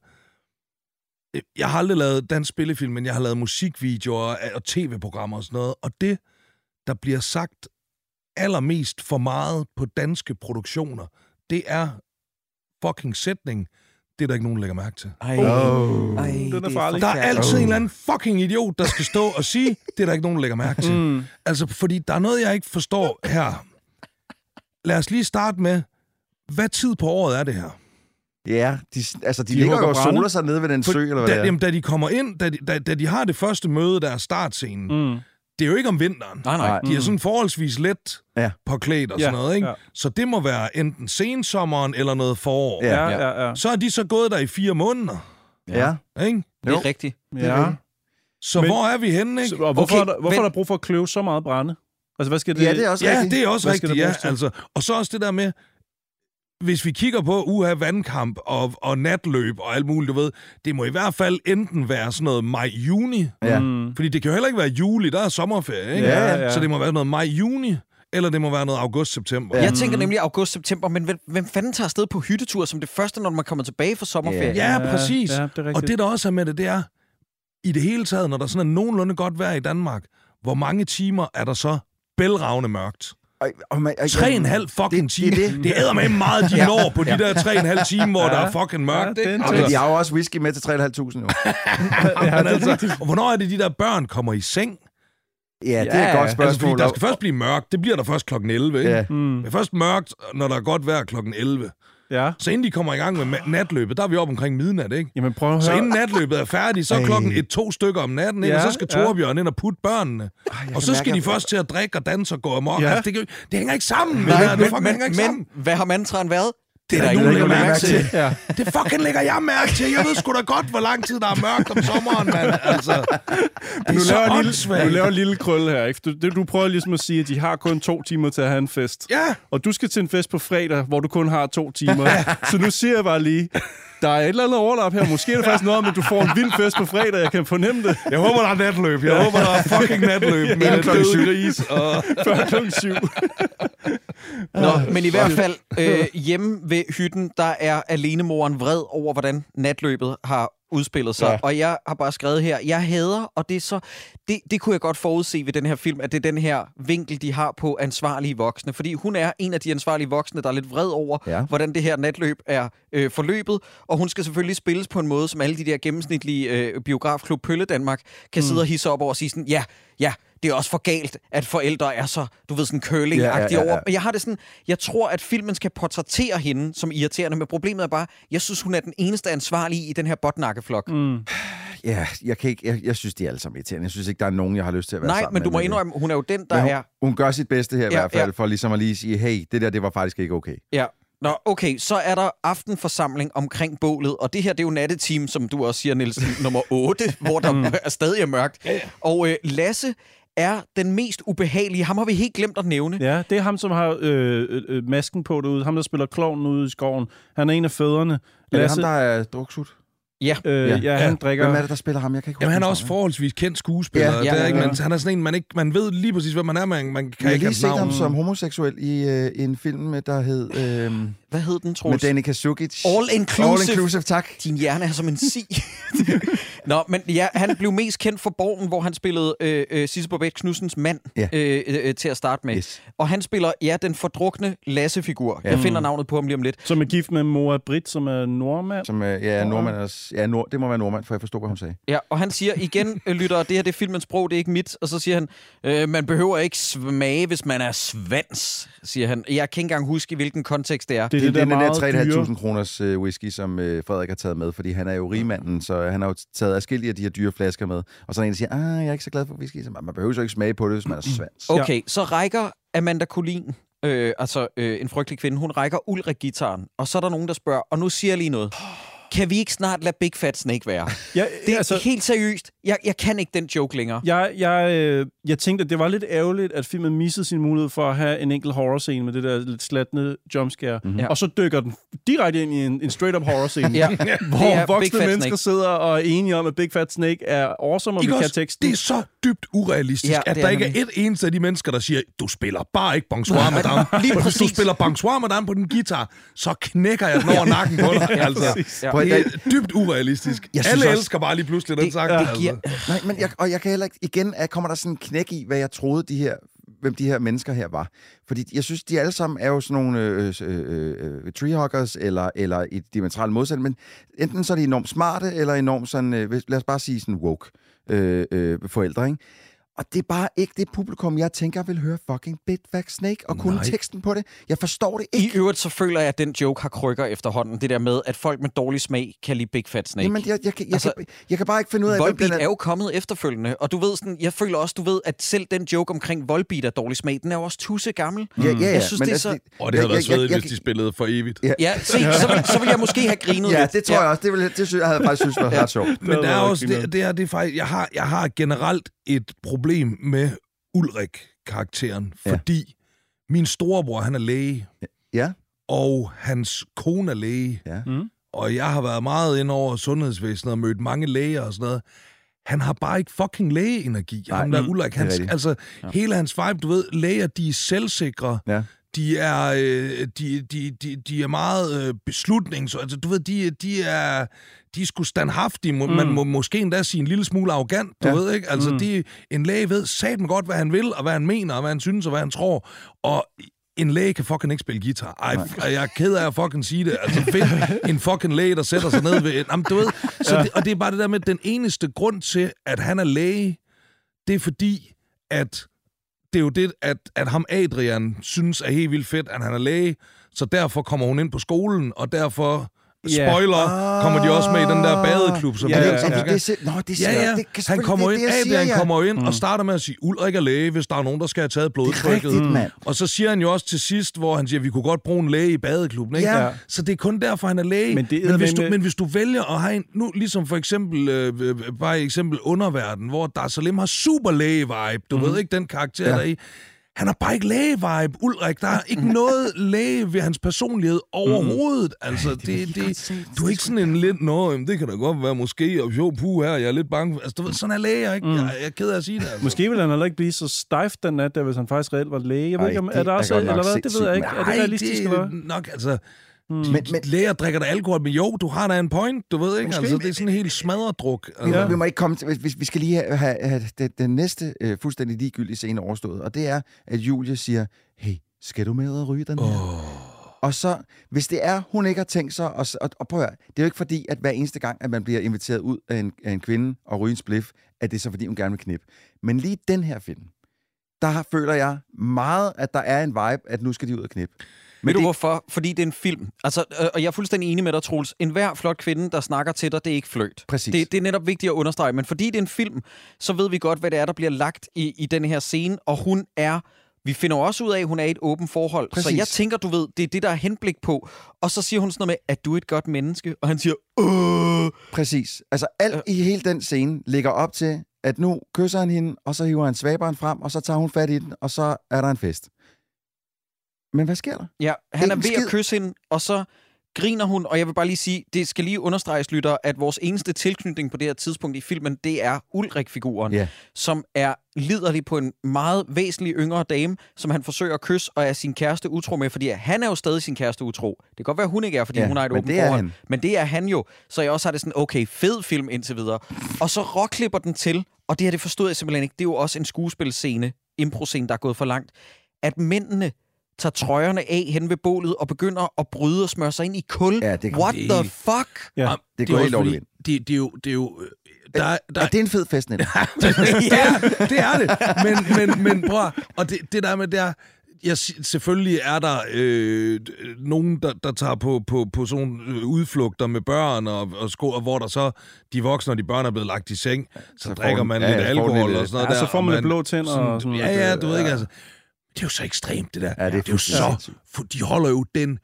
Jeg har aldrig lavet dansk spillefilm, men jeg har lavet musikvideoer og tv-programmer og sådan noget, og det, der bliver sagt allermest for meget på danske produktioner, det er fucking sætning. Det er der ikke nogen, der lægger mærke til.
Ej,
Oh.
ej,
Den er
det
farlig.
Der er
forfærdeligt.
altid en eller anden fucking idiot, der skal stå og sige, det er der ikke nogen, der lægger mærke til.
Mm.
Altså, fordi der er noget, jeg ikke forstår her. Lad os lige starte med, hvad tid på året er det her?
Ja, de, altså de,
De
ligger jo
hugger
og
brænde.
soler sig nede ved den sø, eller hvad
da,
det er.
jamen, da de kommer ind, da de, da, da de har det første møde, der er startscenen,
Mm.
det er jo ikke om vinteren.
Nej, nej.
De er sådan forholdsvis let
Ja.
påklædt og
Ja,
sådan noget, ikke?
ja.
Så det må være enten sensommeren eller noget forår.
Ja.
Ja, ja, ja.
Så er de så gået der i fire måneder,
Ja.
ikke?
Det er rigtigt.
ja.
Så
Men-
hvor er vi henne, ikke?
Så, og hvorfor,
Okay,
er der, hvorfor
men-
er der brug for at kløve så meget brænde? Altså, hvad skal det...
Ja, det er også
Ja,
rigtigt.
det er også
Hvad skal
rigtigt,
det
ja.
bruges til?
Altså, og så også det der med, hvis vi kigger på uha vandkamp og, og natløb og alt muligt, du ved, det må i hvert fald enten være sådan noget maj-juni,
Ja.
Mm.
fordi det kan jo heller ikke være juli, der er sommerferie, ikke?
Ja, ja.
Så det må være noget maj-juni, eller det må være noget august-september.
Ja.
Jeg tænker nemlig august-september, men hvem, hvem fanden tager afsted på hyttetur som det første, når man kommer tilbage fra sommerferie?
Ja, præcis.
Ja, det er rigtigt.
Og det, der også er med det, det er, i det hele taget, når der sådan er nogenlunde godt vejr i Danmark, hvor mange timer er der så bælragende mørkt?
Og, og man, og,
Tre og en halv fucking
det-
time.
det er det.
Det æder med meget, de når på de der tre og en halv time, hvor der er fucking mørkt.
Ja, det er
ikke?
en
Og
ting.
men de har jo også whisky med til tre tusind fem hundrede jo.
Men altså, og hvornår er det, de der børn kommer i seng?
Ja, det er
Ja,
et godt
Altså, fordi
spørgsmål.
der skal først blive mørkt. Det bliver der først klokken elleve, ikke?
Ja.
Mm.
Det er først mørkt, når der er godt vejr klokken elleve.
Ja.
Så inden de kommer i gang med ma- natløbet, der er vi oppe omkring midnat, ikke?
Jamen, prøv at
Så
høre.
inden natløbet er færdigt, så er
Ej.
klokken et, to stykker om natten, ikke?
Ja,
Og så skal
ja.
Torbjørn ind og putte børnene.
Ej, jeg
Og
kan
så skal
mærke,
de
at-
først til at drikke og danse og gå amok.
Ja.
Altså, det, kan jo- det hænger ikke sammen.
Nej,
det der. Det
men,
fucking
men,
hænger ikke
men
sammen.
hvad har mantraen været?
Det er der ikke nogen, der lægger mærke til.
Ja.
Det fucking lægger jeg mærke til. Jeg ved sgu da godt, hvor lang tid der er mørkt om sommeren, mand. Altså, det er
Nu
så
laver, en lille,
åndssvagt.
du laver en lille krølle her, ikke? Du, det, du prøver ligesom at sige, at de har kun to timer til at have en fest.
Ja.
Og du skal til en fest på fredag, hvor du kun har to timer. Så nu siger jeg bare lige, der er et eller andet overlap her. Måske er det faktisk noget om, at du får en vild fest på fredag. Jeg kan fornemme det.
Jeg håber, der er natløb. Jeg håber, der er fucking natløb med
klokken syv.
døde gris. Og...
Før klokken syv.
Nå, men i hvert fald øh, hjemme ved hytten, der er alenemoren vred over, hvordan natløbet har udspillet sig.
Ja.
Ja. Og jeg har bare skrevet her, jeg hader, og det er så... Det, det kunne jeg godt forudse ved den her film, at det er den her vinkel, de har på ansvarlige voksne. Fordi hun er en af de ansvarlige voksne, der er lidt vred over,
Ja.
hvordan det her natløb er øh, forløbet. Og hun skal selvfølgelig spilles på en måde, som alle de der gennemsnitlige øh, biografklub Pølle Danmark kan mm. sidde og hisse op over og sige sådan, ja, ja, det er også for galt, at forældre er så, du ved, sådan curling-agtige
Ja, ja, ja, ja.
over. Men jeg har det sådan, jeg tror, at filmen skal portrættere hende som irriterende, men problemet er bare, jeg synes, hun er den eneste ansvarlige i den her botnakkeflok.
Mm.
Ja, jeg, kan ikke, jeg, jeg synes, de er alle sammen irriterende. Jeg synes ikke, der er nogen, jeg har lyst til at være
Nej,
sammen
men du
med.
må indrømme, hun er jo den, der
Men hun,
er...
hun gør sit bedste her i
Ja,
hvert fald,
ja.
for ligesom at lige sige, hey, det der, det var faktisk ikke okay.
Ja. Nå, okay, så er der aftenforsamling omkring bålet, og det her, det er jo natteteam, som du også siger, Niels, nummer otte, hvor der er stadig er mørkt. Og øh, Lasse er den mest ubehagelige. Ham har vi helt glemt at nævne.
Ja, det er ham, som har øh, øh, masken på derude. Ham, der spiller klovnen ude i skoven. Han er en af fædrene.
Er det
Lasse,
ham, der er druksut?
Ja.
Øh, ja. ja, han
Ja.
drikker...
Hvem er det, der spiller ham? Jeg kan ikke huske
Jamen, han er
hans
også
navn.
forholdsvis kendt skuespiller.
Ja,
Ja,
ja,
ja, ikke,
ja.
man, han er sådan en, man, ikke, man ved lige præcis, hvad man er, man, man kan
Jeg har
ikke
lige
hans
set
navn.
ham som homoseksuel i øh, en film, der hed... Øh,
Hvad hed den,
med
Troels?
Danica Sukic.
All Inclusive.
All Inclusive, tak.
Din hjerne er som en si. Nå, men ja, han blev mest kendt for Borgen, hvor han spillede øh, øh, Sisse Babett Knudsens mand
Ja.
øh, øh, til at starte med.
Yes.
Og han spiller, ja, den fordrukne Lasse-figur.
Ja.
Jeg finder navnet på ham lige om lidt.
Som er gift med Moa Britt, som er nordmand.
Som øh, ja, nordmand også. Ja, nord, det må være nordmand, for jeg forstod, hvad hun sagde.
Ja, og han siger igen, øh, lytter, det her det er filmens sprog, det er ikke mit. Og så siger han, øh, man behøver ikke smage, hvis man er svans, siger han. Jeg kan ikke engang huske, i hvilken kontekst det er.
Det er
Det,
det,
det,
der
det er den der
meget
tre tusind fem hundrede
dyre.
kroners øh, whisky, som øh, Frederik har taget med, fordi han er jo rigmanden, så han har jo taget adskillige af de her dyre flasker med. Og så er der en, der siger, ah, jeg er ikke så glad for whisky. Så man behøver jo ikke smage på det, hvis man er svans.
Okay, så rækker Amanda Collin, øh, altså øh, en frygtelig kvinde, hun rækker Ulrik-gitaren, og så er der nogen, der spørger, og nu siger jeg lige noget. Kan vi ikke snart lade Big Fat Snake være?
Ja,
Det er
altså,
altså, helt seriøst. Jeg, jeg kan ikke den joke længere.
jeg, jeg, øh, jeg tænkte, at det var lidt ærgerligt, at filmen missede sin mulighed for at have en enkelt horror-scene med det der lidt slattende jumpscare. Mm-hmm.
Ja.
Og så dykker den direkte ind i en, en straight-up horror-scene.
Ja, det er
Hvor
Big
voksne
Fat
mennesker
Snake.
sidder og er enige om, at Big Fat Snake er awesome, og vi
Ikke
kan
også?
teksten.
Det er så dybt urealistisk,
Ja,
ja, at
det
der
er
ikke
nemlig.
er et eneste af de mennesker, der siger, du spiller bare ikke Bonsoir
Nej,
Madame.
lige
For hvis du
præcis.
spiller Bonsoir Madame på den guitar, så knækker jeg den over nakken på dig. Altså,
Ja.
Prøv at-
det er dybt urealistisk.
Jeg synes
Alle
også-
elsker bare lige pludselig den
Det-
sang.
det
altså.
giver-
Nej, men jeg, og jeg kan heller ikke... Igen er- kommer der sådan en knæk i, hvad jeg troede, de her, hvem de her mennesker her var. Fordi jeg synes, de alle sammen er jo sådan nogle øh, øh, øh, treehuggers, eller, eller i diametralt modsætning, men enten så er de enormt smarte, eller enormt sådan, øh, hvis- lad os bare sige sådan woke øh, øh, forældre, ikke? Og det er bare ikke det publikum, jeg tænker vil høre fucking Big Fat Snake og kunne
Nej.
teksten på det. Jeg forstår det
I
ikke.
øvrigt så føler jeg, at den joke har krykker efterhånden. Det der med, at folk med dårlig smag kan lide Big Fat Snake.
Jamen, jeg, jeg, jeg, jeg,
Altså,
kan, jeg kan bare ikke finde ud af, hvem
Volbeat
den
er jo kommet efterfølgende, og du ved sådan, jeg føler også, du ved, at selv den joke omkring Volbeat er dårlig smag, den er jo også tusse gammel.
Ja, ja, ja.
Jeg synes,
men
det er
altså,
så-
Og det havde
jeg-
været
jeg-
svedigt,
jeg-
hvis de spillede for evigt.
Ja.
Ja, se, så vil, så vil jeg måske have grinet
Ja,
lidt.
det tror jeg også. Det, vil, det synes jeg, havde faktisk synes var ret sjovt.
Men der er
været
også,
rigtig
det, det, er, det er faktisk, jeg har, jeg har generelt et problem med Ulrik-karakteren,
Ja.
fordi min storebror, han er læge,
Ja,
og hans kone er læge,
ja.
Mm.
og jeg har været meget ind over sundhedsvæsenet og mødt mange læger og sådan noget. Han har bare ikke fucking lægeenergi.
Nej,
Ham der
mm,
Ulrik,
det er
hans,
rigtigt.
altså ja. hele hans vibe, du ved, læger, de er selvsikre,
Ja.
de er, øh, de, de, de, de er meget øh, beslutnings... Altså, du ved, de, de er... De er sgu standhaftige, må, mm. man må måske endda sige en lille smule arrogant, du
Ja.
ved ikke? Altså,
Mm.
de, en læge ved satme godt, hvad han vil, og hvad han mener, og hvad han synes, og hvad han tror. Og en læge kan fucking ikke spille guitar. Ej, f- jeg er ked af at fucking sige det. Altså, find en fucking læge, der sætter sig ned ved... Jamen, du ved, så det, og det er bare det der med, den eneste grund til, at han er læge, det er fordi, at det er jo det, at, at ham Adrian synes er helt vildt fedt, at han er læge, så derfor kommer hun ind på skolen, og derfor,
Ja.
spoiler,
Ah.
kommer de også med i den der badeklub, som
Ja,
vi
ja,
elsker.
ja.
Det, det, det, nå, det siger
Ja,
jeg.
ja.
Det kan
Han
selvfølgelig-
kommer
det,
ind,
det, jeg siger,
Adrian
ja.
kommer ind
Mm.
og starter med at sige, Ulrik er læge, hvis der er nogen, der skal have taget
Det er
blodtrykket.
rigtigt, mand.
Og så siger han jo også til sidst, hvor han siger, vi kunne godt bruge en læge i badeklubben, ikke?
Ja.
Så det er kun derfor, han er læge.
Men det er
men, hvis du,
med-
men hvis du vælger at have en, nu ligesom for eksempel, øh, øh, bare eksempel Underverden, hvor der Salim har super læge-vibe, du mm. ved ikke, den karakter
Ja.
der er i. Han har bare ikke læge-vibe, Ulrik. Der er ikke noget læge ved hans personlighed overhovedet. Altså,
Ej, det vil jeg
det,
godt
det,
se.
du er ikke sådan en lidt, nå, jamen, det kan da godt være måske, og jo, puh her, jeg er lidt bange. Altså, du ved, sådan er læger, ikke? Jeg, jeg er ked af at sige det, altså.
Måske ville han heller ikke blive så stejft den nat, der, hvis han faktisk reelt var læge. Jeg ved
Ej,
ikke, om,
det
er der
er
også,
godt nok
eller hvad? Det ved
sindssygt,
jeg ikke. Er det
Nej,
realistisk,
det
eller
er
hvad?
nok, altså... De,
Men- men-
læger drikker der alkohol, men jo, du har da en point, du ved ikke?
Måske,
Altså, det er sådan en helt smadret druk.
Vi,
Altså.
ja. vi må ikke komme til, vi, vi skal lige have, have, have den, den næste øh, fuldstændig ligegyldige scene overstået, og det er, at Julie siger, hey, skal du med at ryge den her?
Oh.
Og så, hvis det er, hun ikke har tænkt sig, og, og, og prøv at høre, det er jo ikke fordi, at hver eneste gang, at man bliver inviteret ud af en, af en kvinde og ryge en spliff, at det er så fordi, hun gerne vil knippe. Men lige den her film, der føler jeg meget, at der er en vibe, at nu skal de ud og knippe.
Ved du
det-
hvorfor? Fordi det er en film. Altså, øh, og jeg er fuldstændig enig med dig, Troels. En hver flot kvinde, der snakker til dig, det er ikke fløjt.
Præcis.
Det, det er netop vigtigt at understrege. Men fordi det er en film, så ved vi godt, hvad det er, der bliver lagt i, i den her scene. Og hun er... Vi finder jo også ud af, at hun er i et åbent forhold.
Præcis.
Så jeg tænker, du ved, det er det, der er henblik på. Og så siger hun sådan noget med, at du er et godt menneske. Og han siger, åh.
Præcis. Altså alt i hele den scene ligger op til, at nu kysser han hende, og så hiver han svaberen frem, og så tager hun fat i den, og så er der en fest. Men hvad sker der?
Ja, han er
Ikke
ved
en
at
skid.
kysse hende, og så griner hun, og jeg vil bare lige sige, det skal lige understreges, lytter, at vores eneste tilknytning på det her tidspunkt i filmen, det er Ulrik-figuren,
Yeah.
som er liderlig på en meget væsentlig yngre dame, som han forsøger at kysse og er sin kæreste utro med, fordi han er jo stadig sin kæreste utro. Det kan godt være, at hun ikke er, fordi
Ja,
hun har et
men
åbent
det er
forhold.
han.
Men det er han jo. Så jeg også har det sådan, okay, fed film indtil videre. Og så råklipper den til, og det her, det forstod jeg simpelthen ikke, det er jo også en skuespilscene, impro-scene, der er gået for langt, at mændene tager trøjerne af hen ved bålet og begynder at bryde og smøre sig ind i kul.
Ja, det-
What
det-
the fuck?
Ja.
Ah,
Det
er
går
også
helt over
fordi,
ind.
det, det er jo... Det er jo øh, der, der,
Er det en fed fest, Niels?
det, er, det er det. Men, men, men prøv at- og det, det der med, det er... Ja, selvfølgelig er der øh, nogen, der, der tager på, på, på sådan nogle udflugter med børn, og, og, sko, og hvor der så, de voksne og de børn er blevet lagt i seng, så, så drikker man
ja,
lidt
ja, får
alkohol
lidt,
og sådan noget
Ja,
der.
så får
og
man lidt blå tænder og sådan noget.
Ja, ja, du ved ikke, altså. Det er jo så ekstremt, det der.
Ja, det er
det er jo så...
fuldstændig
For de holder jo den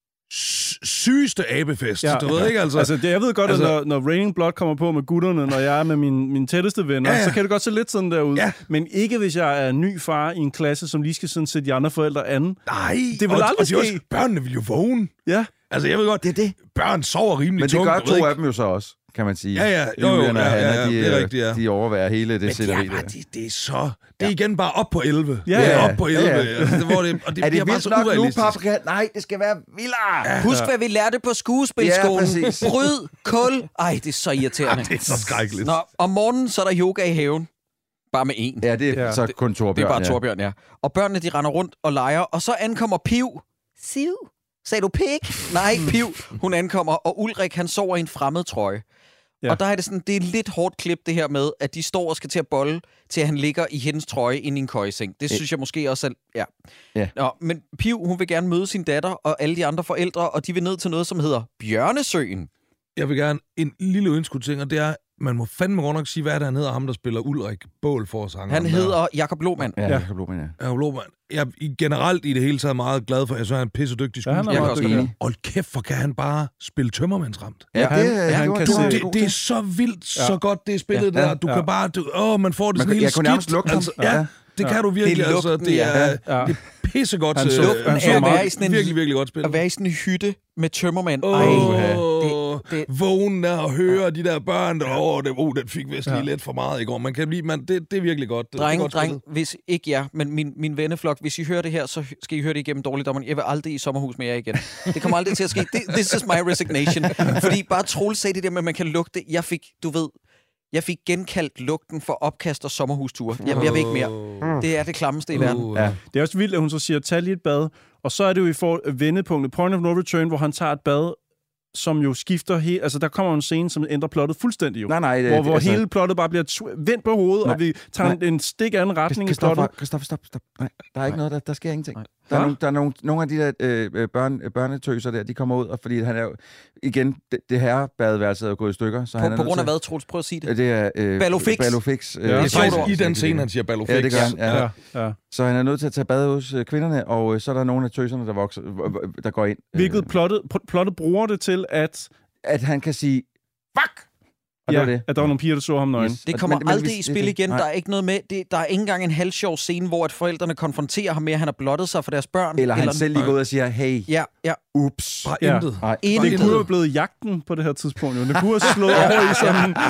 sy- sygeste abefest,
Ja.
du ved ikke, altså.
Altså, det, jeg ved godt,
Altså-
at når, når Raining Blood kommer på med gutterne, når jeg er med mine, mine tætteste venner,
Ja, ja.
så kan det godt se lidt sådan der ud.
Ja.
Men ikke, hvis jeg er ny far i en klasse, som lige skal sådan sætte de andre forældre anden.
Nej,
Det vil
og,
aldrig
og de også,
ske.
børnene vil jo vågne.
Ja.
Altså, jeg ved godt,
Det er det.
børn sover rimelig
Men det
tungt.
gør
du ved
to
ikke-
af dem jo så også, kan man sige.
Ja, ja, jo, jo,
Julian og
ja, ja,
Hanna,
ja,
de,
det er
øh,
rigtigt, ja.
de overværer hele det
Men det
scenarie
er, bare,
der.
det, det er så... Det er igen bare op på elleve.
Ja,
det er
ja.
op på elleve.
Ja, ja.
Altså, det, hvor det, og det
Er
bliver
det
bare
vildt
så
nok nu,
urealistisk.
paprika? Nej, det skal være vildere. Ja.
Husk, hvad vi lærte på skuespilskolen.
Ja, præcis.
Bryd, kul. Ej, det er så irriterende.
Det er så skrækkeligt.
Nå, om morgenen, så er der yoga i haven. Bare med én.
Ja, det er
Ja.
så kun Torbjørn.
Det er bare
ja.
Torbjørn, ja. Og børnene, de render rundt og leger, og så ankommer Piv. Siv? Sagde du pik? Nej, Piv. Hun ankommer, og Ulrik, han sover i en fremmed trøje.
Ja.
Ja. Og der er det sådan, det er lidt hårdt klip, det her med, at de står og skal til at bolle, til at han ligger i hendes trøje inde i en køjeseng. Det synes jeg måske også er... Ja.
Ja.
Nå, men Piv, hun vil gerne møde sin datter og alle de andre forældre, og de vil ned til noget, som hedder Bjørnesøen.
Jeg vil gerne en lille ønsketing, og det er, man må fandme godt nok sige, hvad er det, han hedder, ham der spiller Ulrik Bål for sang.
Han hedder Jakob Lohmann.
Ja,
Ja.
ja. Jacob Lohmann, ja.
Ja, Lohmann. Jeg er generelt i det hele taget meget glad for, jeg synes, han er en pisse dygtig
Ja, han er
skuespiller.
Jeg
meget
kan også
dygtig.
Og kæft, hvor kan han bare spille tømmermandsramt.
Ja,
han-
det,
han
det,
kan
var-
se-
det, var-
Det, det er så vildt, så godt, det er spillet
Ja.
der. Du
Ja.
kan bare... Du, åh, man får det
Man
sådan
kan-
helt
jeg kunne nærmest
skidt.
lugte ham.
Altså, ja,
Ja.
det kan du virkelig.
Det er
altså,
lugten,
det
ja.
er,
Ja.
det er pissegodt.
Han så-
øh,
han så
virkelig,
meget-
i sådan en-
virkelig, virkelig godt spillet.
At være i sådan en hytte med tømmermand.
Åh,
Ej,
oh,
det-
vågen der og høre de der børn, der, åh, det, oh, den fik vist lige
Ja.
lidt for meget i går. Man kan blive, man, det, det er virkelig godt. Det er
Dreng,
godt
dreng,
spillet.
hvis ikke jer, men min, min venneflok, hvis I hører det her, så skal I høre det igennem dårligdommerne. Jeg vil aldrig i sommerhus med jer igen. Det kommer aldrig til at ske. Det- This is my resignation. Fordi bare Troels sagde det der med, at man kan lugte. Jeg fik, du ved, jeg fik genkaldt lugten for opkast og sommerhusture. Jeg, jeg vil ikke mere. Det er det klammeste i verden.
Uh,
Ja. Det er også vildt, at hun så siger, tag lige et bad. Og så er det jo i for vendepunktet, point of no return, hvor han tager et bad, som jo skifter helt... Altså, der kommer en scene, som ændrer plottet fuldstændig jo.
Nej, nej. Det,
hvor hvor
altså,
hele plottet bare bliver tw- vendt på hovedet,
Nej.
og vi tager en, en stik anden retning i
Christoffer,
plottet.
Christoffer, stop, stop. Nej, der er ikke noget, der, der sker ingenting.
Nej.
Der er,
Hva?
nogle, der er nogle, nogle af de der øh, børn, børnetøser der, de kommer ud, og fordi han er jo, igen, det, det her badeværelse er jo gået i stykker. Så han
På,
er
på
nødt
grund af
til-
hvad, Troels? Prøv at sige det.
Øh, Det er... Øh,
Ballofix.
Ballofix. Øh,
Ja.
Det er
Det er
faktisk
sjovt
i
ord.
den scene, han siger Ballofix.
Ja, det gør han, ja.
Ja, ja.
Så han er nødt til at tage bad hos øh, kvinderne, og øh, så er der nogle af tøserne, der, vokser, der går ind. Øh,
Hvilket plottet, pl- plottet bruger det til, at,
At han kan sige, fuck! Og
ja,
det var det.
at der var nogle piger, der så ham nøgen.
Yes.
Det
Og-
kommer
men- men
aldrig
hvis-
i spil
det-
igen.
nej.
Der er ikke noget med... Det, der er ikke engang en halvsjov scene, hvor at forældrene konfronterer ham med, at han har blottet sig for deres børn.
Eller han selv lige går ud og siger, hey,
Ja, ja.
ups.
Bare
Ja.
intet.
Nej.
Intet.
Det kunne jo have blevet jagten på det her tidspunkt. Jo. Det kunne have slået over i sådan en...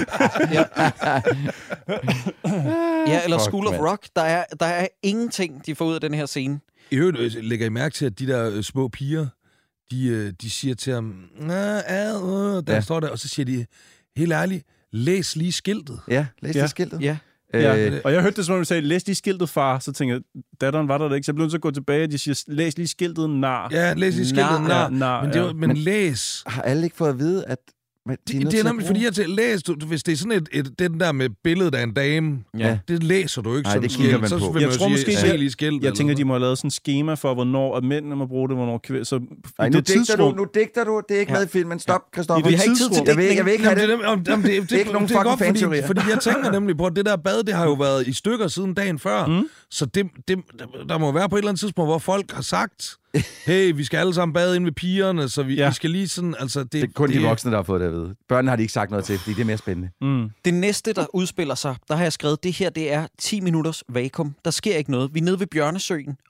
Ja, eller
Fuck,
School of
mand.
Rock. Der er, der er ingenting, de får ud af den her scene.
I øvrigt øh, lægger I mærke til, at de der øh, små piger, de, øh, de siger til ham, "Nå, ad, øh," der
Ja.
står der, og så siger de, helt ærligt, læs lige skiltet.
Ja, læs
Ja.
det skiltet.
Ja.
Ja,
Øh,
og jeg hørte det, som om de sagde, læs lige skiltet, far. Så tænkte jeg, datteren var der da ikke. Så jeg blev nødt til at gå tilbage, og de siger, læs lige skiltet, nar.
Ja, læs lige skiltet,
Nar.
nar.
Ja, nar,
Men, det,
ja.
var- men
Men-
læs.
har alle ikke fået at vide, at men de
Det,
nødt
det er
til at
nemlig,
bruge-
fordi jeg til læs, du, hvis det er sådan et, et, den der med billedet af en dame,
Ja.
det læser du ikke
Nej,
som
det
et
kigger
skilt.
man
Så
på.
vil
Jeg
man
tror
jo
måske,
sige, se
jeg-
lige skilt.
Jeg
eller
tænker,
noget.
de må have lavet sådan et schema for, hvornår at mændene må bruge det, hvornår kvinder. Så
Ej,
i
nu
det
digter du,
tidsrum,
nu digter du. Det er ikke
Ja.
med i filmen. Stop, Christoffer.
I det
Vi har ikke tid til
tidsrum.
Jeg vil, ikke- jeg vil ikke have
Jamen,
det.
det, er dem- jamen, det, det, det,
ikke nogen
det er
fucking
godt, fordi,
fanteorier.
fordi jeg tænker nemlig på, at det der bad, det har jo været i stykker siden dagen før. Mm. Så det, det, der må være på et eller andet tidspunkt, hvor folk har sagt, hey, vi skal alle sammen bade ind ved pigerne, så vi,
Ja.
vi skal lige sådan... Altså, det,
Det er kun de voksne, der har fået det at vide. Børnene har de ikke sagt noget til, fordi det er mere spændende.
Mm.
Det næste, der udspiller sig, der har jeg skrevet, det her, det er ti minutters vakuum. Der sker ikke noget. Vi er nede ved Bjørnesøen,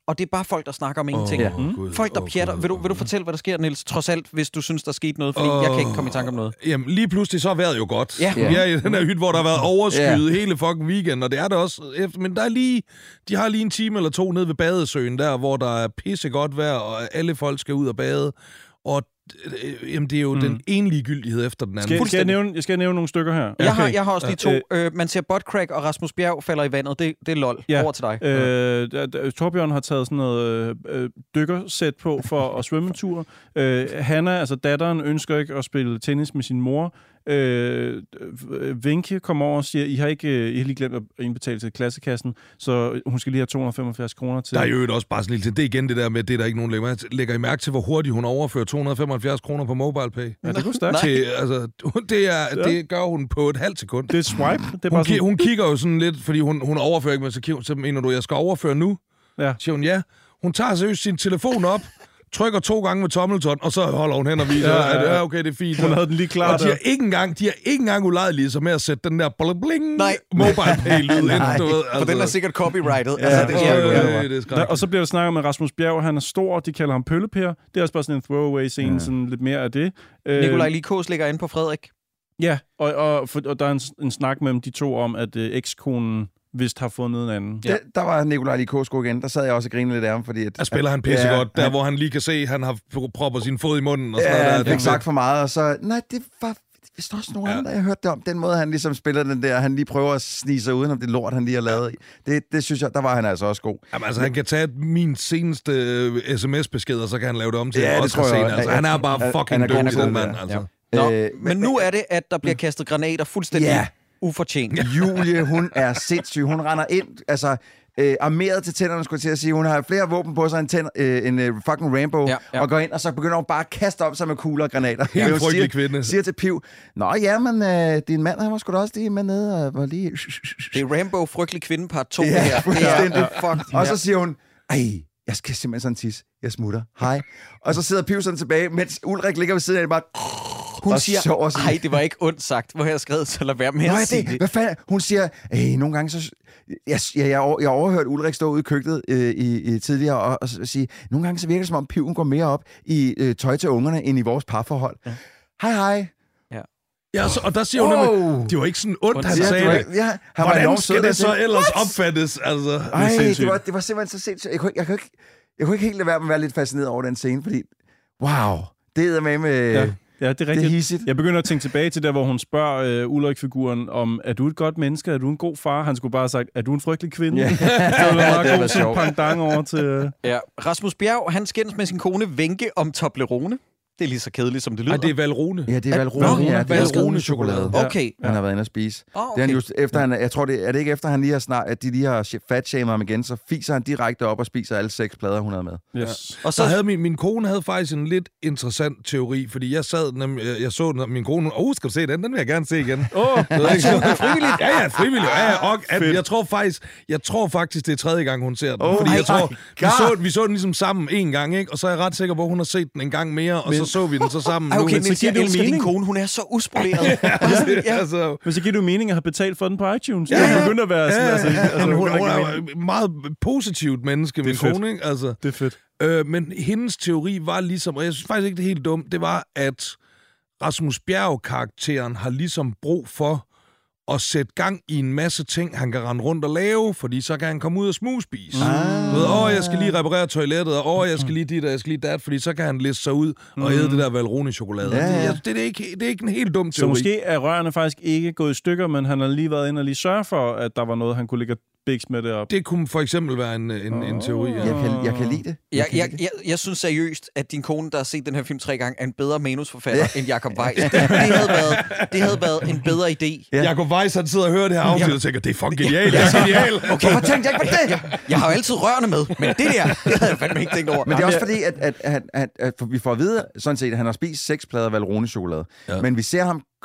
og det er bare folk, der snakker om ingenting.
Oh, mm. God,
folk, der
oh,
pjatter.
God,
Vil du, vil du fortælle, hvad der sker, Niels? Trods alt, hvis du synes, der skete noget, fordi oh. jeg kan ikke komme i tanke om noget.
Jamen, lige pludselig så er vejret jo godt.
Ja.
Vi er i den her hytte, hvor der har været overskyet
Ja.
hele fucking weekend, og det er det også efter. Men der er lige, de har lige en time eller to nede ved badesøen der, hvor der er pissegodt vejr, og alle folk skal ud og bade. Og øh, jamen, det er jo mm. den enlige gyldighed efter den anden.
Skal, skal, jeg, nævne, jeg skal nævne nogle stykker her.
Jeg, okay. har, jeg har også lige to. Øh, man ser Buttcrack og Rasmus Bjerg falder i vandet. Det, det er lol.
Ja.
Over til dig.
Øh, da, da, Torbjørn har taget sådan noget øh, dykkersæt på for at svømme en tur. Øh, Hanna, altså datteren, ønsker ikke at spille tennis med sin mor. Øh, Vinke kommer over og siger, I har ikke I har lige glemt at indbetale til klassekassen, så hun skal lige have to hundrede og femoghalvfjerds kroner til.
Der er jo også bare sådan lidt, det er igen det der med, det er der ikke nogen lægger. Lægger I mærke til, hvor hurtigt hun overfører to hundrede og femoghalvfjerds kroner på MobilePay?
Ja, det går stærkt.
Til, altså, det, er, ja. det gør hun på et halvt sekund.
Det er et swipe. Det er
hun,
bare sådan...
hun kigger jo sådan lidt, fordi hun, hun overfører ikke, men så, kigger, så mener du, jeg skal overføre nu?
Ja.
Siger hun ja. Hun tager seriøst sin telefon op, trykker to gange med tommeltot, og så holder hun hen og viser, ja, ja, ja. at okay, det er fint.
Hun havde den lige klar.
Og de har ikke engang, de har ikke engang ulejlige sig med at sætte den der bling
Nej.
MobilePay-lyd ind, du ved.
Altså. For den er sikkert copyrighted.
Ja,
altså, det er,
ja, ja, det er
ja, og så bliver der snakket med Rasmus Bjerg, han er stor, de kalder ham Pølleper. Det er også bare sådan en throwaway-scene, ja. Sådan lidt mere af det.
Nikolaj Likås ligger inde på Frederik.
Ja, og, og, for, og der er en, en snak mellem de to om, at øh, ekskonen vist har fundet en anden.
Ja. Det, der var Nikolaj Likåsko igen. Der sad jeg også og grinede lidt af ham, fordi... At,
der spiller han pissegodt,
ja,
der
han,
hvor han lige kan se, at han har propper sin fod i munden. Og sådan
ja,
noget,
han fik sagt for meget, og så... Nej, det var... Hvis der også nogen ja. andre, jeg hørte det om. Den måde, han ligesom spiller den der, han lige prøver at snige sig uden om det lort, han lige har lavet. Det, det synes jeg, der var han altså også god.
Jamen altså, han kan tage min seneste uh, sms-besked, og så kan han lave det om til
ja,
en Oscar-scene. Altså, han er bare fucking
dum,
mand, altså.
Nå, øh, men, men nu er det, at der bliver kastet granater fuldstændig ja. ufortjent.
Julie, hun er sindssyg. Hun render ind, altså... Øh, armeret til tænderne, skulle jeg til at sige. Hun har flere våben på sig end tænd, øh, en øh, fucking Rambo, ja, ja. og går ind, og så begynder hun bare at kaste op sig med kugler og granater.
Helt
hun
frygtelig
siger,
kvinde.
Siger til Piv, nå ja, men øh, din mand, han var sgu da også lige med nede og var lige...
Det er Rambo, frygtelig kvinde, part to
ja,
her.
Det er, ja,
fuck.
Og så siger hun, ej, jeg skal simpelthen sådan tis. Jeg smutter. Hej. Og så sidder Piv sådan tilbage, mens Ulrik ligger ved siden af det bare...
Hun siger, nej, det var ikke ondt sagt. Hvor har jeg skrevet, så lad være med at sige det.
Hvad fanden? Hun siger, nogle gange så... Jeg, jeg, jeg, jeg overhørte Ulrik stå ude i køkkenet øh, i, i tidligere og, og sige, nogle gange så virker det som om Piven går mere op i øh, tøj til ungerne end i vores parforhold. Ja. Hej, hej.
Ja. Ja, så, og der siger hun, oh. nemlig, det var ikke sådan ondt, han
ja,
sagde det.
Ja, han
Hvordan
var
skal det så
til.
ellers
What?
opfattes? Altså,
Ej,
det,
det, var, det var simpelthen så sindssygt. Jeg kunne, jeg, kunne ikke, jeg kunne ikke helt lade være med at være lidt fascineret over den scene, fordi, wow, det er med med...
Ja. Ja, det er rigtigt.
Det er
jeg begynder at tænke tilbage til der, hvor hun spørger uh, Ulrik-figuren om, er du et godt menneske? Er du en god far? Han skulle bare have sagt, er du en frygtelig kvinde?
Ja.
Det var meget god sådan pendant over til... Uh...
Ja. Rasmus Bjerg, han skændes med sin kone Vinke om Toblerone. Det er lige så kedeligt, som det lyder.
Ej, det er Valrone.
Ja, det er Valrone. Ja, det er
Valrone-chokolade.
Okay.
Han har været inde at spise.
Oh, okay.
Det er han just efter, han, jeg tror, det er det ikke efter, han lige har snart, at de lige har fatshamed ham igen, så fiser han direkte op og spiser alle seks plader, hun havde med.
Yes.
Ja. Og så havde min, min kone havde faktisk en lidt interessant teori, fordi jeg sad, nem, jeg, jeg så den, min kone, åh, oh, skal du se den? Den vil jeg gerne se igen. Åh, oh, frivilligt? Ja, ja, frivilligt. Ja, ja, og at, jeg tror faktisk, jeg tror faktisk, det er tredje gang, hun ser den.
Oh,
fordi jeg tror, vi
så,
vi så den ligesom sammen en gang, ikke? Og så er jeg ret sikker på, at hun har set den en gang mere, og Men... så så vi den så sammen.
Ej, okay,
nu.
men så jeg elsker din kone. Hun er så uspoleret.
ja, ja. Altså.
Men så giver du mening at have betalt for den på iTunes.
Ja,
ja. Begynder at være sådan,
ja,
altså,
ja.
altså,
Hun,
hun,
hun er et meget positivt menneske, min kone, ikke? Altså,
det er fedt.
Øh, men hendes teori var ligesom, og jeg synes faktisk ikke, det er helt dumt, det var, at Rasmus Bjerg-karakteren har ligesom brug for at sætte gang i en masse ting, han kan rende rundt og lave, fordi så kan han komme ud og smugspise. Ah. Du ved, åh, jeg skal lige reparere toilettet, og åh, jeg skal lige dit, og jeg skal lige dat, fordi så kan han liste sig ud og æde mm. det der Valrone-chokolade.
Ja, ja.
Det, det, det, er ikke, det er ikke en helt dum teori.
Så måske er rørene faktisk ikke gået i stykker, men han har lige været inde og lige sørge for, at der var noget, han kunne lægge biks med det op.
Det kunne for eksempel være en, en, oh. en teori. Ja.
Jeg, kan, jeg kan lide det.
Jeg, jeg, jeg, jeg synes seriøst, at din kone, der har set den her film tre gange, er en bedre manusforfatter end Jacob Weiss. Det, det, havde været, det havde været en bedre idé.
Ja. Jacob Weiss, han sidder og hører det her afsnit og tænker, det er fucking genialt. Det er genialt.
Okay, hvorfor tænkte jeg ikke på det? Jeg, jeg har jo altid rørende med, men det der, det havde jeg fandme ikke tænkt over.
Men det er også fordi, at, at, at, at, at vi får at vide, sådan set, at han har spist seks plader Valrone-chokolade. Ja. Men vi ser ham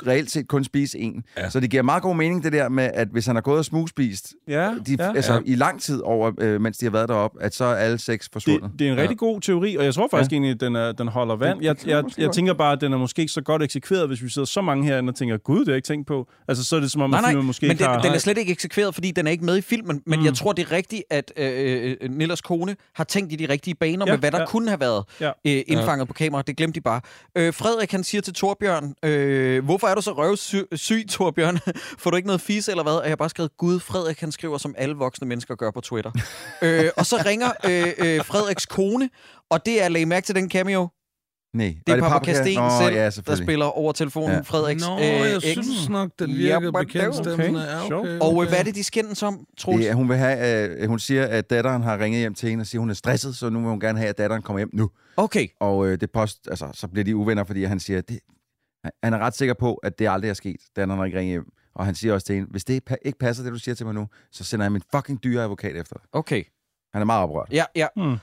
reelt set kun spise en.
Ja.
Så det giver meget god mening, det der med, at hvis han har gået og smugspist
Ja,
de,
ja.
altså,
Ja.
i lang tid over, øh, mens de har været deroppe, at så er alle seks forsvundet.
Det, det er en rigtig god teori, og jeg tror faktisk
Ja.
egentlig, at den, er, den holder vand.
Det-
Jeg,
det kan
jeg,
måske
jeg
godt.
tænker bare, at den er måske ikke så godt eksekveret, hvis vi sidder så mange herinde og tænker, gud, det har jeg ikke tænkt på. Altså, så er det som om,
Nej,
at
nej,
filmen måske
men
ikke
den,
har...
den er slet ikke eksekveret, fordi den er ikke med i filmen. Men
Mm.
mm. jeg tror, det er rigtigt, at øh, øh, Nillers kone har tænkt i de rigtige baner
Ja,
med, hvad der
ja.
kunne have været
Ja.
øh, indfanget på kamera. Det glemte de bare. Øh, Frederik, han siger til Torbjørn, øh, hvorfor er du så røvsyg, Torbjørn? Får du ikke noget fis eller hvad? Og jeg har bare skrevet, gud, Frederik, han skriver, som alle voksne mennesker gør på Twitter. øh, og så ringer øh, øh, Frederiks kone, og det er, lag mærke til den cameo,
Nej.
det er
Var
Paprika Sten
Nå,
selv,
ja,
der
selvfølgelig.
spiller over telefonen,
Ja.
Frederiks
Nå,
øh,
jeg
eks.
synes nok, den
Ja,
virker
but
bekendt
okay.
stemmen. Ja, okay,
Sjovt.
okay.
Og øh, hvad er det, de skændes om, Troels?
Det, er, hun, vil have, øh, hun siger, at datteren har ringet hjem til hende og siger, at hun er stresset, så nu vil hun gerne have, at datteren kommer hjem nu.
Okay.
Og øh, det post, altså, så bliver de uvenner, fordi han siger, at det, han er ret sikker på, at det aldrig er sket. Datteren har ikke ringet hjem. Og han siger også til hende, hvis det ikke passer, det du siger til mig nu, så sender jeg min fucking dyre advokat efter dig.
Okay.
Han er meget oprørt.
Ja, ja.
Hmm.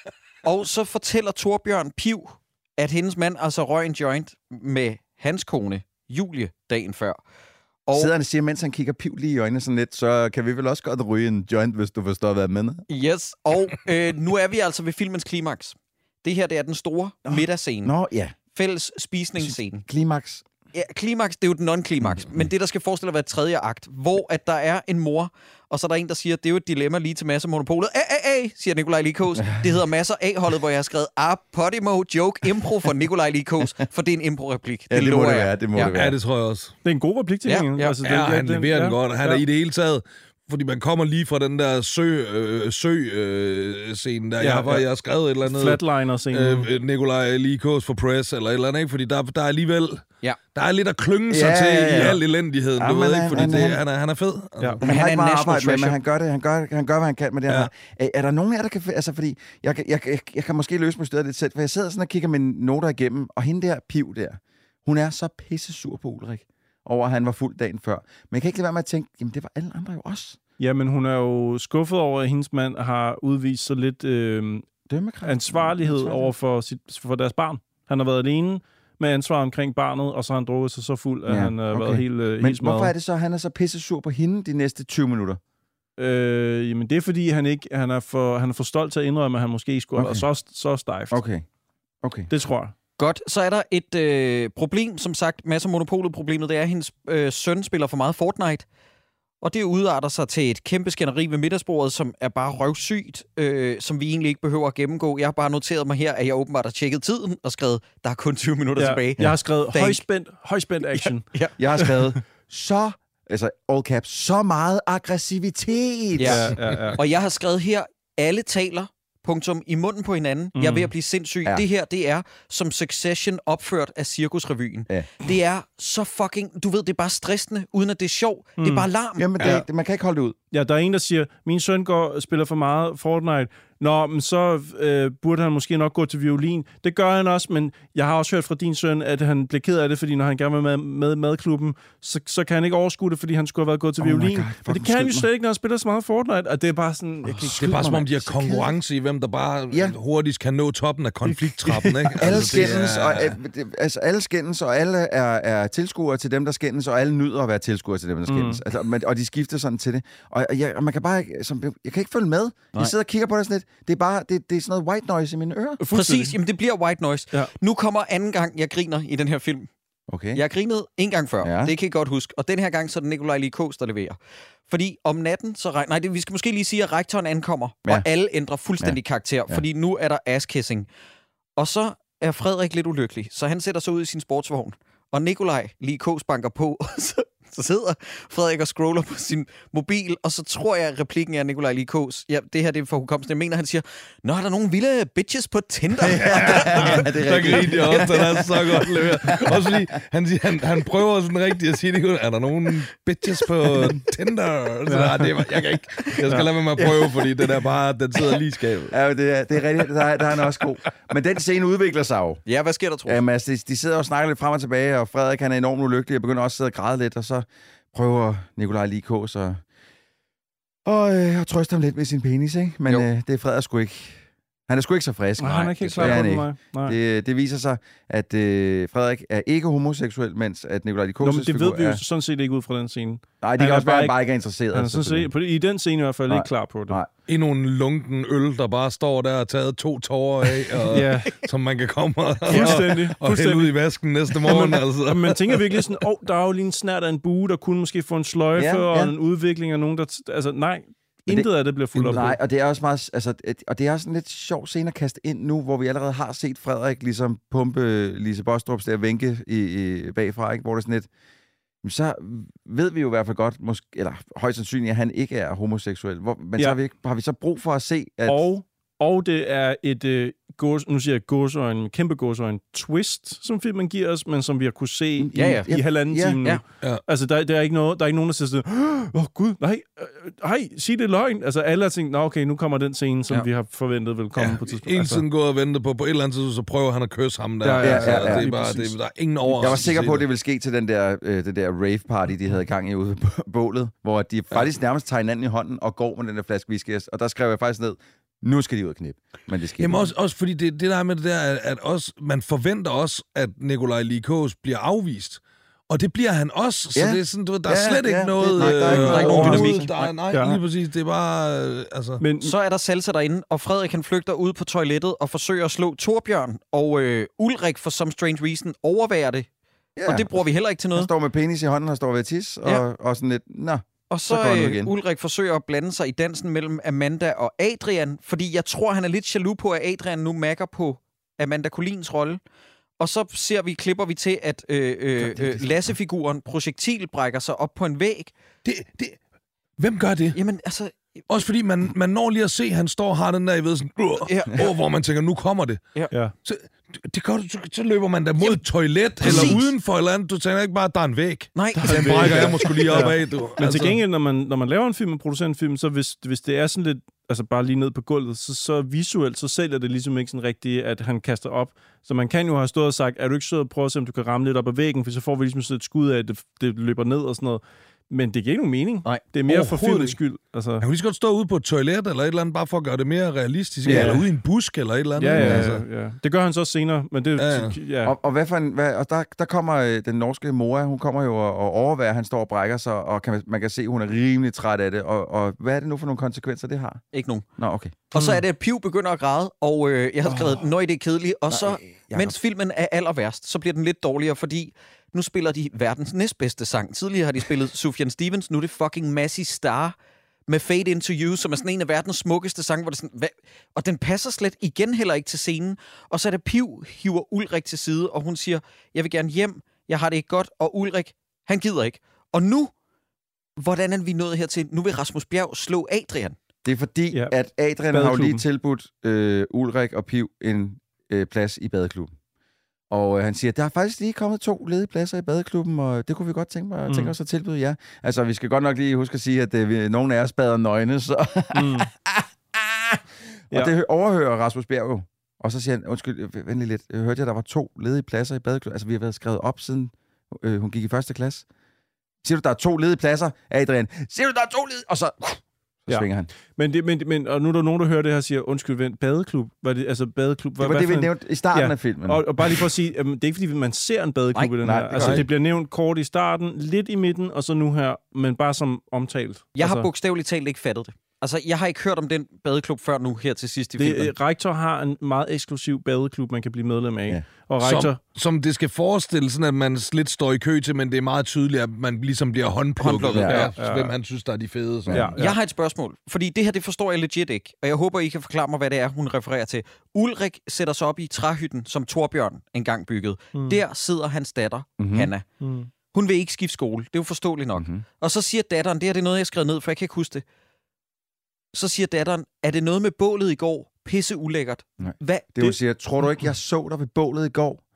Og så fortæller Torbjørn Piv, at hendes mand altså røg en joint med hans kone, Julie, dagen før. Og
Sidder han og siger, mens han kigger Piv lige i øjnene sådan lidt, så kan vi vel også godt ryge en joint, hvis du forstår, hvad jeg mener.
yes, og øh, nu er vi altså ved filmens klimaks. Det her, det er den store
Nå.
middagsscene.
Nå, ja.
Fælles spisningsscene.
Klimaks.
Ja, klimaks, det er jo den non-klimaks, men det, der skal forestille at være tredje akt, hvor at der er en mor, og så er der en, der siger, at det er jo et dilemma lige til Masser Monopolet. A, A, A, siger Nikolaj Likos. Det hedder Masser A-holdet, hvor jeg har skrevet ah, Podimo, joke, impro for Nikolaj Likos, for det er en impro-replik.
Ja, det må
lover
det
jeg.
være, det må
Ja.
det være.
Ja, det tror jeg også.
Det er en god replik til
Ja,
hende.
ja.
Altså,
Ja, han leverer den godt. Han er
ja.
i det hele taget... Fordi man kommer lige fra den der sø, øh, sø øh, scene der.
Ja,
Ja, jeg, har,
ja.
jeg har skrevet et eller andet...
Flatliner-scenen.
Øh, Nikolaj Likos for Press, eller et eller andet, ikke? Fordi der, der er alligevel...
Ja.
Der er lidt at klynge sig
Ja,
til
ja, ja.
i al elendigheden,
Ja,
du
men
ved
han-
ikke? Fordi
han-
det,
han-
han, er, han er fed.
Ja.
Han
han
har
er
ikke
en
meget
national
arbejde med, men
treasure.
han gør det, han gør, han gør, hvad han kan med det
Ja.
her. Er, er der nogen af jer, der kan... Altså, fordi jeg, jeg, jeg, jeg kan måske løse mig stedet lidt selv, for jeg sidder sådan og kigger mine noter igennem, og hende der, Piv der, hun er så pisse sur på Ulrik, over at han var fuld dagen før. Men jeg kan ikke lade være med at tænke, jamen det var alle andre jo også.
Ja, men hun er jo skuffet over, at hendes mand har udvist så lidt øh,
Dømmekraft.
ansvarlighed over for, sit, for deres barn. Han har været alene med ansvar omkring barnet, og så har han drukket sig så fuld, at
Ja,
han har
okay.
været helt, øh,
Men
helt smadret.
hvorfor er det så, at han er så pisse sur på hende de næste tyve minutter?
Øh, jamen, det er fordi, han, ikke, han, er for, han er for stolt til at indrømme, at han måske skulle have
Okay.
været så, så stejft.
Okay. Okay.
Det tror jeg.
Godt, så er der et øh, problem, som sagt, Masser Monopolet-problemet, det er, at hendes øh, søn spiller for meget Fortnite. Og det udarter sig til et kæmpe skænderi ved middagsbordet, som er bare røvsygt, øh, som vi egentlig ikke behøver at gennemgå. Jeg har bare noteret mig her, at jeg åbenbart har tjekket tiden og skrevet, der er kun tyve minutter
Ja,
tilbage.
jeg har skrevet
Thank-
højspændt, højspændt action.
Ja.
Jeg har skrevet så, altså all caps, så meget aggressivitet.
Ja.
Ja, ja, ja.
Og jeg har skrevet her, alle taler, punktum, i munden på hinanden. Mm. Jeg er ved at blive sindssyg.
Ja.
Ja. Det her, det er som Succession opført af Cirkusrevyen.
Ja.
Det er så fucking, du ved, det er bare stressende, uden at det er sjov. Mm. Det er bare larm.
Jamen, det,
Ja.
det, man kan ikke holde det ud.
Ja, der er en, der siger, min søn går og spiller for meget Fortnite. Nå, men så øh, burde han måske nok gå til violin. Det gør han også, men jeg har også hørt fra din søn, at han bliver ked af det, fordi når han gerne vil med, med madklubben, så, så kan han ikke overskue det, fordi han skulle have været gået til
Oh my
violin.
God,
Men
fucking
det kan han jo
skyld
slet ikke, når han spiller så meget Fortnite. Og det er bare sådan... Jeg kan ikke...
Det er bare som om,
mig,
de har
så kedeligt.
konkurrence i, hvem der bare
Ja.
hurtigst kan nå toppen af konflikttrappen, ikke?
Alle
Altså, det
skændes,
er-
og, øh, det- altså, alle skændes, og alle er, er tilskuere til dem, der skændes, og alle nyder at være tilskuere til dem, der skændes. Mm. Altså, men, og de skifter sådan til det. Og jeg, og man kan bare ikke, som, jeg kan ikke følge med. Nej. Jeg sidder og kigger på det sådan lidt. Det er bare, det, det er sådan noget white noise i mine ører.
Præcis, jamen det bliver white noise.
Ja.
Nu kommer anden gang, jeg griner i den her film.
Okay.
Jeg har grinet en gang før,
Ja.
ja. det kan I godt huske. Og den her gang, så er det Nikolaj Likos, der leverer. Fordi om natten, så... Rej- Nej, det, vi skal måske lige sige, at rektoren ankommer,
Ja.
og alle ændrer fuldstændig ja. karakter,
Ja.
fordi nu er der ass-kissing. Og så er Frederik lidt ulykkelig, så han sætter sig ud i sin sportsvogn. Og Nikolaj Likos banker på, og så, så sidder Frederik og scroller på sin mobil, og så tror jeg, at replikken er Nikolaj Likos. Ja, det her det er for hukommelsen. Jeg mener, han siger, nå, er der nogle vilde bitches på Tinder?
ja, det er
Der
rigtigt.
griner jeg også, den er så godt leveret. Også fordi, han, siger, han, han prøver sådan rigtigt at sige, det, er der nogen bitches på Tinder? Så, ja. det, var- jeg kan ikke. Jeg skal lade være med at prøve, fordi den er bare, den sidder lige i skabet.
Ja, det er, det er rigtigt. Der, er- der er han også god. Men den scene udvikler sig jo.
Ja, hvad sker der, tror
Jamen, altså, de, de sidder og snakker lidt frem og tilbage, og Frederik han er enormt ulykkelig og begynder også at sidde og græde lidt, og så prøver Nikolaj Likos at, og, øh, at trøste ham lidt med sin penis, ikke? Men
Jo.
øh, det er Frederik sgu ikke. Han er sgu ikke så frisk.
Nej, han er ikke helt klar på mig. Nej.
Det, det viser sig, at øh, Frederik er ikke homoseksuel, mens at Nikolaj Likos' figur er...
det ved vi jo er... sådan set ikke ud fra den scene.
Nej, det han kan også være, at han bare ikke er interesseret.
Han er sådan set, på, i den scene i hvert fald Nej. ikke klar på det.
Nej.
Endnu en lunken øl, der bare står der og taget to tårer af, og, ja. som man kan komme og,
Fuldstændig.
og, og hælde ud i vasken næste morgen.
Ja, man,
altså.
man tænker virkelig sådan, åh, oh, der er jo lige en snært af en bue, der kunne måske få en sløjfe ja, ja. og en udvikling af nogen, der... T- altså, nej. Intet af det bliver fuldt op på.
Nej, og det er også meget, altså, og det er også en lidt sjov scene at kaste ind nu, hvor vi allerede har set Frederik ligesom pumpe Lise Bostrups der vinke i, i, bagfra, ikke? Hvor det er sådan lidt, så ved vi jo i hvert fald godt, måske, eller højst sandsynligt, at han ikke er homoseksuel. Hvor, men ja. så har vi, ikke, har vi så brug for at se, at...
Og, og det er et, øh, gås, nu siger jeg gåsøjne, kæmpe gåsøjne twist, som filmen giver os, men som vi har kunne se ja, ja. i, i halvanden ja, time nu. Ja. Ja. Altså, der, der, er ikke noget, der er ikke nogen, der siger sådan, åh oh, gud, nej, øh, nej, sig det løgn. Altså, alle har tænkt, nå okay, nu kommer den scene, som ja. vi har forventet vil komme ja, på tidspunkt.
Hele tiden altså. gået og ventet på, på et eller andet tidspunkt, så prøver han at kysse ham der.
Ja, ja, ja, ja, ja.
Det er bare, det, der er ingen overraskelse.
Jeg var sikker på, at det ville ske til den der, øh, den der rave-party, de havde gang i ude på bålet, hvor de faktisk nærmest tager hinanden i hånden og går med den der flaske whisky. Og der skrev jeg faktisk ned, nu skal de ud og knippe. Men det sker
Jamen også, også fordi det, det der med det der, at, at også, man forventer også, at Nikolaj Likos bliver afvist. Og det bliver han også, så ja. det er sådan, du, der er slet ja, ikke noget... Det,
nej, der er ikke, øh, der er ikke nogen dynamik.
Der er, nej, ja. lige præcis, det er bare... Øh, altså.
Men så er der salsa derinde, og Frederik han flygter ud på toilettet og forsøger at slå Torbjørn, og øh, Ulrik for some strange reason overværer det. Ja. Og det bruger vi heller ikke til noget.
Han står med penis i hånden, og står ved at tisse, ja. og, og sådan lidt... Nå.
Og så, så øh, Ulrik forsøger at blande sig i dansen mellem Amanda og Adrian, fordi jeg tror, han er lidt jaloux på, at Adrian nu makker på Amanda Collins rolle. Og så ser vi, klipper vi til, at øh, øh, øh, Lasse-figuren projektil brækker sig op på en væg.
Det, det, hvem gør det?
Jamen, altså...
Også fordi man, man når lige at se, at han står og har den der, I ved, sådan, øh, ja. øh, hvor man tænker, nu kommer det.
Ja.
Så, det gør, så, så løber man da mod et toilet, præcis. Eller udenfor, eller andet. Du tænker ikke bare, at der er en væg.
Nej.
Den brækker jeg måske lige op ja. af. Du.
Men
altså.
til gengæld, når man, når man laver en film og producerer en film, så hvis, hvis det er sådan lidt, altså bare lige ned på gulvet, så, så visuelt, så sælger det ligesom ikke sådan rigtigt, at han kaster op. Så man kan jo have stået og sagt, er du ikke sød at prøve at se, om du kan ramme lidt op ad væggen, for så får vi ligesom sådan et skud af, at det, det løber ned og sådan noget. Men det giver ikke nogen mening.
Nej,
det er mere for filmens skyld. Altså.
Han kunne lige så godt stå ude på et toilet eller et eller andet, bare for at gøre det mere realistisk.
Ja.
Eller ude i en busk eller et eller andet.
Ja, ja,
altså.
ja, ja. Det gør han så også senere. Men det,
ja, ja.
Ja.
Og, og, hvad for en, hvad, og der, der kommer øh, den norske Moa, hun kommer jo og, og overværer, han står og brækker sig, og kan, man kan se, at hun er rimelig træt af det. Og, og hvad er det nu for nogle konsekvenser, det har?
Ikke nogen.
Nå, okay.
Og så er det, at Piv begynder at græde, og øh, jeg har skrevet, oh. når det er kedeligt. Og Nej, så, Jacob. mens filmen er aller værst, så bliver den lidt dårligere, fordi nu spiller de verdens næstbedste sang. Tidligere har de spillet Sufjan Stevens, nu er det fucking Massey Star med Fade Into You, som er sådan en af verdens smukkeste sange, hvor det sådan, hvad? Og den passer slet igen heller ikke til scenen. Og så er det Piv hiver Ulrik til side, og hun siger, jeg vil gerne hjem, jeg har det ikke godt, og Ulrik, han gider ikke. Og nu, hvordan er vi nået hertil? Nu vil Rasmus Bjerg slå Adrian.
Det er fordi, ja. at Adrian har jo lige tilbudt øh, Ulrik og Piv en øh, plads i badeklubben. Og øh, han siger, der er faktisk lige kommet to ledige pladser i badeklubben, og det kunne vi godt tænke, mig, mm. tænke os at tilbyde jer. Altså, vi skal godt nok lige huske at sige, at øh, vi, nogle af os bader nøgne, så... Mm. og ja. det overhører Rasmus Bjerg jo. Og så siger han, undskyld, venlig lidt, jeg hørte jeg, der var to ledige pladser i badeklubben. Altså, vi har været skrevet op, siden øh, hun gik i første klasse. Siger du, der er to ledige pladser, Adrian? Siger du, der er to ledige? Og så... Så ja. svinger han.
Men, det, men, men og nu er der nogen, der hører det her og siger, undskyld, vent, badeklub? Var det, altså badeklub?
Hvad, det var det, vi nævnte i starten ja. af filmen.
Og, og bare lige for at sige, um, det er ikke fordi, man ser en badeklub nej, i den nej, her. Altså, det bliver nævnt kort i starten, lidt i midten, og så nu her, men bare som omtalt.
Jeg
altså,
har bogstaveligt talt ikke fattet det. Altså, jeg har ikke hørt om den badeklub før nu, her til sidst i
det,
filmen.
Rektor har en meget eksklusiv badeklub, man kan blive medlem af. Ja. Og Rektor...
som, som det skal forestille sådan, at man lidt står i kø til, men det er meget tydeligt, at man ligesom bliver håndplukket. Ja, ja, ja. Hvem han synes, der er de fede. Så. Ja, ja.
Jeg har et spørgsmål, fordi det her, det forstår jeg legit ikke. Og jeg håber, I kan forklare mig, hvad det er, hun refererer til. Ulrik sætter sig op i træhytten, som Torbjørn engang byggede. Mm. Der sidder hans datter, mm-hmm. Hanna. Mm. Hun vil ikke skifte skole. Det er jo forståeligt nok. Mm-hmm. Og så siger datteren, det her det er noget, jeg skrev ned, for jeg kan ikke huske det. Så siger datteren, er det noget med bålet i går? Pisse ulækkert.
Hvad? Det, det vil sige, tror du ikke, jeg så dig ved bålet i går?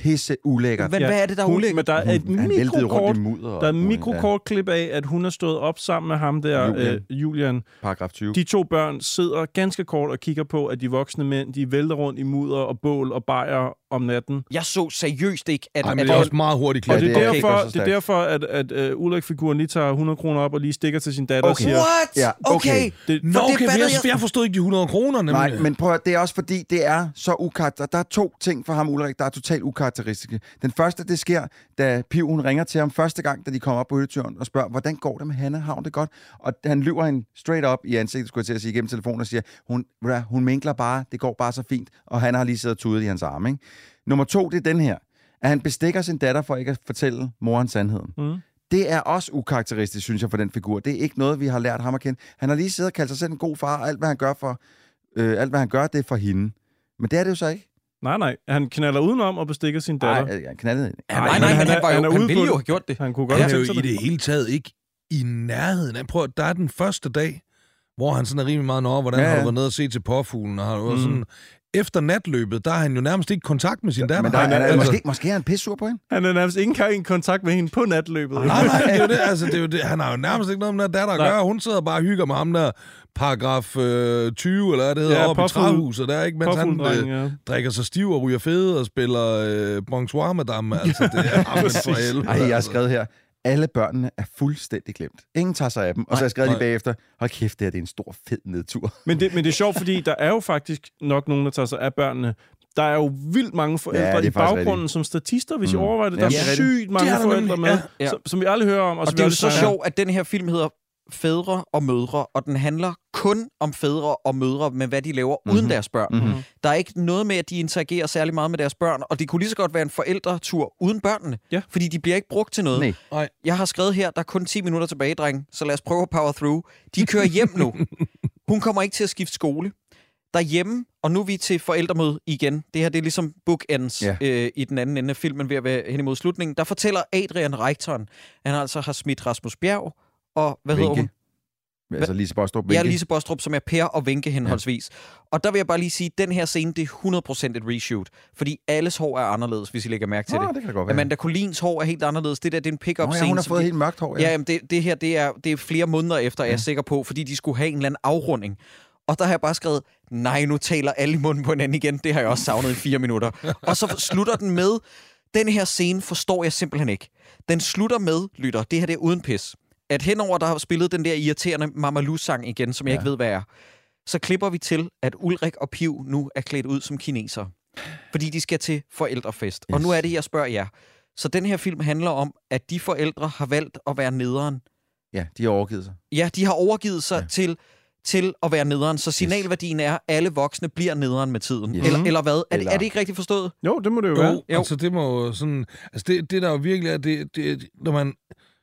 pisse ulækkert.
Men hvad er det, der er
hun,
ulækkert?
Men der er et
Han væltede rundt i
mikrokort,
mudder.
der er et mikrokortklip af, at hun har stået op sammen med ham der,
Julian.
øh, Julian.
Paragraf tyve.
De to børn sidder ganske kort og kigger på, at de voksne mænd, de vælter rundt i mudder og bål og bajer om natten.
Jeg så seriøst ikke, at...
Ej, men
at
det er også meget hurtigt
Og
klip.
det er,
det er
derfor,
ikke så
det er
stærkt.
derfor, at, at uh, Ulrik-figuren lige tager hundrede kroner op og lige stikker til sin datter
Okay.
og siger...
What?
Ja, okay.
Okay.
Det,
Nå,
For det
okay,
fatter
jeg,
jeg-
jeg forstod ikke de hundrede kroner, nemlig.
Nej, men prøv at, det er også fordi, det er så ukarakter. Der er to ting for ham, Ulrik, der er totalt ukarakteristiske. Den første, det sker, da Piv, hun ringer til ham første gang, da de kommer op på hytteturen og spørger, hvordan går det med Hanne? Har hun det godt? Og han lyver hende straight up i ansigtet, skulle jeg til at sige, gennem telefonen og siger, hun, hun minkler bare, det går bare så fint, og han har lige siddet og tudet i hans arme. Ikke? Nummer to, det er den her, at han bestikker sin datter for ikke at fortælle moren sandheden.
Mm.
Det er også ukarakteristisk, synes jeg, for den figur. Det er ikke noget, vi har lært ham at kende. Han har lige siddet og kaldt sig selv en god far, og alt, hvad han gør, for, øh, alt, hvad han gør, det er for hende. Men det er det jo så ikke.
Nej, nej. Han knaller udenom og bestikker sin datter.
Nej, han knaldede hende.
Nej, nej, nej, men han, var jo,
han, er
han
ude
ville
på
jo
det.
have gjort det.
Han kunne godt
Han
have
er jo
tænkt sig
i det hele taget ikke i nærheden. Jeg prøver, der er den første dag, hvor han sådan er rimelig meget nøje, hvordan
Ja,
ja,
ja.
har du været nede og set til påfuglen, og har du mm. sådan... Efter natløbet, der har han jo nærmest ikke kontakt med sin datter.
Men der, han er,
altså,
måske, måske er han pissur på hende.
Han er nærmest ikke engang i kontakt med hende på natløbet.
Nej, nej, det er jo det. Altså, det er jo det. Han har jo nærmest ikke noget med den der datter at
Nej.
gøre. Hun sidder bare og hygger med ham der paragraf øh, tyve, eller hvad det hedder,
Ja,
oppe i
påfugl-
træhuset der, ikke? Mens han
Påfugledreng,
øh,
ja.
drikker sig stiv og ryger fede og spiller øh, bonsoir madame. Altså, det er jamen, for helvede.
Ej, jeg har
altså.
skrevet her, alle børnene er fuldstændig glemt. Ingen tager sig af dem. Og så har jeg skrevet lige
nej.
bagefter, hold kæft, det her det er en stor, fed nedtur.
Men det, men det er sjovt, fordi der er jo faktisk nok nogen, der tager sig af børnene. Der er jo vildt mange forældre
Ja, det er
i
faktisk
baggrunden
rigtigt.
som statister, hvis
Mm.
I overvejer det. Der
Ja,
er
det er
sygt mange
Det er der
forældre
nemlig,
med,
ja.
Ja.
som, som vi aldrig hører om.
Og
som
det er
vi
jo
aldrig
så
snakker om.
sjovt, at den her film hedder Fædre og Mødre, og den handler kun om fædre og mødre med, hvad de laver mm-hmm. uden deres børn.
Mhm.
Der er ikke noget med, at de interagerer særlig meget med deres børn, og det kunne lige så godt være en forældretur uden børnene,
Ja.
fordi de bliver ikke brugt til noget.
Nej.
Jeg har skrevet her, der er kun ti minutter tilbage, dreng, så lad os prøve at power through. De kører hjem nu. Hun kommer ikke til at skifte skole. Derhjemme, og nu er vi til forældremøde igen. Det her, det er ligesom bookends
Ja.
øh, i den anden ende af filmen ved at være hen imod slutningen. Der fortæller Adrian Reichton, han altså har smidt Rasmus Bjerg, og hvad hedder hun?
Altså Lise Bostrup.
Ja, Lise Bostrup, som er Per og Wenche henholdsvis. Ja. Og der vil jeg bare lige sige, at den her scene, det er hundrede procent et reshoot. Fordi alles hår er anderledes, hvis I lægger mærke til
Nå,
det.
det kan godt være.
Amanda Collins hår er helt anderledes. Det der, det er en pick-up
Nå, ja,
scene.
hun har
som
fået
de-
helt mørkt hår.
Ja, jamen det, det her, det er, det er flere måneder efter, ja. Jeg er sikker på, fordi de skulle have en eller anden afrunding. Og der har jeg bare skrevet, nej, nu taler alle i munden på hinanden igen. Det har jeg også savnet i fire minutter. Og så slutter den med, den her scene forstår jeg simpelthen ikke. Den slutter med, lytter, det her det er uden pis, at henover der har spillet den der irriterende Mamalou-sang igen, som jeg ja. ikke ved, hvad er, så klipper vi til, at Ulrik og Piv nu er klædt ud som kinesere. Fordi de skal til forældrefest. Yes. Og nu er det, jeg spørger jer. Så den her film handler om, at de forældre har valgt at være nederen.
Ja, de har overgivet sig.
Ja, de har overgivet sig ja.
Ja.
til, til at være nederen. Så signalværdien er, at alle voksne bliver nederen med tiden.
Yes.
Eller, eller hvad? Er,
Eller-
det, er det ikke rigtigt forstået?
Jo, det må det jo,
Jo,
være.
Jo.
altså det må jo sådan... Altså det, det der jo virkelig er, det, det, når man...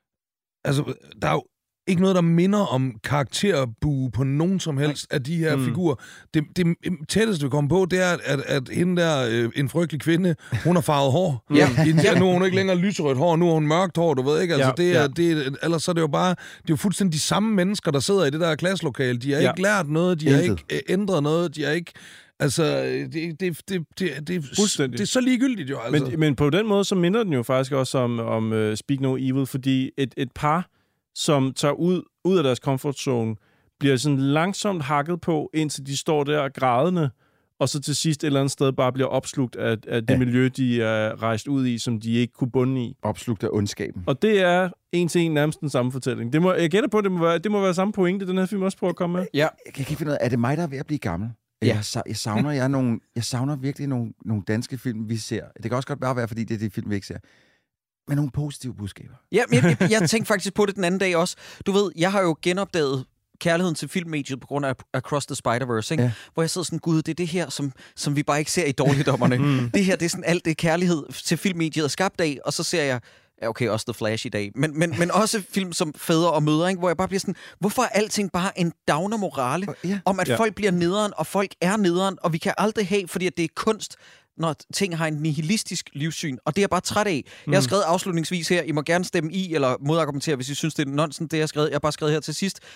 Altså, der er jo ikke noget, der minder om karakterbue på nogen som helst af de her
Mm.
mm. figurer. Det, det tætteste, vi kommer på, det er, at, at hende der, øh, en frygtelig kvinde, hun har farvet hår.
Ja.
I den, nu har hun ikke længere lyserødt hår, nu har hun mørkt hår, du ved ikke? Altså,
Ja,
det er,
ja.
det er, ellers så er det jo bare... Det er jo fuldstændig de samme mennesker, der sidder i det der klasselokale. De har
Ja.
ikke lært noget, de har
Intet.
ikke øh, ændret noget, de har ikke... Altså, det, det, det, det, det, er,
Fuldstændig.
det er så ligegyldigt jo, altså.
Men, men på den måde, så minder den jo faktisk også om, om uh, Speak No Evil, fordi et, et par, som tager ud, ud af deres comfort zone, bliver sådan langsomt hakket på, indtil de står der grædende, og så til sidst et eller andet sted bare bliver opslugt af, af det
Ja.
miljø, de er rejst ud i, som de ikke kunne bunde i.
Opslugt af ondskaben.
Og det er en til en nærmest den samme fortælling. Det må, jeg gætter på, det må være, det må være samme pointe, den her film også prøver at komme med.
Ja.
Jeg kan ikke finde ud af, er det mig, der er ved at blive gammel?
Ja.
Jeg, sa- jeg, savner, jeg, nogle, jeg savner virkelig nogle, nogle danske film, vi ser. Det kan også godt bare være, fordi det er de film, vi ikke ser. Men nogle positive budskaber.
Ja, men jeg, jeg, jeg tænkte faktisk på det den anden dag også. Du ved, jeg har jo genopdaget kærligheden til filmmediet på grund af Across the Spider-Verse, ikke?
Ja.
Hvor jeg sidder sådan, gud, det er det her, som, som vi bare ikke ser i Dårligdommerne. mm. Det her, det er sådan alt det kærlighed til filmmediet er skabt af, og så ser jeg, ja, okay, også The Flash i dag, men, men, men også film som Fædre og Mødre, ikke? Hvor jeg bare bliver sådan, hvorfor er alting bare en downer-morale?
Ja.
Om at
Ja.
folk bliver nederen, og folk er nederen, og vi kan aldrig have, fordi at det er kunst, når ting har en nihilistisk livssyn, og det er jeg bare træt af. Jeg har skrevet afslutningsvis her, I må gerne stemme i, eller modargumentere, hvis I synes, det er nonsens, det jeg har skrevet. Jeg har bare skrevet her til sidst.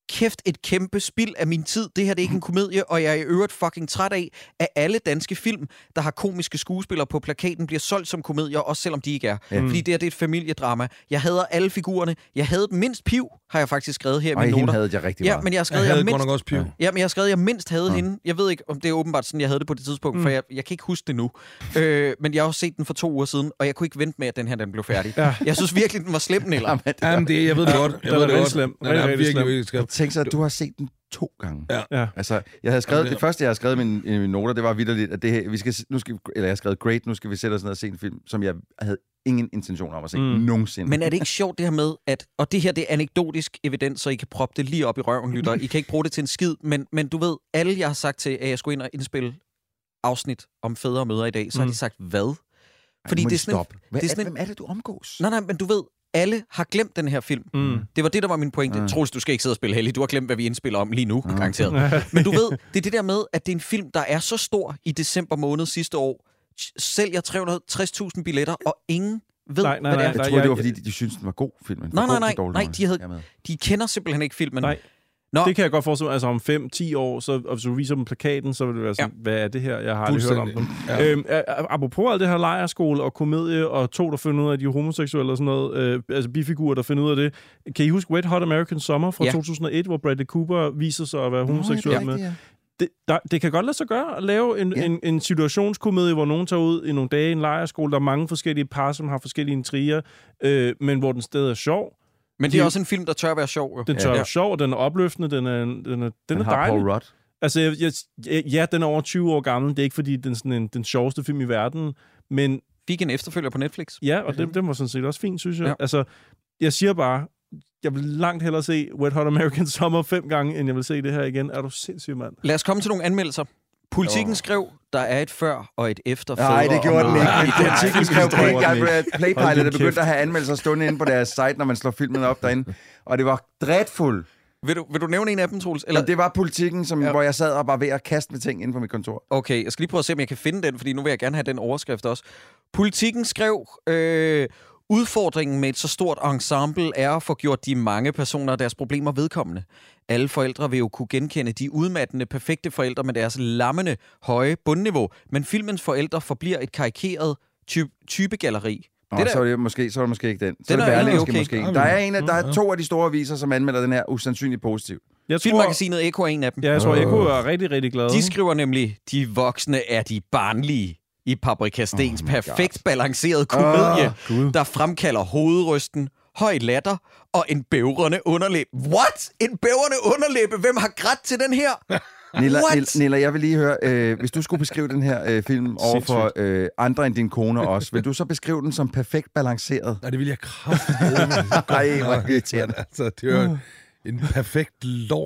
kæft et kæmpe spild af min tid. Det her det er ikke en komedie, og jeg er i øvrigt fucking træt af, at alle danske film, der har komiske skuespillere på plakaten, bliver solgt som komedier, også selvom de ikke er. Ja. Fordi det her det er et familiedrama. Jeg hader alle figurerne. Jeg havde mindst Piv, har jeg faktisk skrevet her i mine noter. Og hende
havde jeg rigtig
ja,
meget.
men jeg har skrevet,
jeg havde
jeg mindst,
godt nok også Piv.
Ja, men jeg har skrevet, jeg mindst havde ja. hende. Jeg ved ikke, om det er åbenbart sådan, jeg havde det på det tidspunkt, mm. for jeg, jeg kan ikke huske det nu. øh, men jeg har også set den for to uger siden, og jeg kunne ikke vente med, at den her den blev færdig. Ja. Jeg synes virkelig, den var slem, Niller.
Jamen, det, jeg ved det godt. Jeg
det
ved det godt.
Slem.
Den er virkelig, virkelig slem.
Tænk så, at du har set den to gange.
Ja.
Ja. Altså, jeg havde skrevet, det første, jeg havde skrevet i mine, i mine noter, det var vitterligt, at det her, vi skal, nu skal, eller jeg har skrevet, great, nu skal vi sætte os ned og se en film, som jeg havde ingen intention om at se mm. nogensinde.
Men er det ikke sjovt det her med, at, og det her det er anekdotisk evidens, så I kan proppe det lige op i røven, lytter. I kan ikke bruge det til en skid, men, men du ved, alle jeg har sagt til, at jeg skulle ind og indspille afsnit om fædre og mødre i dag, så mm. har de sagt, hvad?
Fordi Ej, det er sådan, Hvad det er sådan, hvem er det, du omgås?
Nej, nej, men du ved, alle har glemt den her film. Mm. Det var det, der var min pointe. Mm. Troels, du skal ikke sidde og spille heldig. Du har glemt, hvad vi indspiller om lige nu, mm. garanteret. Men du ved, det er det der med, at det er en film, der er så stor i december måned sidste år. Sælger tre hundrede og tres tusind billetter, og ingen ved,
nej, nej,
hvad det er.
Jeg troede, det var, fordi de, de syntes, den var god, filmen.
Nej, nej, nej. nej de, havde, de kender simpelthen ikke filmen.
Nej. Nå. Det kan jeg godt forestille mig. Altså om fem til ti år, så, og hvis du viser dem plakaten, så vil det være sådan, ja. Hvad er det her? Jeg har aldrig hørt om dem. Ja. Øhm, apropos alt det her lejrskole og komedie, og to, der finder ud af, at de er homoseksuelle og sådan noget, øh, altså bifigurer, der finder ud af det. Kan I huske Wet Hot American Summer fra ja. to tusind og et, hvor Bradley Cooper viser sig at være homoseksuel oh, med? Ja. Det, der, det kan godt lade sig gøre at lave en, ja. en, en situationskomedie, hvor nogen tager ud i nogle dage i en lejrskole. Der er mange forskellige par, som har forskellige intriger, øh, men hvor den stadig er sjov.
Men det er også en film, der tør at være sjov. Jo.
Den tør at ja. være sjov, den er opløftende, den er, den er, den er dejlig.
Paul Rudd.
Altså, jeg, jeg, ja, den er over tyve år gammel. Det er ikke, fordi den er sådan en, den sjoveste film i verden, men...
Fik en efterfølger på Netflix.
Ja, og den, den var sådan set også fint, synes jeg. Ja. Altså, jeg siger bare, jeg vil langt hellere se Wet Hot American Summer fem gange, end jeg vil se det her igen. Er du sindssyg, mand?
Lad os komme til nogle anmeldelser. Politikken oh. skrev, der er et før og et efter.
Nej, det gjorde den ikke. Politikken skrev på en Playpilot, der begyndte at have anmeldelser stående inde på deres site, når man slår filmen op derinde. Og det var dreadfuld.
Vil du, vil du nævne en af dem, Troels?
Eller? Det var Politikken, som, ja. hvor jeg sad og var ved at kaste med ting inde på mit kontor.
Okay, jeg skal lige prøve at se, om jeg kan finde den, fordi nu vil jeg gerne have den overskrift også. Politikken skrev... Øh, Udfordringen med et så stort ensemble er at få gjort de mange personer deres problemer vedkommende. Alle forældre vil jo kunne genkende de udmattende, perfekte forældre med deres lammende, høje bundniveau, men filmens forældre forbliver et karikeret ty- typegalleri.
Nå, det der... så, er det måske, så er det måske ikke den. Så den er det Berlingske okay. måske. Der er, en af, der er to af de store aviser, som anmelder den her usandsynligt positivt.
Jeg tror... Filmmagasinet Eko er en af dem.
Ja, jeg tror, Eko er rigtig, rigtig glad.
De skriver nemlig, de voksne er de barnlige. I Paprika Stens oh perfekt God. Balanceret komedie, oh, der fremkalder hovedrysten, høj latter og en bævrende underlæbe. What? En bævrende underlæbe? Hvem har grædt til den her?
Nilla, Nilla, jeg vil lige høre, øh, hvis du skulle beskrive den her øh, film over for øh, andre end din kone også, vil du så beskrive den som perfekt balanceret?
Nej, det vil jeg kraftigt.
Ej, hvor irriterende.
Altså, det er en perfekt lår.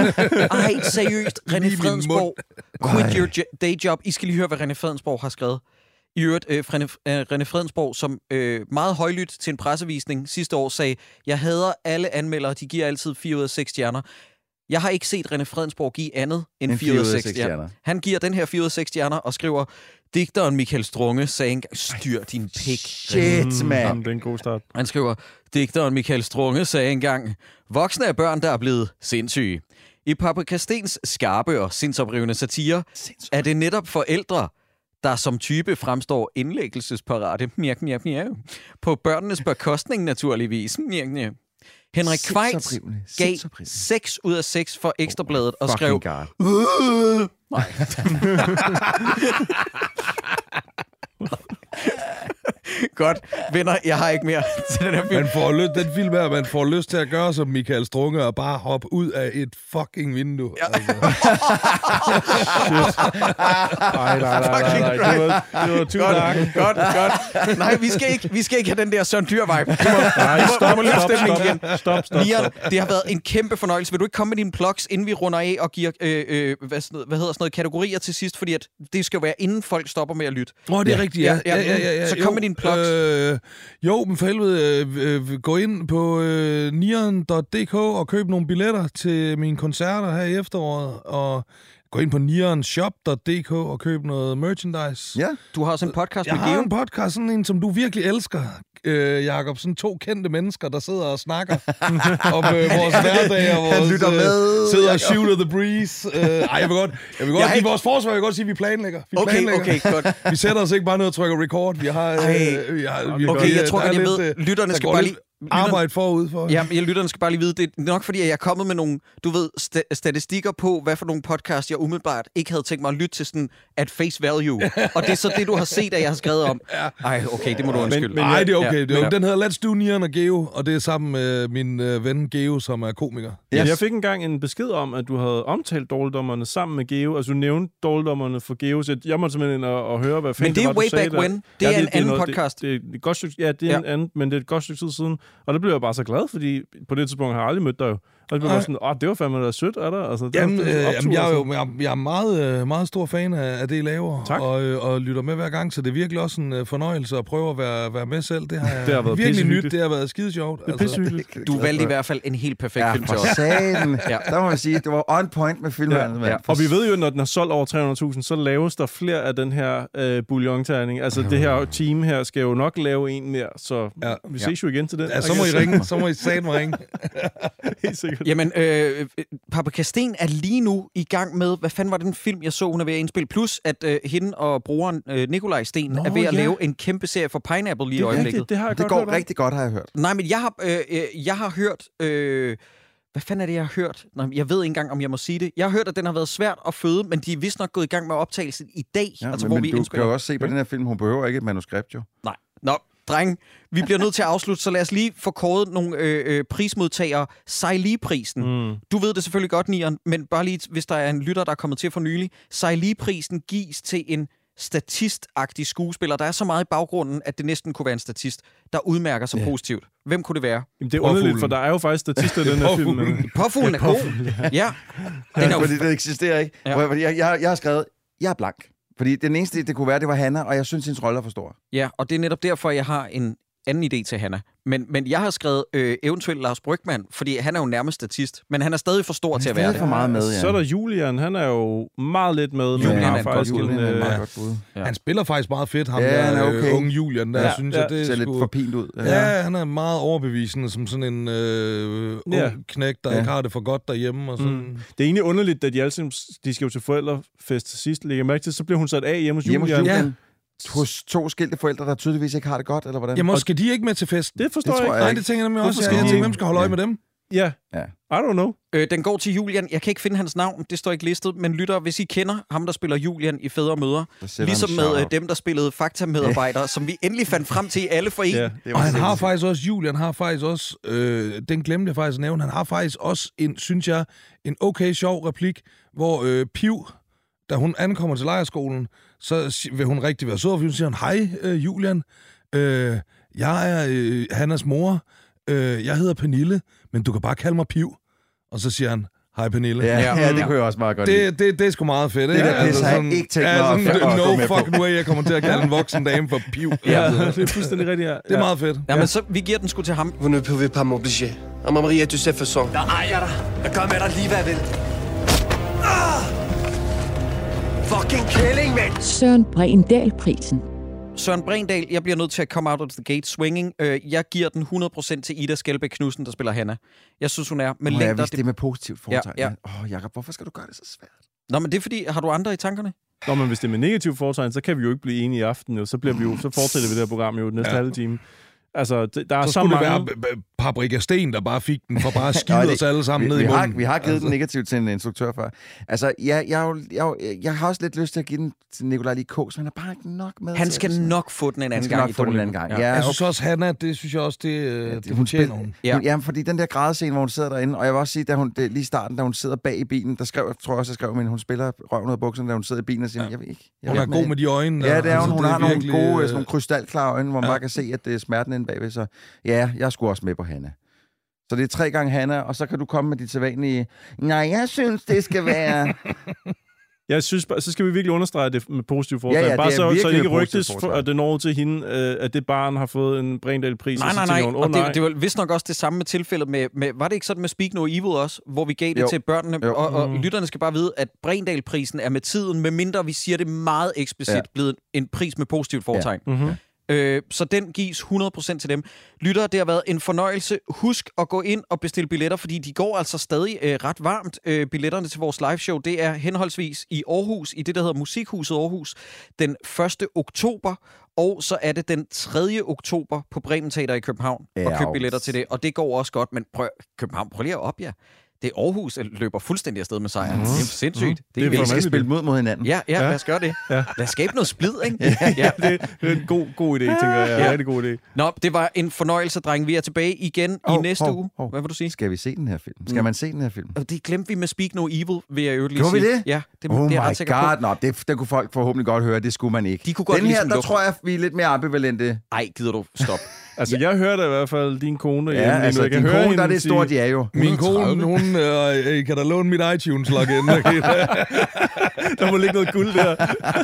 Ej, seriøst. René Fredensborg, quit your day job. I skal lige høre, hvad René Fredensborg har skrevet. I øvrigt, øh, René Fredensborg, som øh, meget højlydt til en pressevisning sidste år, sagde, jeg hader alle anmeldere, de giver altid fire ud af seks stjerner. Jeg har ikke set René Fredensborg give andet end en fire ud af seks stjerner. Han giver den her fire ud af seks stjerner og skriver, digteren Michael Strunge sagde engang, styr din pik.
Shit, man.
Det er en god start.
Han skriver, digteren Michael Strunge sagde engang, voksne er børn, der er blevet sindssyge. I Paprika Stens skarpe og sindsoprivende satire er det netop forældre, der som type fremstår indlæggelsesparate. Mjak, mjak, mjak. På børnenes bekostning naturligvis. Mjak, mjak. Henrik Kvejts gav seks ud af seks for Ekstrabladet og skrev... Øh, nej. Godt, venner, jeg har ikke mere til den her film.
Man får lyst, den film her, man får lyst til at gøre som Michael Strunge og bare hoppe ud af et fucking vindue. Ja. Altså.
nej, nej, nej, nej, nej. Det var, det var
godt, godt, godt. Nej, vi skal ikke, vi skal ikke have den der Søren Dyr-vibe.
Nej, stop, stop, stop, stop, stop,
Nian, det har været en kæmpe fornøjelse. Vil du ikke komme med dine plugs, inden vi runder af og giver, øh, øh, hvad, hvad hedder sådan noget, kategorier til sidst? Fordi at det skal være, inden folk stopper med at lytte.
Åh, oh, det er ja. rigtigt, ja. Ja, ja, ja, ja, ja.
Så kom med dine plugs.
Øh, jo, men for helvede, øh, øh, gå ind på øh, nieren punktum d k og køb nogle billetter til mine koncerter her i efteråret, og gå ind på nirenshop punktum d k og købe noget merchandise.
Ja.
Du har også en podcast
Jeg
med
har
Geo.
en podcast, sådan en, som du virkelig elsker, øh, Jakob. Sådan to kendte mennesker, der sidder og snakker om øh, vores hverdag og vores...
Han lytter med,
øh, sidder og
Jacob.
shooter the breeze. Øh, ej, jeg vil godt, jeg vil godt
Jeg har
give
ikke-
vores forsvar, jeg vil godt sige, at vi planlægger. Vi
Okay,
planlægger.
okay, godt.
Vi sætter os ikke bare ned og trykker record. Vi har... Øh,
Ej.
vi har vi,
Okay,
vi,
jeg tror
der er
godt, jeg
lidt,
ved,
øh,
lytterne
der
skal
går
bare
lidt
lige...
arbejde forud for.
Ja, jeg lytterne skal bare lige vide, det er nok fordi, at jeg er kommet med nogle, du ved, sta- statistikker på, hvad for nogle podcasts, jeg umiddelbart ikke havde tænkt mig at lytte til sådan at face value. Og det er så det, du har set, at jeg har skrevet om. Ej, okay, det må du undskylde.
men-
Nej, det er okay.
Ja,
Det er,
men-
den hedder Let's Do Nieren og Geo, og det er sammen med min øh, ven Geo, som er komiker.
Yes. Jeg fik engang en besked om, at du havde omtalt dårligdommerne sammen med Geo. Altså, du nævnte dårligdommerne for Geo, så jeg måtte simpelthen ind og, og høre, hvad fanden
Men det er
var, du
way
sagde
back
der.
when. Det er en anden
noget-
podcast.
Det, det er et godt stykke, ja, det er
Ja.
en anden, men det er et godt stykke tid siden. Og der blev jeg bare så glad, fordi på det tidspunkt har jeg aldrig mødt dig jo. Og det blev
Nej.
bare sådan, åh, det var fandme da sødt af dig. Altså, det
Jamen,
var,
øh,
det var
jamen, jeg er
optur,
jo jeg, jeg er meget, øh, meget stor fan af, af det, I laver,
Tak.
og, øh, og lytter med hver gang, så det er virkelig også en øh, fornøjelse at prøve at være, være med selv. Det har,
Det har været
virkelig nyt,
pissehyggeligt.
det har været skide sjovt.
Det er pissehyggeligt.
Du valgte i hvert fald en helt perfekt
Ja,
film til
for
os.
satan.
Ja.
Der må man sige, det var on point med filmvalget,
Ja,
mand.
og vi ved jo, når den har solgt over tre hundrede tusind, så laves der flere af den her øh, bouillon-terning. Altså, det her team her skal jo nok lave en mere, så
Ja.
ja. vi ses jo igen til den.
Ja, så må I ringe, så må I satme ringe.
Helt sikkert.
Jamen, øh, Paprika Steen er lige nu i gang med, hvad fanden var den film, jeg så, hun er ved at indspille? Plus, at øh, hende og brugeren øh, Nikolaj Sten
Nå,
er ved at
ja.
lave en kæmpe serie for Pineapple lige i
Det er
øjeblikket.
rigtigt, det har jeg
Det
godt
går
hørt om.
rigtig godt, har jeg hørt.
Nej, men jeg har, øh, øh, jeg har hørt... Øh, hvad fanden er det, jeg har hørt? Nå, jeg ved ikke engang, om jeg må sige det. Jeg har hørt, at den har været svært at føde, men de er vist nok gået i gang med optagelsen i dag,
Ja,
altså
men,
hvor
men
vi
du
indspiller.
kan jo også se på den her film, hun behøver ikke et manuskript, jo.
Nej. Nå, dreng, vi bliver nødt til at afslutte, så lad os lige få kåret nogle øh, øh, prismodtagere. Sejli-prisen. Mm. Du ved det selvfølgelig godt, Nieren, men bare lige, hvis der er en lytter, der er kommet til for nylig. Sejli-prisen gives til en statistagtig skuespiller. Der er så meget i baggrunden, at det næsten kunne være en statist, der udmærker sig yeah. positivt. Hvem kunne det være?
Jamen, det er underligt, for der er jo faktisk statister i den her film.
Påfuglen.
men-
Påfuglen er god. Ja. Den er jo
Fordi det eksisterer ikke.
Ja.
Ja. Jeg, jeg, jeg har skrevet, jeg er blank. Fordi den eneste, det kunne være, det var Hanna, og jeg synes, hendes rolle er for stor.
Ja, og det er netop derfor, jeg har en anden idé til Hanna. Men, men jeg har skrevet øh, eventuelt Lars Brygmann, fordi han er jo nærmest statist, men han er stadig for stor til at være
stadig
det.
for meget med, ja.
Så er der Julian, han er jo meget lidt med.
Julian
men har
er et godt
faktisk
bud.
en,
Julian er et
øh,
meget godt bud.
Ja.
Han spiller faktisk meget fedt, ham
Ja,
der
han er okay.
øh, unge Julian, der
Ja,
synes
ja.
jeg, det
Det ser
er
lidt
sgu...
for pint ud.
Ja, han er meget overbevisende som sådan en øh, ung
Ja.
knæk, der
Ja.
ikke har det for godt derhjemme. Og sådan.
Mm. Det er egentlig underligt, at de alle sammen, de skal jo til forældrefest til sidst, lægger jeg mærke til, så bliver hun sat af hjemme hos
Hjemme hos
Julian.
Julian. Hos to skilte forældre, der tydeligvis ikke har det godt, eller hvordan?
Jamen, skal de ikke med til festen?
Det forstår
Det
jeg
tror
ikke.
jeg
Nej,
ikke.
det tænker jeg nemlig
Hvorfor
også.
skal
Jeg
de
tænker,
ikke?
hvem skal holde øje
Ja.
med dem?
Ja,
Ja.
I don't know.
Øh, den går til Julian. Jeg kan ikke finde hans navn, det står ikke listet, men lytter, hvis I kender ham, der spiller Julian i Fædre Mødre,
Der sætter
ligesom
han
med øh,
shout-out.
dem, der spillede Fakta-medarbejdere, som vi endelig fandt frem til i alle for en.
Ja.
Det var
Og han har
sindssygt.
faktisk også, Julian har faktisk også, øh, den glemte jeg faktisk at nævne, han har faktisk også en, synes jeg, en okay sjov replik, hvor øh, Piv, da hun ankommer til lejerskolen, så si- vil hun rigtig være sød, og hun siger, han, hej øh, Julian, øh, jeg er øh, Hannas mor, øh, jeg hedder Pernille, men du kan bare kalde mig Piv. Og så siger han, hej Pernille.
Ja,
Ja.
ja, det kunne jeg også meget godt lide.
Det, det, det er sgu meget fedt, ikke?
der pis har jeg ikke tænkt mig
ja,
at-
sådan,
at gå
no
med på.
fucking way, jeg kommer til at kalde en voksen dame for Piv.
Ja, det er fuldstændig rigtigt. Ja.
Det er meget fedt.
Jamen, så vi giver den sgu til ham.
Vous ne pouvez pas m'obliger. À ma Maria, tu sais façon.
Jeg ejer dig. Jeg gør med dig lige, hvad jeg vil. Ah! Fucking kælling, mand!
Søren Bregendahl-prisen.
Søren Bregendahl, jeg bliver nødt til at come out of the gate swinging. Øh, jeg giver den hundrede procent til Ida Skelbæk Knudsen, der spiller Hanna. Jeg synes, hun er med
Nå, jeg
længder.
vidste det med positivt foretegn.
Ja,
Åh,
ja.
ja, oh, Jacob, hvorfor skal du gøre det så svært?
Nå, men det er fordi, har du andre i tankerne?
Nå, men hvis det er med negativ foretegn, så kan vi jo ikke blive enige i aften. Jo. Så, bliver vi jo, så fortsætter vi det her program jo den næste ja. halve time. Altså, det, der er
Så
så,
skulle det
mange...
være b- b- Paprika Sten, der bare fik den for bare at
Nå,
skide
det-
os alle sammen
vi,
ned
vi
i
har,
munden.
vi har givet den negativt til en instruktør før. Altså, jeg, jeg, er jo- jeg, jeg, jeg har også lidt lyst til at give den til Nikolaj Lie Kås, men han er bare ikke nok med.
Han
til
skal
det.
nok få den en
Han
anden
skal
gang.
nok
i
få den en
Dårlig
anden gang.
Jul.
Ja,
Jeg synes også, Hanna, det synes jeg også, det, øh, det, det fortjener hun.
Ja.
Ja. Jamen, fordi den der grædescene, hvor hun sidder derinde, og jeg vil også sige, da hun, det, lige i starten, da hun sidder bag i bilen, der skrev, jeg tror også, jeg skrev, men hun spiller røven ud af bukserne, da hun sidder i bilen og siger, ja. jeg ved ikke. Jeg
Hun
ved
er
ikke,
god med de øjne.
Ja, det er hun. Hun har nogle
virkelig,
gode,
øh,
sådan nogle krystalklare øjne, hvor man
ja.
bare kan se, at det er smerten inde bagved. Så ja, jeg skulle også med på Hanna. Så det er tre gange Hanna, og så kan du komme med dit sædvanlige, nej, jeg synes, det skal være...
Jeg synes, så skal vi virkelig understrege det med positiv fortegn.
Ja, ja,
bare så, så ikke rygtes,
for,
at det når til hende, at det barn har fået en Brændal-pris.
Nej, nej, nej. Og, og det, det var vist nok også det samme med tilfældet med, med... Var det ikke sådan med Speak No Evil også, hvor vi gav det jo. til børnene? Jo. Og, og mm. lytterne skal bare vide, at Brændal-prisen er med tiden, medmindre vi siger det meget eksplicit, ja. blevet en pris med positivt fortegn. Ja. Mm-hmm. Øh, så den gives hundrede procent til dem. Lyttere, det har været en fornøjelse. Husk at gå ind og bestille billetter, fordi de går altså stadig øh, ret varmt. Øh, billetterne til vores liveshow, det er henholdsvis i Aarhus, i det, der hedder Musikhuset Aarhus, den første oktober, og så er det den tredje oktober på Bremen Teater i København, ja, og købe billetter til det. Og det går også godt, men prøv, København, prøv lige at op, ja. Det er Aarhus, der løber fuldstændig afsted med sejren. Mm. Det er sindssygt.
Mm. Det er, det er vi skal spille mod mod hinanden.
Ja, ja, ja. Lad os gøre det. Ja. Lad os skabe noget splid, ikke?
ja, ja. Det er en god, god idé, tænker jeg. Ja. Rigtig god idé.
Nå, det var en fornøjelse, dreng. Vi er tilbage igen oh, i næste oh, uge. Oh. Hvad vil du sige?
Skal vi se den her film? Skal mm. man se den her film?
Og det glemte vi med Speak No Evil, vil jeg jo lige
sige.
Gjorde
vi det?
Ja, det,
oh
det er
my god, nå, det, det kunne folk forhåbentlig godt høre. Det skulle man ikke.
De kunne godt
den her, der
luft.
tror jeg, vi er lidt mere ambivalente.
Ej, gider du? Stop.
Altså, jeg hørte i hvert fald din kone.
Ja, hjemme, altså, din kone, hende, der er det stort, de er jo.
Min kone, hun, øh, kan der låne mit iTunes-login?
Der må ligge noget guld der.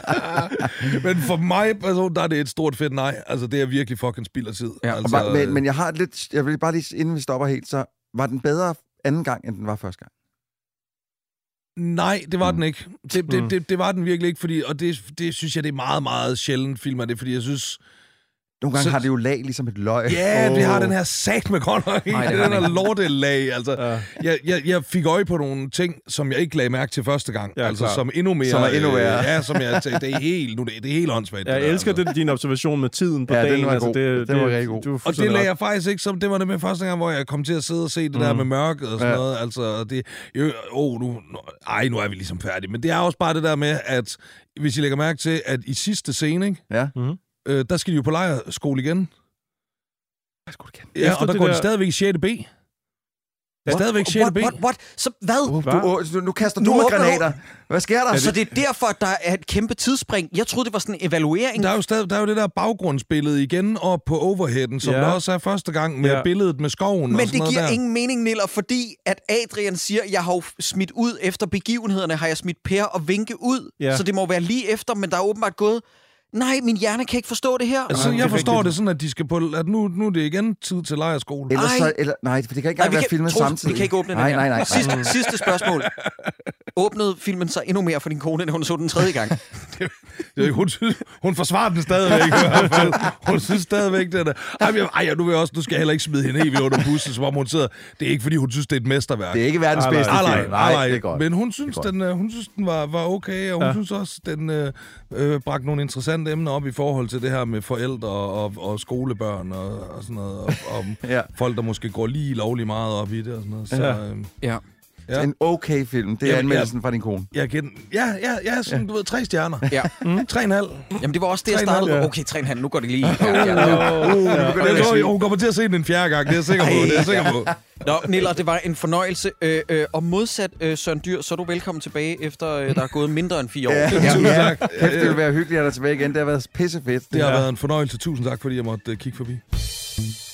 Men for mig, altså, der er det et stort fedt nej. Altså, det er virkelig fucking spild af tid.
Ja,
altså,
bare, men, men jeg har lidt, jeg vil bare lige, inden vi stopper helt, så var den bedre anden gang, end den var første gang?
Nej, det var mm. den ikke. Det, det, det, det var den virkelig ikke, fordi, og det, det synes jeg, det er meget, meget sjældent film af det, fordi jeg synes...
Nogle gange
så,
har det jo lag ligesom et løg.
Ja, yeah, oh. det har den her sat med godt nok. Nej, den her lortelag. Altså, ja. jeg, jeg, jeg fik øje på nogle ting, som jeg ikke lagde mærke til første gang. Ja, altså, som endnu mere...
Som er endnu værre.
Øh, ja, som jeg det er helt, nu, det, det er helt åndssvagt.
Jeg
det
elsker
der,
det, din observation med tiden på
ja,
dagen.
Den var
altså,
god.
Det,
det var
det,
rigtig god.
Du,
og det lagde jeg faktisk ikke som... Det var det med første gang, hvor jeg kom til at sidde og se det mm. der med mørket og sådan ja. noget. Altså, det... Jo, oh, nu, ej, nu er vi ligesom færdige. Men det er også bare det der med, at hvis I lægger mærke til, at i sidste scene, ikke?
Ja.
Mm. Øh, der skal de jo på lejrskole igen. Ja,
Efter
og der går der... de stadigvæk i sjette B.
What?
Stadigvæk sjette B.
What, what, what? Så hvad?
Uh, du, du, nu kaster du med granater. Hvad sker der?
Så det er derfor, at der er et kæmpe tidsspring. Jeg troede, det var sådan en evaluering.
Der er jo, stadig, der er jo det der baggrundsbillede igen op på overheaden, som ja. der også er første gang med ja. billedet med skoven.
Men
og sådan
det giver
der.
ingen mening, Niller, fordi at Adrian siger, jeg har jo smidt ud efter begivenhederne, har jeg smidt Per og Vinke ud. Ja. Så det må være lige efter, men der er åbenbart gået... Nej, min hjerne kan ikke forstå det her.
Altså, jeg forstår rigtigt. Det sådan, at de skal på, at nu, nu er det igen tid til lejrskole.
Ellers så, eller, nej, for det kan ikke engang være filmet samtidig.
Vi kan ikke åbne
nej,
den
nej, nej, nej.
Sidste, sidste spørgsmål. Åbnede filmen så endnu mere for din kone, end hun så den tredje gang?
det, det, hun, synes, hun forsvarer den stadigvæk. Hun synes stadigvæk, det der. Ej, jeg, ej, nu, vil jeg også, nu skal jeg heller ikke smide hende evigt under bussen, som om hun sidder. Det er ikke, fordi hun synes, det er et mesterværk.
Det er ikke verdens bedste
nej,
film.
Nej, nej, nej. Men hun synes, den, uh, hun synes, den var, var okay, og hun ja. synes også, den øh, øh, bragte nogle interessante emner op i forhold til det her med forældre og, og skolebørn og, og sådan noget, og, og ja. folk, der måske går lige lovlig meget op i det og sådan noget. Så,
ja.
Øh,
ja.
Ja. En okay film. Det er Jamen, anmeldelsen ja, fra din kone.
Jeg ja, ja, ja, ja, sådan, ja. du ved, tre stjerner.
Ja.
Mm. Tre og en halv.
Jamen, det var også det, jeg startede med. Okay, tre og en halv. Nu går det lige.
Ja, ja, ja. Uh, ja. Ja. Hun kommer til at se den en fjerde gang. Det er jeg sikker på. Det er jeg sikker på.
Nå, Niller, det var en fornøjelse. Øh, øh, og modsat øh, Søren Dyr, så er du velkommen tilbage, efter øh, der er gået mindre end fire år.
Ja, tusind tak. Kæft, det vil være hyggeligt at dig tilbage igen. Det har været pissefedt.
Det har ja. været en fornøjelse. Tusind tak, fordi jeg måtte uh, kigge forbi.